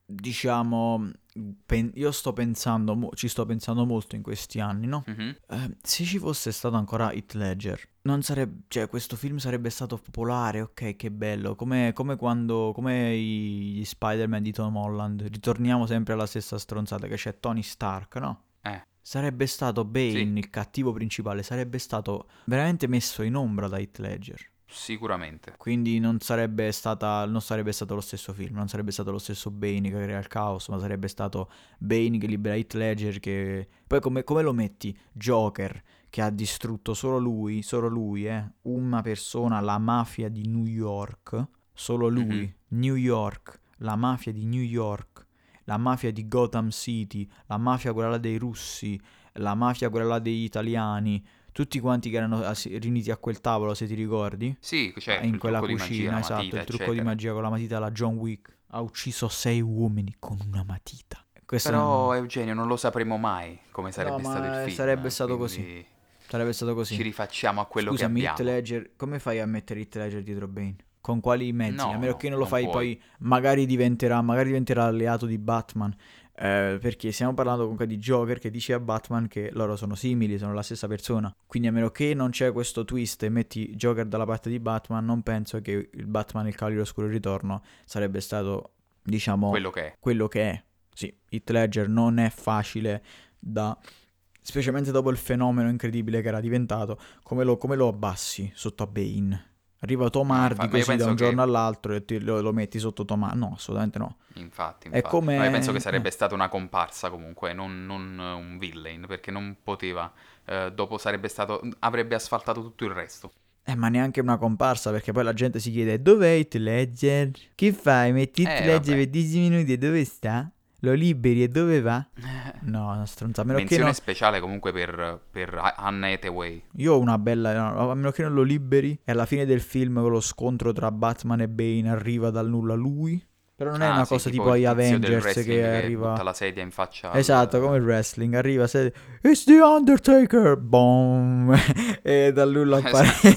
[SPEAKER 1] diciamo, pen- io sto pensando, mo- ci sto pensando molto in questi anni, no?
[SPEAKER 2] Mhm.
[SPEAKER 1] Eh, se ci fosse stato ancora Heath Ledger, non sarebbe, cioè questo film sarebbe stato popolare, ok, che bello, come, come quando, come i- gli Spider-Man di Tom Holland, ritorniamo sempre alla stessa stronzata che c'è Tony Stark, no?
[SPEAKER 2] Eh,
[SPEAKER 1] Sarebbe stato
[SPEAKER 2] sì,
[SPEAKER 1] Bane, il cattivo principale, sarebbe stato veramente messo in ombra da Heath Ledger.
[SPEAKER 2] sicuramente.
[SPEAKER 1] Quindi non sarebbe stata, non sarebbe stato lo stesso film, non sarebbe stato lo stesso Bane che crea il caos, ma sarebbe stato Bane che libera Heath Ledger che... Poi come, come lo metti? Joker, che ha distrutto solo lui, solo lui, eh, una persona, la mafia di New York, solo
[SPEAKER 2] Mhm.
[SPEAKER 1] lui, New York, la mafia di New York, la mafia di Gotham City, la mafia quella là dei russi, la mafia quella là degli italiani, tutti quanti che erano as- riuniti a quel tavolo, se ti ricordi?
[SPEAKER 2] Sì,
[SPEAKER 1] Ah,
[SPEAKER 2] certo,
[SPEAKER 1] in
[SPEAKER 2] il
[SPEAKER 1] quella
[SPEAKER 2] trucco di magia,
[SPEAKER 1] cucina,
[SPEAKER 2] la
[SPEAKER 1] esatto,
[SPEAKER 2] matita,
[SPEAKER 1] il trucco di
[SPEAKER 2] eccetera.
[SPEAKER 1] magia con la matita, la John Wick. Ha ucciso sei uomini con una matita. Questo
[SPEAKER 2] Però,
[SPEAKER 1] non...
[SPEAKER 2] Eugenio, non lo sapremo mai come
[SPEAKER 1] No,
[SPEAKER 2] sarebbe stato il
[SPEAKER 1] ma sarebbe
[SPEAKER 2] film,
[SPEAKER 1] stato così.
[SPEAKER 2] quindi
[SPEAKER 1] Sarebbe stato
[SPEAKER 2] ci
[SPEAKER 1] così.
[SPEAKER 2] rifacciamo a quello che
[SPEAKER 1] Scusami, Heath
[SPEAKER 2] abbiamo.
[SPEAKER 1] Ledger, come fai a mettere Heath Ledger dietro Bane? Con quali mezzi? A
[SPEAKER 2] No,
[SPEAKER 1] meno
[SPEAKER 2] no,
[SPEAKER 1] che non lo
[SPEAKER 2] non
[SPEAKER 1] fai
[SPEAKER 2] puoi.
[SPEAKER 1] poi, magari diventerà, magari diventerà alleato di Batman. Eh, perché stiamo parlando comunque di Joker che dice a Batman che loro sono simili, sono la stessa persona. Quindi a meno che non c'è questo twist e metti Joker dalla parte di Batman, non penso che il Batman il Cavaliere Oscuro in Ritorno sarebbe stato, diciamo,
[SPEAKER 2] Quello che è.
[SPEAKER 1] quello che è. Sì, Heath Ledger non è facile da... Specialmente dopo il fenomeno incredibile che era diventato, come lo, come lo abbassi sotto a Bane? Arriva Tom
[SPEAKER 2] No,
[SPEAKER 1] Hardy
[SPEAKER 2] infa- ma io
[SPEAKER 1] così da
[SPEAKER 2] penso
[SPEAKER 1] un giorno
[SPEAKER 2] che
[SPEAKER 1] all'altro e ti- lo, lo metti sotto Tom Hardy? No, assolutamente no.
[SPEAKER 2] Infatti,
[SPEAKER 1] È
[SPEAKER 2] infatti. No, io penso che
[SPEAKER 1] come... eh.
[SPEAKER 2] sarebbe stata una comparsa comunque, non, non eh, un villain, perché non poteva. Eh, dopo sarebbe stato. Avrebbe asfaltato tutto il resto.
[SPEAKER 1] Eh, ma neanche una comparsa, perché poi la gente si chiede dov'è Heath Ledger? Che fai? Metti Heath
[SPEAKER 2] Eh,
[SPEAKER 1] Ledger
[SPEAKER 2] vabbè.
[SPEAKER 1] per dieci minuti e dove sta? Lo liberi e dove va? No, una stronza. A meno che
[SPEAKER 2] Menzione
[SPEAKER 1] no...
[SPEAKER 2] speciale comunque per, per A- Anne Hathaway.
[SPEAKER 1] Io ho una bella... no, a meno che non lo liberi e alla fine del film con lo scontro tra Batman e Bane arriva dal nulla lui. Però non è
[SPEAKER 2] Ah,
[SPEAKER 1] una
[SPEAKER 2] sì,
[SPEAKER 1] cosa
[SPEAKER 2] tipo
[SPEAKER 1] tipo
[SPEAKER 2] il
[SPEAKER 1] agli
[SPEAKER 2] tizio del
[SPEAKER 1] Avengers che
[SPEAKER 2] wrestling che butta
[SPEAKER 1] arriva...
[SPEAKER 2] la sedia in faccia
[SPEAKER 1] Esatto, come il
[SPEAKER 2] al...
[SPEAKER 1] wrestling, arriva, se... It's the Undertaker! Boom! E dal nulla appare...
[SPEAKER 2] Esatto.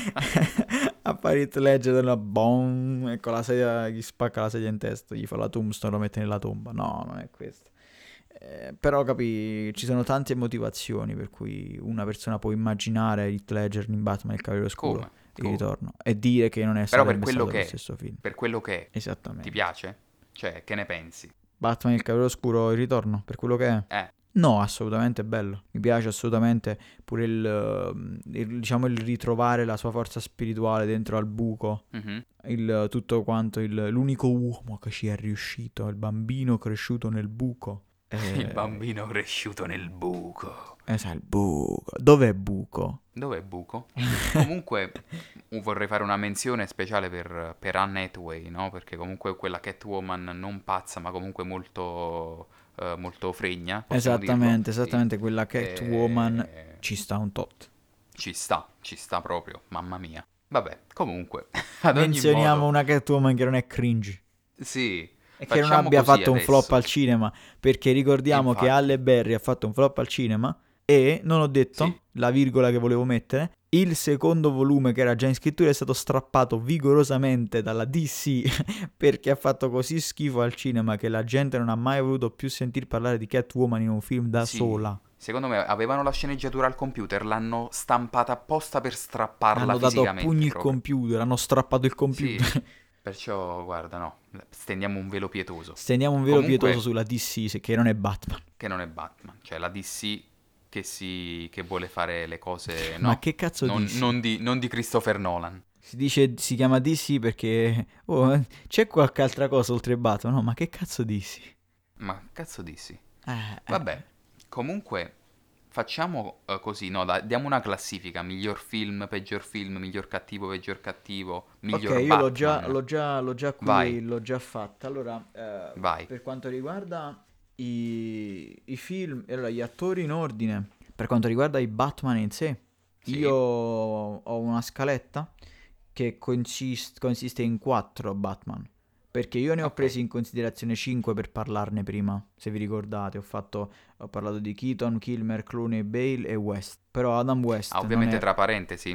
[SPEAKER 1] appare Heath Ledger da una boom! E con la sedia gli spacca la sedia in testa, gli fa la tombstone, lo mette nella tomba. No, non è questo. Eh, però capi, ci sono tante motivazioni per cui una persona può immaginare Heath Ledger in Batman il Cavaliere Oscuro,
[SPEAKER 2] Come?
[SPEAKER 1] il
[SPEAKER 2] Come?
[SPEAKER 1] ritorno, e dire che non è,
[SPEAKER 2] Però per
[SPEAKER 1] sarebbe
[SPEAKER 2] quello
[SPEAKER 1] stato lo
[SPEAKER 2] che è,
[SPEAKER 1] stesso film.
[SPEAKER 2] per quello che è, ti
[SPEAKER 1] Esattamente.
[SPEAKER 2] piace? Cioè, che ne pensi?
[SPEAKER 1] Batman il Cavaliere Oscuro, il ritorno, per quello che è.
[SPEAKER 2] Eh,
[SPEAKER 1] No, assolutamente bello. Mi piace assolutamente pure il, eh, il, diciamo, il ritrovare la sua forza spirituale dentro al buco.
[SPEAKER 2] mhm.
[SPEAKER 1] Il, tutto quanto, il- l'unico uomo che ci è riuscito, il bambino cresciuto nel buco.
[SPEAKER 2] Il
[SPEAKER 1] Eh,
[SPEAKER 2] bambino cresciuto nel buco.
[SPEAKER 1] eh, sai, il buco. Dov'è buco?
[SPEAKER 2] Dov'è buco? Comunque uh, vorrei fare una menzione speciale per, per Anne Hathaway, no? Perché comunque quella Catwoman non pazza, ma comunque molto, eh, molto fregna, possiamo dirlo?
[SPEAKER 1] Esattamente,
[SPEAKER 2] Sì.
[SPEAKER 1] esattamente quella Catwoman
[SPEAKER 2] E...
[SPEAKER 1] ci sta un tot.
[SPEAKER 2] Ci sta, ci sta proprio, mamma mia. Vabbè, comunque, ad ogni
[SPEAKER 1] Menzioniamo
[SPEAKER 2] modo,
[SPEAKER 1] una Catwoman che non è cringe.
[SPEAKER 2] sì,
[SPEAKER 1] E che non
[SPEAKER 2] facciamo
[SPEAKER 1] abbia
[SPEAKER 2] così
[SPEAKER 1] fatto un flop
[SPEAKER 2] adesso.
[SPEAKER 1] al cinema, perché ricordiamo che
[SPEAKER 2] Infatti,
[SPEAKER 1] Halle Berry ha fatto un flop al cinema e, non ho
[SPEAKER 2] sì,
[SPEAKER 1] detto, la virgola che volevo mettere, il secondo volume che era già in scrittura è stato strappato vigorosamente dalla D C perché ha fatto così schifo al cinema che la gente non ha mai voluto più sentir parlare di Catwoman in un film da
[SPEAKER 2] sì.
[SPEAKER 1] sola.
[SPEAKER 2] Secondo me avevano la sceneggiatura al computer, l'hanno stampata apposta per strapparla
[SPEAKER 1] Hanno dato a pugni
[SPEAKER 2] fisicamente
[SPEAKER 1] il
[SPEAKER 2] proprio.
[SPEAKER 1] computer, hanno strappato il
[SPEAKER 2] Sì,
[SPEAKER 1] computer.
[SPEAKER 2] perciò guarda, no, stendiamo un velo pietoso.
[SPEAKER 1] Stendiamo un velo pietoso
[SPEAKER 2] Comunque,
[SPEAKER 1] sulla D C, se- che non è Batman.
[SPEAKER 2] che non è Batman, cioè la D C che, si, che vuole fare le cose,
[SPEAKER 1] Ma
[SPEAKER 2] no,
[SPEAKER 1] che cazzo
[SPEAKER 2] non,
[SPEAKER 1] dici?
[SPEAKER 2] non di, non di Christopher Nolan.
[SPEAKER 1] Si dice, si chiama D C perché... Oh, eh, c'è qualche altra cosa oltre Batman? No, ma che cazzo dici?
[SPEAKER 2] Ma cazzo dissi?
[SPEAKER 1] Eh, eh.
[SPEAKER 2] Vabbè, comunque facciamo eh, così, no, da- diamo una classifica, miglior film, peggior film, miglior cattivo, peggior cattivo,
[SPEAKER 1] Ok,
[SPEAKER 2] miglior
[SPEAKER 1] io l'ho già,
[SPEAKER 2] Batman.
[SPEAKER 1] l'ho già, l'ho già
[SPEAKER 2] Vai,
[SPEAKER 1] qui, l'ho già fatta. Allora, eh,
[SPEAKER 2] vai.
[SPEAKER 1] per quanto riguarda i, i film, allora, gli attori in ordine, per quanto riguarda i Batman in sé, io
[SPEAKER 2] Sì,
[SPEAKER 1] ho una scaletta che consist- consiste in quattro Batman. Perché io ne ho
[SPEAKER 2] ok.
[SPEAKER 1] presi in considerazione cinque per parlarne prima, se vi ricordate. Ho fatto, ho parlato di Keaton, Kilmer, Clooney, Bale e West. Però Adam
[SPEAKER 2] Ah,
[SPEAKER 1] West non
[SPEAKER 2] ovviamente
[SPEAKER 1] è...
[SPEAKER 2] tra parentesi,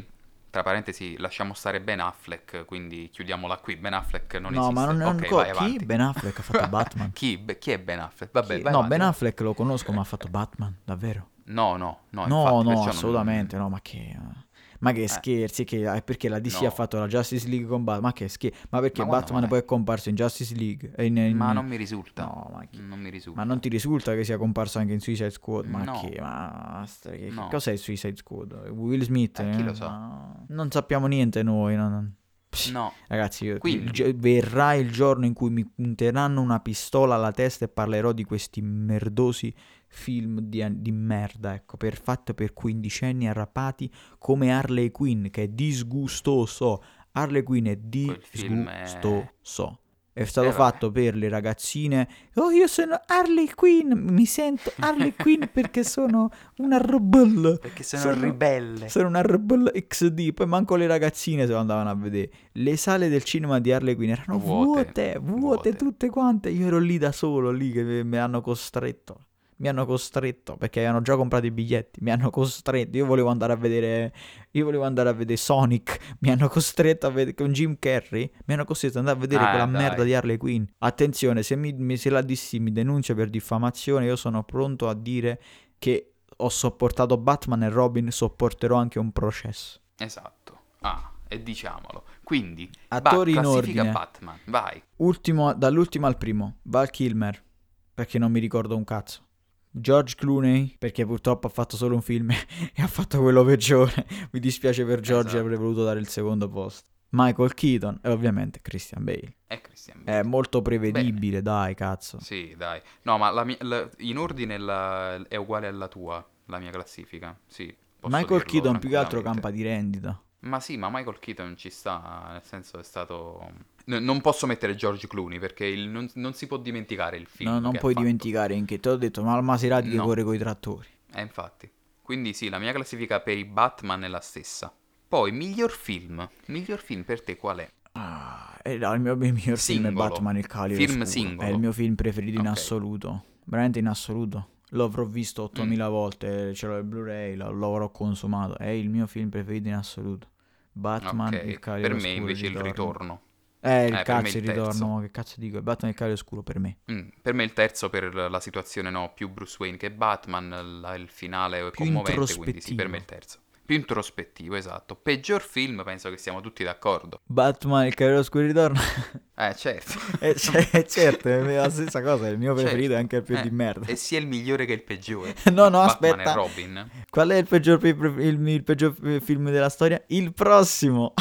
[SPEAKER 2] tra parentesi, lasciamo stare Ben Affleck, quindi chiudiamola qui. Ben Affleck non
[SPEAKER 1] No, ma
[SPEAKER 2] esiste.
[SPEAKER 1] non, non
[SPEAKER 2] Ok,
[SPEAKER 1] co-
[SPEAKER 2] vai
[SPEAKER 1] chi?
[SPEAKER 2] avanti.
[SPEAKER 1] Ben Affleck ha fatto Batman.
[SPEAKER 2] Chi? Be- chi è Ben Affleck? Vabbè,
[SPEAKER 1] Chi?
[SPEAKER 2] vai
[SPEAKER 1] No,
[SPEAKER 2] avanti,
[SPEAKER 1] Ben
[SPEAKER 2] vai.
[SPEAKER 1] Affleck lo conosco, ma ha fatto Batman, davvero?
[SPEAKER 2] No, no, no,
[SPEAKER 1] No,
[SPEAKER 2] infatti,
[SPEAKER 1] no,
[SPEAKER 2] perciò non...
[SPEAKER 1] assolutamente no, ma che... Ma che
[SPEAKER 2] Eh,
[SPEAKER 1] scherzi, che... è perché la D C ha
[SPEAKER 2] no.
[SPEAKER 1] fatto la Justice League con Batman, ma che scherzi, ma perché
[SPEAKER 2] Ma quando
[SPEAKER 1] Batman
[SPEAKER 2] mai?
[SPEAKER 1] poi è comparso in Justice League? E in-
[SPEAKER 2] Ma
[SPEAKER 1] in-
[SPEAKER 2] non mi risulta.
[SPEAKER 1] No, ma che...
[SPEAKER 2] Non mi
[SPEAKER 1] Ma non
[SPEAKER 2] risulta.
[SPEAKER 1] ti risulta che sia comparso anche in Suicide Squad? Ma
[SPEAKER 2] No,
[SPEAKER 1] che... Ma... sta- che... che
[SPEAKER 2] no.
[SPEAKER 1] cos'è Suicide Squad? Will Smith?
[SPEAKER 2] Eh,
[SPEAKER 1] Eh?
[SPEAKER 2] chi lo sa?
[SPEAKER 1] Ma... Non sappiamo niente noi, no, no. Pss,
[SPEAKER 2] No.
[SPEAKER 1] ragazzi, io- il
[SPEAKER 2] Quindi,
[SPEAKER 1] gio- verrà il giorno in cui mi punteranno una pistola alla testa e parlerò di questi merdosi film di, di merda, ecco, per fatto per quindicenni arrapati come Harley Quinn, che è disgustoso. Harley Quinn è
[SPEAKER 2] quel film è...
[SPEAKER 1] disgustoso. È stato
[SPEAKER 2] Eh, vabbè.
[SPEAKER 1] fatto per le ragazzine. Oh, io sono Harley Quinn, mi sento Harley Quinn perché sono una rebelle.
[SPEAKER 2] Perché sono,
[SPEAKER 1] Sono-
[SPEAKER 2] ribelle.
[SPEAKER 1] Sono una rebelle X D. Poi manco le ragazzine se lo andavano a vedere. Le sale del cinema di Harley Quinn erano
[SPEAKER 2] Vuote,
[SPEAKER 1] vuote, vuote,
[SPEAKER 2] vuote.
[SPEAKER 1] tutte quante. Io ero lì da solo, lì che mi, mi hanno costretto. Mi hanno costretto perché avevano già comprato i biglietti. Mi hanno costretto. Io volevo andare a vedere. Io volevo andare a vedere Sonic. Mi hanno costretto a vedere con Jim Carrey. Mi hanno costretto ad andare a vedere
[SPEAKER 2] Ah,
[SPEAKER 1] quella
[SPEAKER 2] dai.
[SPEAKER 1] merda di Harley Quinn. Attenzione, se, mi, mi- se la D C mi denuncia per diffamazione, io sono pronto a dire che ho sopportato Batman e Robin. Sopporterò anche un processo.
[SPEAKER 2] Esatto. Ah, e diciamolo. Quindi,
[SPEAKER 1] Attori
[SPEAKER 2] ba-
[SPEAKER 1] in
[SPEAKER 2] classifica
[SPEAKER 1] ordine.
[SPEAKER 2] Batman. Vai.
[SPEAKER 1] Ultimo, dall'ultimo al primo. Val Kilmer. Perché non mi ricordo un cazzo. George Clooney, perché purtroppo ha fatto solo un film e ha fatto quello peggiore. Mi dispiace per George,
[SPEAKER 2] Esatto.
[SPEAKER 1] avrei voluto dare il secondo posto. Michael Keaton e ovviamente Christian Bale.
[SPEAKER 2] È Christian
[SPEAKER 1] È
[SPEAKER 2] Bale.
[SPEAKER 1] molto prevedibile, dai, cazzo.
[SPEAKER 2] Sì, dai. No, ma la mia- la- in ordine la- è uguale alla tua, la mia classifica. Sì, posso
[SPEAKER 1] Michael
[SPEAKER 2] dirlo
[SPEAKER 1] Keaton più che altro
[SPEAKER 2] tranquillamente.
[SPEAKER 1] campa di rendita.
[SPEAKER 2] Ma sì, ma Michael Keaton ci sta, nel senso è stato... N- non posso mettere George Clooney perché il- non, non si può dimenticare il film
[SPEAKER 1] No, non
[SPEAKER 2] che ha
[SPEAKER 1] puoi
[SPEAKER 2] fatto.
[SPEAKER 1] dimenticare in che te l'ho detto, ma al Maserati che
[SPEAKER 2] No.
[SPEAKER 1] corre coi trattori.
[SPEAKER 2] Eh, infatti. Quindi sì, la mia classifica per i Batman è la stessa. Poi, miglior film. Miglior film per te qual è?
[SPEAKER 1] Ah, e no, il mio, il miglior film è
[SPEAKER 2] Singolo.
[SPEAKER 1] Batman il Cavaliere
[SPEAKER 2] Film
[SPEAKER 1] Oscuro.
[SPEAKER 2] singolo.
[SPEAKER 1] È il mio film preferito in
[SPEAKER 2] Ok.
[SPEAKER 1] assoluto. Veramente in assoluto. Lo avrò visto ottomila
[SPEAKER 2] Mm.
[SPEAKER 1] volte, ce l'ho il Blu-ray, lo, lo avrò consumato. È il mio film preferito in assoluto. Batman
[SPEAKER 2] Ok,
[SPEAKER 1] il Cavaliere
[SPEAKER 2] per me
[SPEAKER 1] Oscuro.
[SPEAKER 2] invece il ritorno.
[SPEAKER 1] Eh, il
[SPEAKER 2] Eh, per me
[SPEAKER 1] cazzo
[SPEAKER 2] il
[SPEAKER 1] il ritorno,
[SPEAKER 2] terzo.
[SPEAKER 1] ma che cazzo dico? È Batman il Cavaliere Oscuro per me.
[SPEAKER 2] Mm, per me il terzo per la situazione, no, più Bruce Wayne che Batman, la- il finale è
[SPEAKER 1] Più
[SPEAKER 2] commovente, quindi sì, per me
[SPEAKER 1] introspettivo.
[SPEAKER 2] il terzo. Più introspettivo, esatto. Peggior film, penso che siamo tutti d'accordo.
[SPEAKER 1] Batman il Cavaliere Oscuro ritorno.
[SPEAKER 2] Eh, certo.
[SPEAKER 1] Eh, c- certo, è la stessa cosa, è il mio preferito
[SPEAKER 2] Certo.
[SPEAKER 1] e anche il più
[SPEAKER 2] Eh,
[SPEAKER 1] di merda.
[SPEAKER 2] E sia il migliore che il peggiore.
[SPEAKER 1] No, no,
[SPEAKER 2] Batman
[SPEAKER 1] aspetta.
[SPEAKER 2] e Robin.
[SPEAKER 1] Qual è il peggior, pi- il, il peggior eh, film della storia? Il prossimo.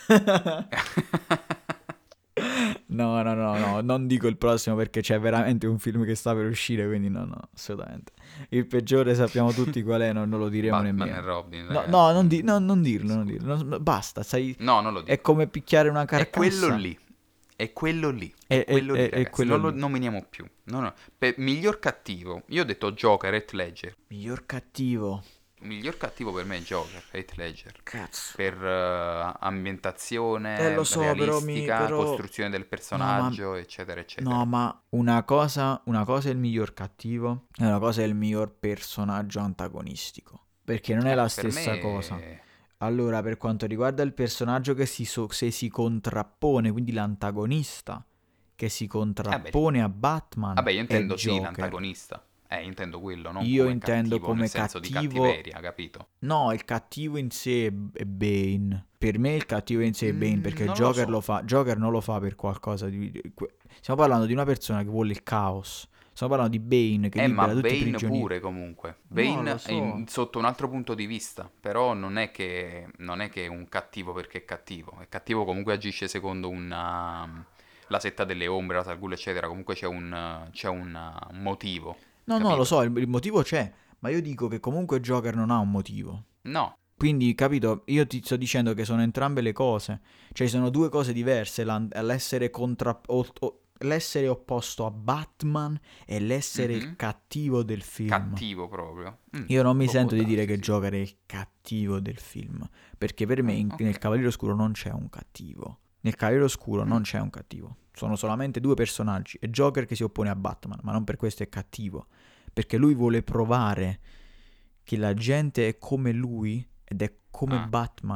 [SPEAKER 1] No, no, no, no, non dico il prossimo perché c'è veramente un film che sta per uscire, quindi no, no, assolutamente. Il peggiore sappiamo tutti qual è, non, non lo diremo
[SPEAKER 2] Batman
[SPEAKER 1] nemmeno.
[SPEAKER 2] e Robin.
[SPEAKER 1] No,
[SPEAKER 2] ragazzi.
[SPEAKER 1] no, non, di- no, non dirlo, non dirlo. non- basta, sai,
[SPEAKER 2] No, non lo dico.
[SPEAKER 1] è come picchiare una
[SPEAKER 2] È
[SPEAKER 1] carcassa.
[SPEAKER 2] quello lì. È quello lì.
[SPEAKER 1] È-
[SPEAKER 2] È quello
[SPEAKER 1] è-
[SPEAKER 2] lì,
[SPEAKER 1] è- è
[SPEAKER 2] ragazzi.
[SPEAKER 1] quello
[SPEAKER 2] Non lo
[SPEAKER 1] lì.
[SPEAKER 2] nominiamo più. No, no. Per miglior cattivo, io ho detto Joker, Heath Ledger.
[SPEAKER 1] Miglior cattivo.
[SPEAKER 2] Miglior cattivo per me è Joker, Heath Ledger.
[SPEAKER 1] Cazzo.
[SPEAKER 2] Per eh, ambientazione
[SPEAKER 1] Eh, lo so, però mi-
[SPEAKER 2] realistica,
[SPEAKER 1] però-
[SPEAKER 2] costruzione del personaggio, eccetera, eccetera.
[SPEAKER 1] No, ma una cosa, una cosa è il miglior cattivo e una cosa è il miglior personaggio antagonistico. Perché non è
[SPEAKER 2] Eh,
[SPEAKER 1] la
[SPEAKER 2] per
[SPEAKER 1] stessa
[SPEAKER 2] me-
[SPEAKER 1] cosa. Allora, per quanto riguarda il personaggio che si, so- se si contrappone, quindi l'antagonista che si contrappone a Batman,
[SPEAKER 2] Vabbè, io intendo
[SPEAKER 1] è
[SPEAKER 2] sì
[SPEAKER 1] Joker.
[SPEAKER 2] l'antagonista. Eh, intendo quello, non
[SPEAKER 1] Io
[SPEAKER 2] come
[SPEAKER 1] intendo
[SPEAKER 2] cattivo,
[SPEAKER 1] come
[SPEAKER 2] nel senso di
[SPEAKER 1] cattivo-
[SPEAKER 2] cattiveria, capito?
[SPEAKER 1] No, il cattivo in sé è è Bane. Per me il cattivo in sé è Bane
[SPEAKER 2] Mm,
[SPEAKER 1] perché
[SPEAKER 2] non lo
[SPEAKER 1] Joker
[SPEAKER 2] so.
[SPEAKER 1] lo fa. Joker non lo fa per qualcosa di. di- que- Stiamo parlando di una persona che vuole il caos. Stiamo parlando di Bane che
[SPEAKER 2] Eh, ma
[SPEAKER 1] libera tutti i
[SPEAKER 2] Bane
[SPEAKER 1] prigionieri.
[SPEAKER 2] pure comunque.
[SPEAKER 1] No,
[SPEAKER 2] Bane
[SPEAKER 1] lo so.
[SPEAKER 2] in- sotto un altro punto di vista, però non è che non è che è un cattivo perché è cattivo. È cattivo comunque agisce secondo una la setta delle ombre, la Salgul, eccetera. Comunque c'è un c'è un, un motivo.
[SPEAKER 1] No, no,
[SPEAKER 2] capito?
[SPEAKER 1] lo so, il, il motivo c'è. Ma io dico che comunque Joker non ha un motivo.
[SPEAKER 2] No,
[SPEAKER 1] Quindi, capito, io ti sto dicendo che sono entrambe le cose. Cioè, sono due cose diverse. la- l'essere contra... o- o- l'essere opposto a Batman e l'essere il
[SPEAKER 2] Mhm.
[SPEAKER 1] cattivo del film.
[SPEAKER 2] cattivo proprio. Mm,
[SPEAKER 1] Io non mi
[SPEAKER 2] può-
[SPEAKER 1] sento
[SPEAKER 2] può
[SPEAKER 1] di dire
[SPEAKER 2] darsi,
[SPEAKER 1] che
[SPEAKER 2] sì.
[SPEAKER 1] Joker è il cattivo del film. Perché per me in-
[SPEAKER 2] ok.
[SPEAKER 1] nel Cavaliere Oscuro non c'è un cattivo. Nel Cavaliere Oscuro
[SPEAKER 2] Mm.
[SPEAKER 1] non c'è un cattivo. Sono solamente due personaggi. È Joker che si oppone a Batman, ma non per questo è cattivo. Perché lui vuole provare che la gente è come lui ed è come
[SPEAKER 2] Ah.
[SPEAKER 1] Batman.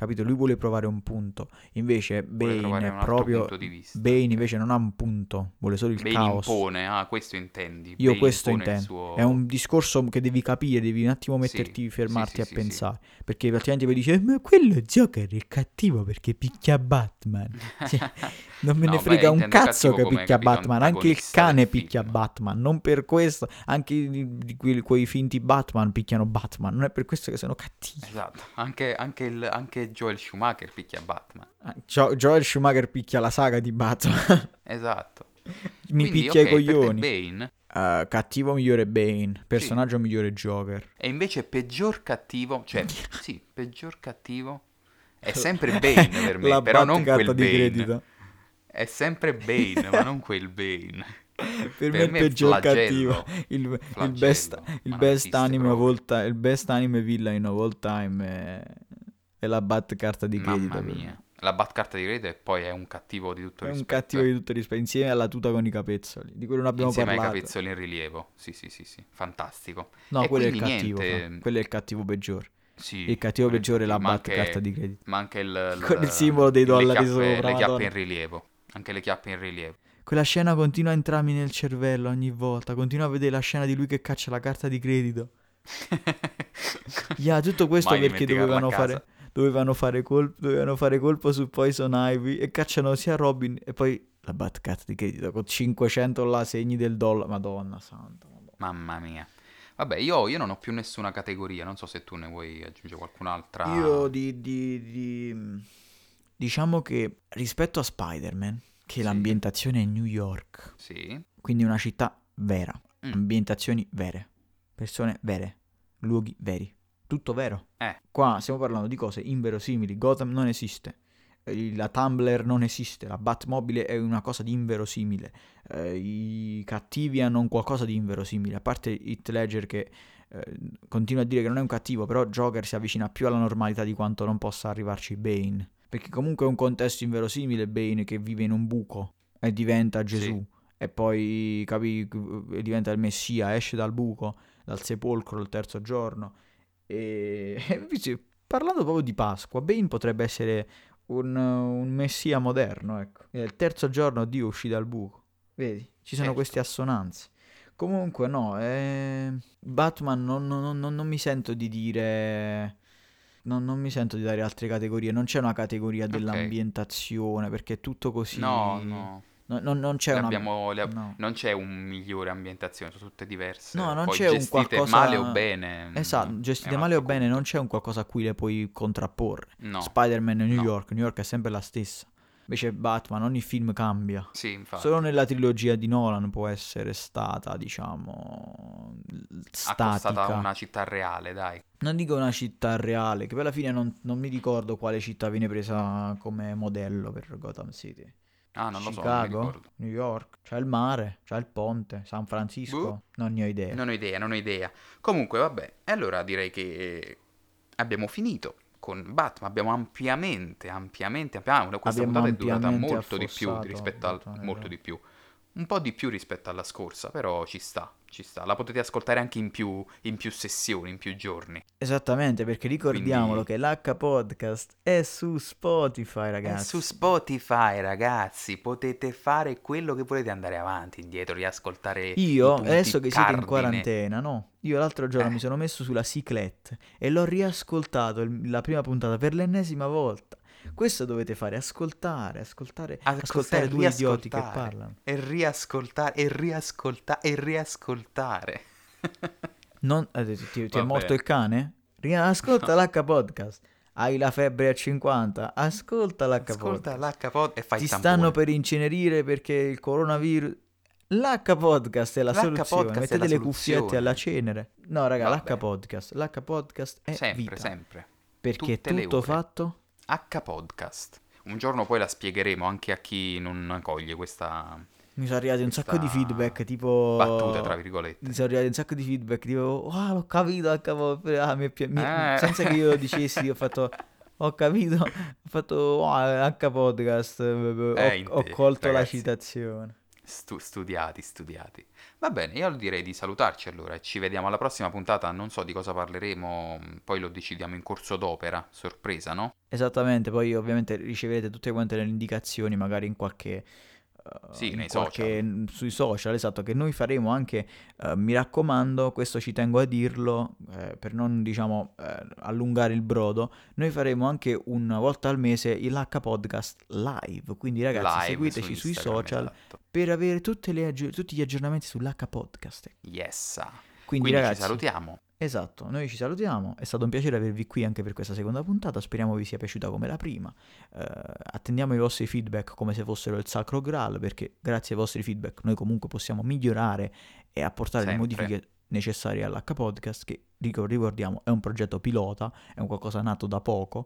[SPEAKER 1] capito? Lui vuole provare un punto, invece
[SPEAKER 2] Vuole trovare
[SPEAKER 1] Bane
[SPEAKER 2] un
[SPEAKER 1] è
[SPEAKER 2] altro
[SPEAKER 1] proprio...
[SPEAKER 2] punto di vista.
[SPEAKER 1] Bane invece non ha un punto, vuole solo il
[SPEAKER 2] Bane
[SPEAKER 1] caos.
[SPEAKER 2] impone, ah, questo intendi.
[SPEAKER 1] Io
[SPEAKER 2] Bane
[SPEAKER 1] questo
[SPEAKER 2] impone il
[SPEAKER 1] intendo. È
[SPEAKER 2] suo...
[SPEAKER 1] un discorso che devi capire, devi un attimo
[SPEAKER 2] Sì,
[SPEAKER 1] metterti,
[SPEAKER 2] sì,
[SPEAKER 1] fermarti
[SPEAKER 2] sì,
[SPEAKER 1] a
[SPEAKER 2] sì, sì.
[SPEAKER 1] pensare. Perché altrimenti poi dici, "Eh, ma quello Joker è cattivo perché picchia Batman." Cioè, non me ne
[SPEAKER 2] No, beh,
[SPEAKER 1] frega un
[SPEAKER 2] intendo
[SPEAKER 1] cazzo
[SPEAKER 2] cattivo
[SPEAKER 1] che
[SPEAKER 2] come,
[SPEAKER 1] picchia
[SPEAKER 2] capito,
[SPEAKER 1] Batman. Anche il
[SPEAKER 2] antagonista del
[SPEAKER 1] cane picchia
[SPEAKER 2] film.
[SPEAKER 1] Batman. Non per questo, anche i- di quei, quei finti Batman picchiano Batman. Non è per questo che sono cattivi.
[SPEAKER 2] Esatto, anche, anche, il, anche Joel Schumacher picchia Batman.
[SPEAKER 1] Ah, Jo- Joel Schumacher picchia la saga di Batman.
[SPEAKER 2] Esatto.
[SPEAKER 1] Mi
[SPEAKER 2] Quindi,
[SPEAKER 1] picchia i
[SPEAKER 2] ok, per te
[SPEAKER 1] coglioni.
[SPEAKER 2] Bane,
[SPEAKER 1] Eh, cattivo migliore Bane.
[SPEAKER 2] sì.
[SPEAKER 1] Personaggio migliore Joker.
[SPEAKER 2] E invece peggior cattivo, cioè, sì, peggior cattivo è sempre Bane per me,
[SPEAKER 1] La
[SPEAKER 2] però
[SPEAKER 1] bat
[SPEAKER 2] non
[SPEAKER 1] carta
[SPEAKER 2] quel
[SPEAKER 1] di
[SPEAKER 2] Bane.
[SPEAKER 1] credito.
[SPEAKER 2] È sempre Bane, ma non quel Bane.
[SPEAKER 1] Per me
[SPEAKER 2] Per
[SPEAKER 1] il
[SPEAKER 2] me è
[SPEAKER 1] peggior cattivo,
[SPEAKER 2] flagello.
[SPEAKER 1] il, il best,
[SPEAKER 2] Flagello,
[SPEAKER 1] il
[SPEAKER 2] ma non
[SPEAKER 1] best
[SPEAKER 2] esiste
[SPEAKER 1] anime of
[SPEAKER 2] proprio.
[SPEAKER 1] all time, il best anime villain of all time è, è la bat carta di
[SPEAKER 2] Mamma
[SPEAKER 1] credito per
[SPEAKER 2] mia.
[SPEAKER 1] me.
[SPEAKER 2] La Batcarta di Credito e poi è un cattivo di tutto
[SPEAKER 1] È un
[SPEAKER 2] rispetto,
[SPEAKER 1] cattivo
[SPEAKER 2] eh.
[SPEAKER 1] di tutto rispetto, insieme alla tuta con i capezzoli, di cui non abbiamo
[SPEAKER 2] Insieme ai
[SPEAKER 1] parlato.
[SPEAKER 2] capezzoli in rilievo. Sì, sì, sì, sì, fantastico.
[SPEAKER 1] No,
[SPEAKER 2] E
[SPEAKER 1] quello è il
[SPEAKER 2] quindi
[SPEAKER 1] cattivo, fra.
[SPEAKER 2] niente,
[SPEAKER 1] Quello è il cattivo peggiore.
[SPEAKER 2] sì,
[SPEAKER 1] Il cattivo
[SPEAKER 2] quello è il
[SPEAKER 1] peggiore è la
[SPEAKER 2] cattivo, ma
[SPEAKER 1] bat carta
[SPEAKER 2] anche,
[SPEAKER 1] di credito.
[SPEAKER 2] ma anche il,
[SPEAKER 1] Con il simbolo dei
[SPEAKER 2] il- le
[SPEAKER 1] dollari
[SPEAKER 2] chiappe,
[SPEAKER 1] sopra,
[SPEAKER 2] le chiappe
[SPEAKER 1] madonna.
[SPEAKER 2] in rilievo. Anche le chiappe in rilievo.
[SPEAKER 1] Quella scena continua a entrarmi nel cervello ogni volta. Continuo a vedere la scena di lui che caccia la carta di credito. Yeah, tutto questo
[SPEAKER 2] Mai
[SPEAKER 1] perché
[SPEAKER 2] dimenticarla a
[SPEAKER 1] dovevano
[SPEAKER 2] casa.
[SPEAKER 1] fare, dovevano fare, col- dovevano fare colpo su Poison Ivy e cacciano sia Robin e poi la Batcat di credito con cinquecento là segni del dollaro. Madonna santa. Madonna.
[SPEAKER 2] Mamma mia. Vabbè, io, io non ho più nessuna categoria, non so se tu ne vuoi aggiungere
[SPEAKER 1] Io
[SPEAKER 2] qualcun'altra.
[SPEAKER 1] di, di- di- diciamo che rispetto a Spider-Man, che
[SPEAKER 2] Sì,
[SPEAKER 1] l'ambientazione è New York,
[SPEAKER 2] sì.
[SPEAKER 1] quindi una città vera,
[SPEAKER 2] Mm,
[SPEAKER 1] ambientazioni vere, persone vere, luoghi veri, tutto vero.
[SPEAKER 2] eh,
[SPEAKER 1] Qua stiamo parlando di cose inverosimili. Gotham non esiste, eh, la Tumblr non esiste, la Batmobile è una cosa di inverosimile, eh, i cattivi hanno un qualcosa di inverosimile, a parte Heath Ledger che eh, continua a dire che non è un cattivo, però Joker si avvicina più alla normalità di quanto non possa arrivarci Bane, perché comunque è un contesto inverosimile Bane che vive in un buco e diventa
[SPEAKER 2] sì.
[SPEAKER 1] Gesù e poi capi, e diventa il messia, esce dal buco, dal sepolcro il terzo giorno e invece, parlando proprio di Pasqua, Bane potrebbe essere un, un messia moderno, ecco. È il terzo giorno Dio uscì dal buco. Vedi, ci sono queste
[SPEAKER 2] Certo.
[SPEAKER 1] assonanze. Comunque no, eh, Batman non, non- non- non mi sento di dire... Non, non mi sento di dare altre categorie. Non c'è una categoria
[SPEAKER 2] Ok.
[SPEAKER 1] dell'ambientazione perché è tutto
[SPEAKER 2] No,
[SPEAKER 1] così...
[SPEAKER 2] no.
[SPEAKER 1] no- non, non c'è
[SPEAKER 2] Le
[SPEAKER 1] una...
[SPEAKER 2] abbiamo, le ab-
[SPEAKER 1] No.
[SPEAKER 2] non c'è un migliore ambientazione, sono tutte
[SPEAKER 1] No,
[SPEAKER 2] diverse.
[SPEAKER 1] non
[SPEAKER 2] Poi
[SPEAKER 1] c'è un
[SPEAKER 2] gestite male o
[SPEAKER 1] qualcosa...
[SPEAKER 2] bene, mm,
[SPEAKER 1] Esatto,
[SPEAKER 2] è
[SPEAKER 1] gestite
[SPEAKER 2] un
[SPEAKER 1] male o
[SPEAKER 2] altro
[SPEAKER 1] bene, non
[SPEAKER 2] conto.
[SPEAKER 1] c'è un qualcosa a cui le puoi contrapporre.
[SPEAKER 2] No,
[SPEAKER 1] Spider-Man e New
[SPEAKER 2] no.
[SPEAKER 1] York, New York è sempre la stessa. Invece Batman, ogni film cambia.
[SPEAKER 2] Sì,
[SPEAKER 1] Solo
[SPEAKER 2] infatti.
[SPEAKER 1] nella trilogia di Nolan può essere stata, diciamo,
[SPEAKER 2] Accostata a
[SPEAKER 1] statica.
[SPEAKER 2] una città reale, dai.
[SPEAKER 1] Non dico una città reale, che per alla fine non, non mi ricordo quale città viene presa come modello per Gotham City.
[SPEAKER 2] Ah, non lo so, non mi
[SPEAKER 1] Chicago?
[SPEAKER 2] ricordo.
[SPEAKER 1] New York? C'è il mare? C'è il ponte? San
[SPEAKER 2] Boh,
[SPEAKER 1] Francisco? Non ne ho idea.
[SPEAKER 2] non ho idea, non ho idea. Comunque, vabbè. E allora direi che abbiamo finito con Batman. Abbiamo ampiamente, ampiamente, ampiamente... Questa
[SPEAKER 1] Abbiamo
[SPEAKER 2] puntata è durata
[SPEAKER 1] ampiamente
[SPEAKER 2] molto di più
[SPEAKER 1] affossato
[SPEAKER 2] rispetto al...
[SPEAKER 1] Batman, è
[SPEAKER 2] molto
[SPEAKER 1] vero.
[SPEAKER 2] di più. Un po' di più rispetto alla scorsa, però ci sta, ci sta. La potete ascoltare anche in più, in più sessioni, in più giorni.
[SPEAKER 1] Esattamente, perché ricordiamolo
[SPEAKER 2] Quindi
[SPEAKER 1] che l'H Podcast è su Spotify,
[SPEAKER 2] è su
[SPEAKER 1] ragazzi.
[SPEAKER 2] Spotify, ragazzi. Potete fare quello che volete, andare avanti, indietro, riascoltare i
[SPEAKER 1] Io, adesso
[SPEAKER 2] punti
[SPEAKER 1] che siete in
[SPEAKER 2] cardine.
[SPEAKER 1] quarantena, no? Io l'altro giorno mi
[SPEAKER 2] Eh,
[SPEAKER 1] sono messo sulla ciclette e l'ho riascoltato il- la prima puntata per l'ennesima volta. Questo dovete fare, ascoltare, ascoltare,
[SPEAKER 2] ascoltare
[SPEAKER 1] ascoltare
[SPEAKER 2] e
[SPEAKER 1] due idioti che
[SPEAKER 2] riascoltare.
[SPEAKER 1] parlano.
[SPEAKER 2] E riascoltare, e riascoltare, e riascoltare.
[SPEAKER 1] Non, eh, ti, ti- ti è morto
[SPEAKER 2] Vabbè,
[SPEAKER 1] il cane? Ri- Ascolta l'H Podcast. Hai la febbre a cinquanta? Ascolta l'H
[SPEAKER 2] ascolta
[SPEAKER 1] Podcast.
[SPEAKER 2] l'H pod e fai
[SPEAKER 1] Ti
[SPEAKER 2] il
[SPEAKER 1] stanno
[SPEAKER 2] tampone.
[SPEAKER 1] per incenerire perché il coronavirus... L'H Podcast è la
[SPEAKER 2] L'H
[SPEAKER 1] soluzione.
[SPEAKER 2] podcast è
[SPEAKER 1] Mettete
[SPEAKER 2] la
[SPEAKER 1] le cuffiette alla
[SPEAKER 2] soluzione.
[SPEAKER 1] cenere. No, raga, l'H
[SPEAKER 2] Vabbè,
[SPEAKER 1] Podcast. L'H Podcast è
[SPEAKER 2] sempre,
[SPEAKER 1] vita.
[SPEAKER 2] sempre.
[SPEAKER 1] Perché è
[SPEAKER 2] Tutte le
[SPEAKER 1] tutto
[SPEAKER 2] ore.
[SPEAKER 1] fatto...
[SPEAKER 2] H podcast. Un giorno poi la spiegheremo anche a chi non coglie questa,
[SPEAKER 1] Mi sono arrivati un sacco di feedback,
[SPEAKER 2] questa battuta, tra
[SPEAKER 1] tipo... Mi
[SPEAKER 2] virgolette.
[SPEAKER 1] sono arrivati un sacco di feedback, tipo... Oh, l'ho capito, H Podcast. Ah, mi è pi- mi-
[SPEAKER 2] Eh.
[SPEAKER 1] senza che io lo dicessi, ho fatto... Ho capito, ho fatto oh, H Podcast,
[SPEAKER 2] Eh,
[SPEAKER 1] ho,
[SPEAKER 2] in
[SPEAKER 1] ho
[SPEAKER 2] te,
[SPEAKER 1] colto la
[SPEAKER 2] ragazzi.
[SPEAKER 1] citazione.
[SPEAKER 2] Stu- studiati, studiati. Va bene, io direi di salutarci allora e ci vediamo alla prossima puntata. Non so di cosa parleremo, poi lo decidiamo in corso d'opera, sorpresa, no?
[SPEAKER 1] Esattamente, poi ovviamente riceverete tutte quante le indicazioni magari in qualche...
[SPEAKER 2] Sì,
[SPEAKER 1] eh, in
[SPEAKER 2] nei
[SPEAKER 1] qualche
[SPEAKER 2] social.
[SPEAKER 1] sui social, esatto, che noi faremo anche, eh, mi raccomando, questo ci tengo a dirlo, eh, per non diciamo eh, allungare il brodo, noi faremo anche una volta al mese il H Podcast live, quindi ragazzi
[SPEAKER 2] Live su
[SPEAKER 1] seguiteci sui
[SPEAKER 2] Instagram,
[SPEAKER 1] social
[SPEAKER 2] esatto.
[SPEAKER 1] per avere tutte le aggi- tutti gli aggiornamenti sull'H Podcast.
[SPEAKER 2] Yes.
[SPEAKER 1] Quindi
[SPEAKER 2] Quindi ci
[SPEAKER 1] ragazzi,
[SPEAKER 2] salutiamo.
[SPEAKER 1] esatto, noi ci salutiamo, è stato un piacere avervi qui anche per questa seconda puntata, speriamo vi sia piaciuta come la prima. Eh, attendiamo i vostri feedback come se fossero il sacro graal, perché grazie ai vostri feedback noi comunque possiamo migliorare e apportare le
[SPEAKER 2] Sempre.
[SPEAKER 1] modifiche necessarie all'H Podcast, che ricor- ricordiamo è un progetto pilota, è un qualcosa nato da poco,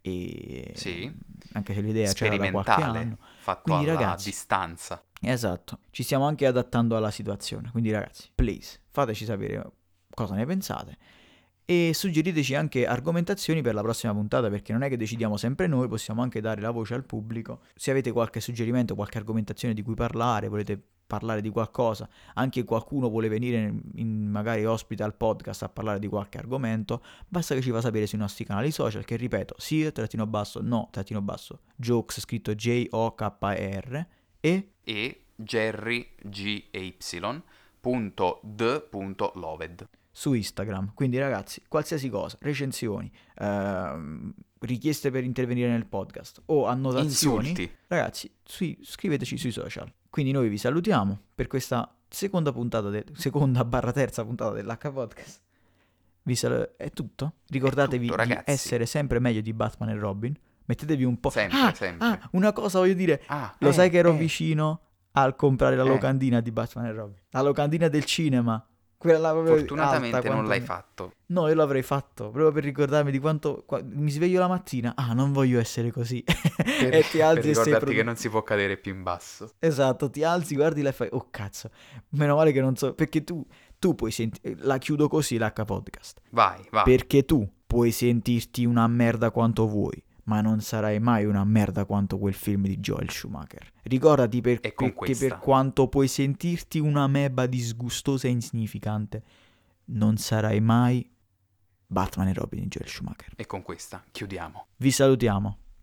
[SPEAKER 1] e
[SPEAKER 2] Sì.
[SPEAKER 1] anche se l'idea c'era da qualche
[SPEAKER 2] Sperimentale,
[SPEAKER 1] anno.
[SPEAKER 2] fatto
[SPEAKER 1] Quindi
[SPEAKER 2] alla
[SPEAKER 1] ragazzi,
[SPEAKER 2] distanza.
[SPEAKER 1] esatto, ci stiamo anche adattando alla situazione, quindi ragazzi, please, fateci sapere cosa ne pensate e suggeriteci anche argomentazioni per la prossima puntata, perché non è che decidiamo sempre noi, possiamo anche dare la voce al pubblico. Se avete qualche suggerimento, qualche argomentazione di cui parlare, volete parlare di qualcosa, anche qualcuno vuole venire in, magari ospite al podcast a parlare di qualche argomento, basta che ci fa sapere sui nostri canali social, che ripeto, sir, trattino basso, no, trattino basso, jokes, scritto J O K E R, e
[SPEAKER 2] E Jerry G E Y punto d punto loved.
[SPEAKER 1] su Instagram. Quindi ragazzi, qualsiasi cosa, recensioni, ehm, richieste per intervenire nel podcast o annotazioni,
[SPEAKER 2] Insulti.
[SPEAKER 1] ragazzi, sui- scriveteci sui social. Quindi noi vi salutiamo per questa seconda puntata, de- seconda barra terza puntata dell'H Podcast. Vi sal- è tutto. Ricordatevi
[SPEAKER 2] tutto,
[SPEAKER 1] di
[SPEAKER 2] ragazzi.
[SPEAKER 1] essere sempre meglio di Batman e Robin. Mettetevi un po'...
[SPEAKER 2] Sempre,
[SPEAKER 1] ah,
[SPEAKER 2] sempre.
[SPEAKER 1] ah, una cosa voglio dire.
[SPEAKER 2] Ah,
[SPEAKER 1] Lo
[SPEAKER 2] eh,
[SPEAKER 1] sai che ero
[SPEAKER 2] eh,
[SPEAKER 1] vicino al comprare la
[SPEAKER 2] eh.
[SPEAKER 1] locandina di Batman e Robin? La locandina del cinema. Quella là proprio alta
[SPEAKER 2] Fortunatamente non
[SPEAKER 1] quanto
[SPEAKER 2] l'hai
[SPEAKER 1] me.
[SPEAKER 2] fatto.
[SPEAKER 1] No, io l'avrei fatto proprio per ricordarmi di quanto qua- mi sveglio la mattina. Ah, non voglio essere così.
[SPEAKER 2] Per,
[SPEAKER 1] E ti
[SPEAKER 2] per
[SPEAKER 1] alzi e sei
[SPEAKER 2] ricordarti
[SPEAKER 1] produ-
[SPEAKER 2] che non si può cadere più in basso.
[SPEAKER 1] Esatto, ti alzi, guardi là e fai "Oh cazzo". Meno male che non so, perché tu tu puoi sentire, la chiudo così l'H podcast.
[SPEAKER 2] Vai, vai.
[SPEAKER 1] Perché tu puoi sentirti una merda quanto vuoi, ma non sarai mai una merda quanto quel film di Joel Schumacher. Ricordati per,
[SPEAKER 2] E con
[SPEAKER 1] per- che
[SPEAKER 2] questa.
[SPEAKER 1] per quanto puoi sentirti una meba disgustosa e insignificante, non sarai mai Batman e Robin di Joel Schumacher.
[SPEAKER 2] E con questa chiudiamo.
[SPEAKER 1] Vi salutiamo.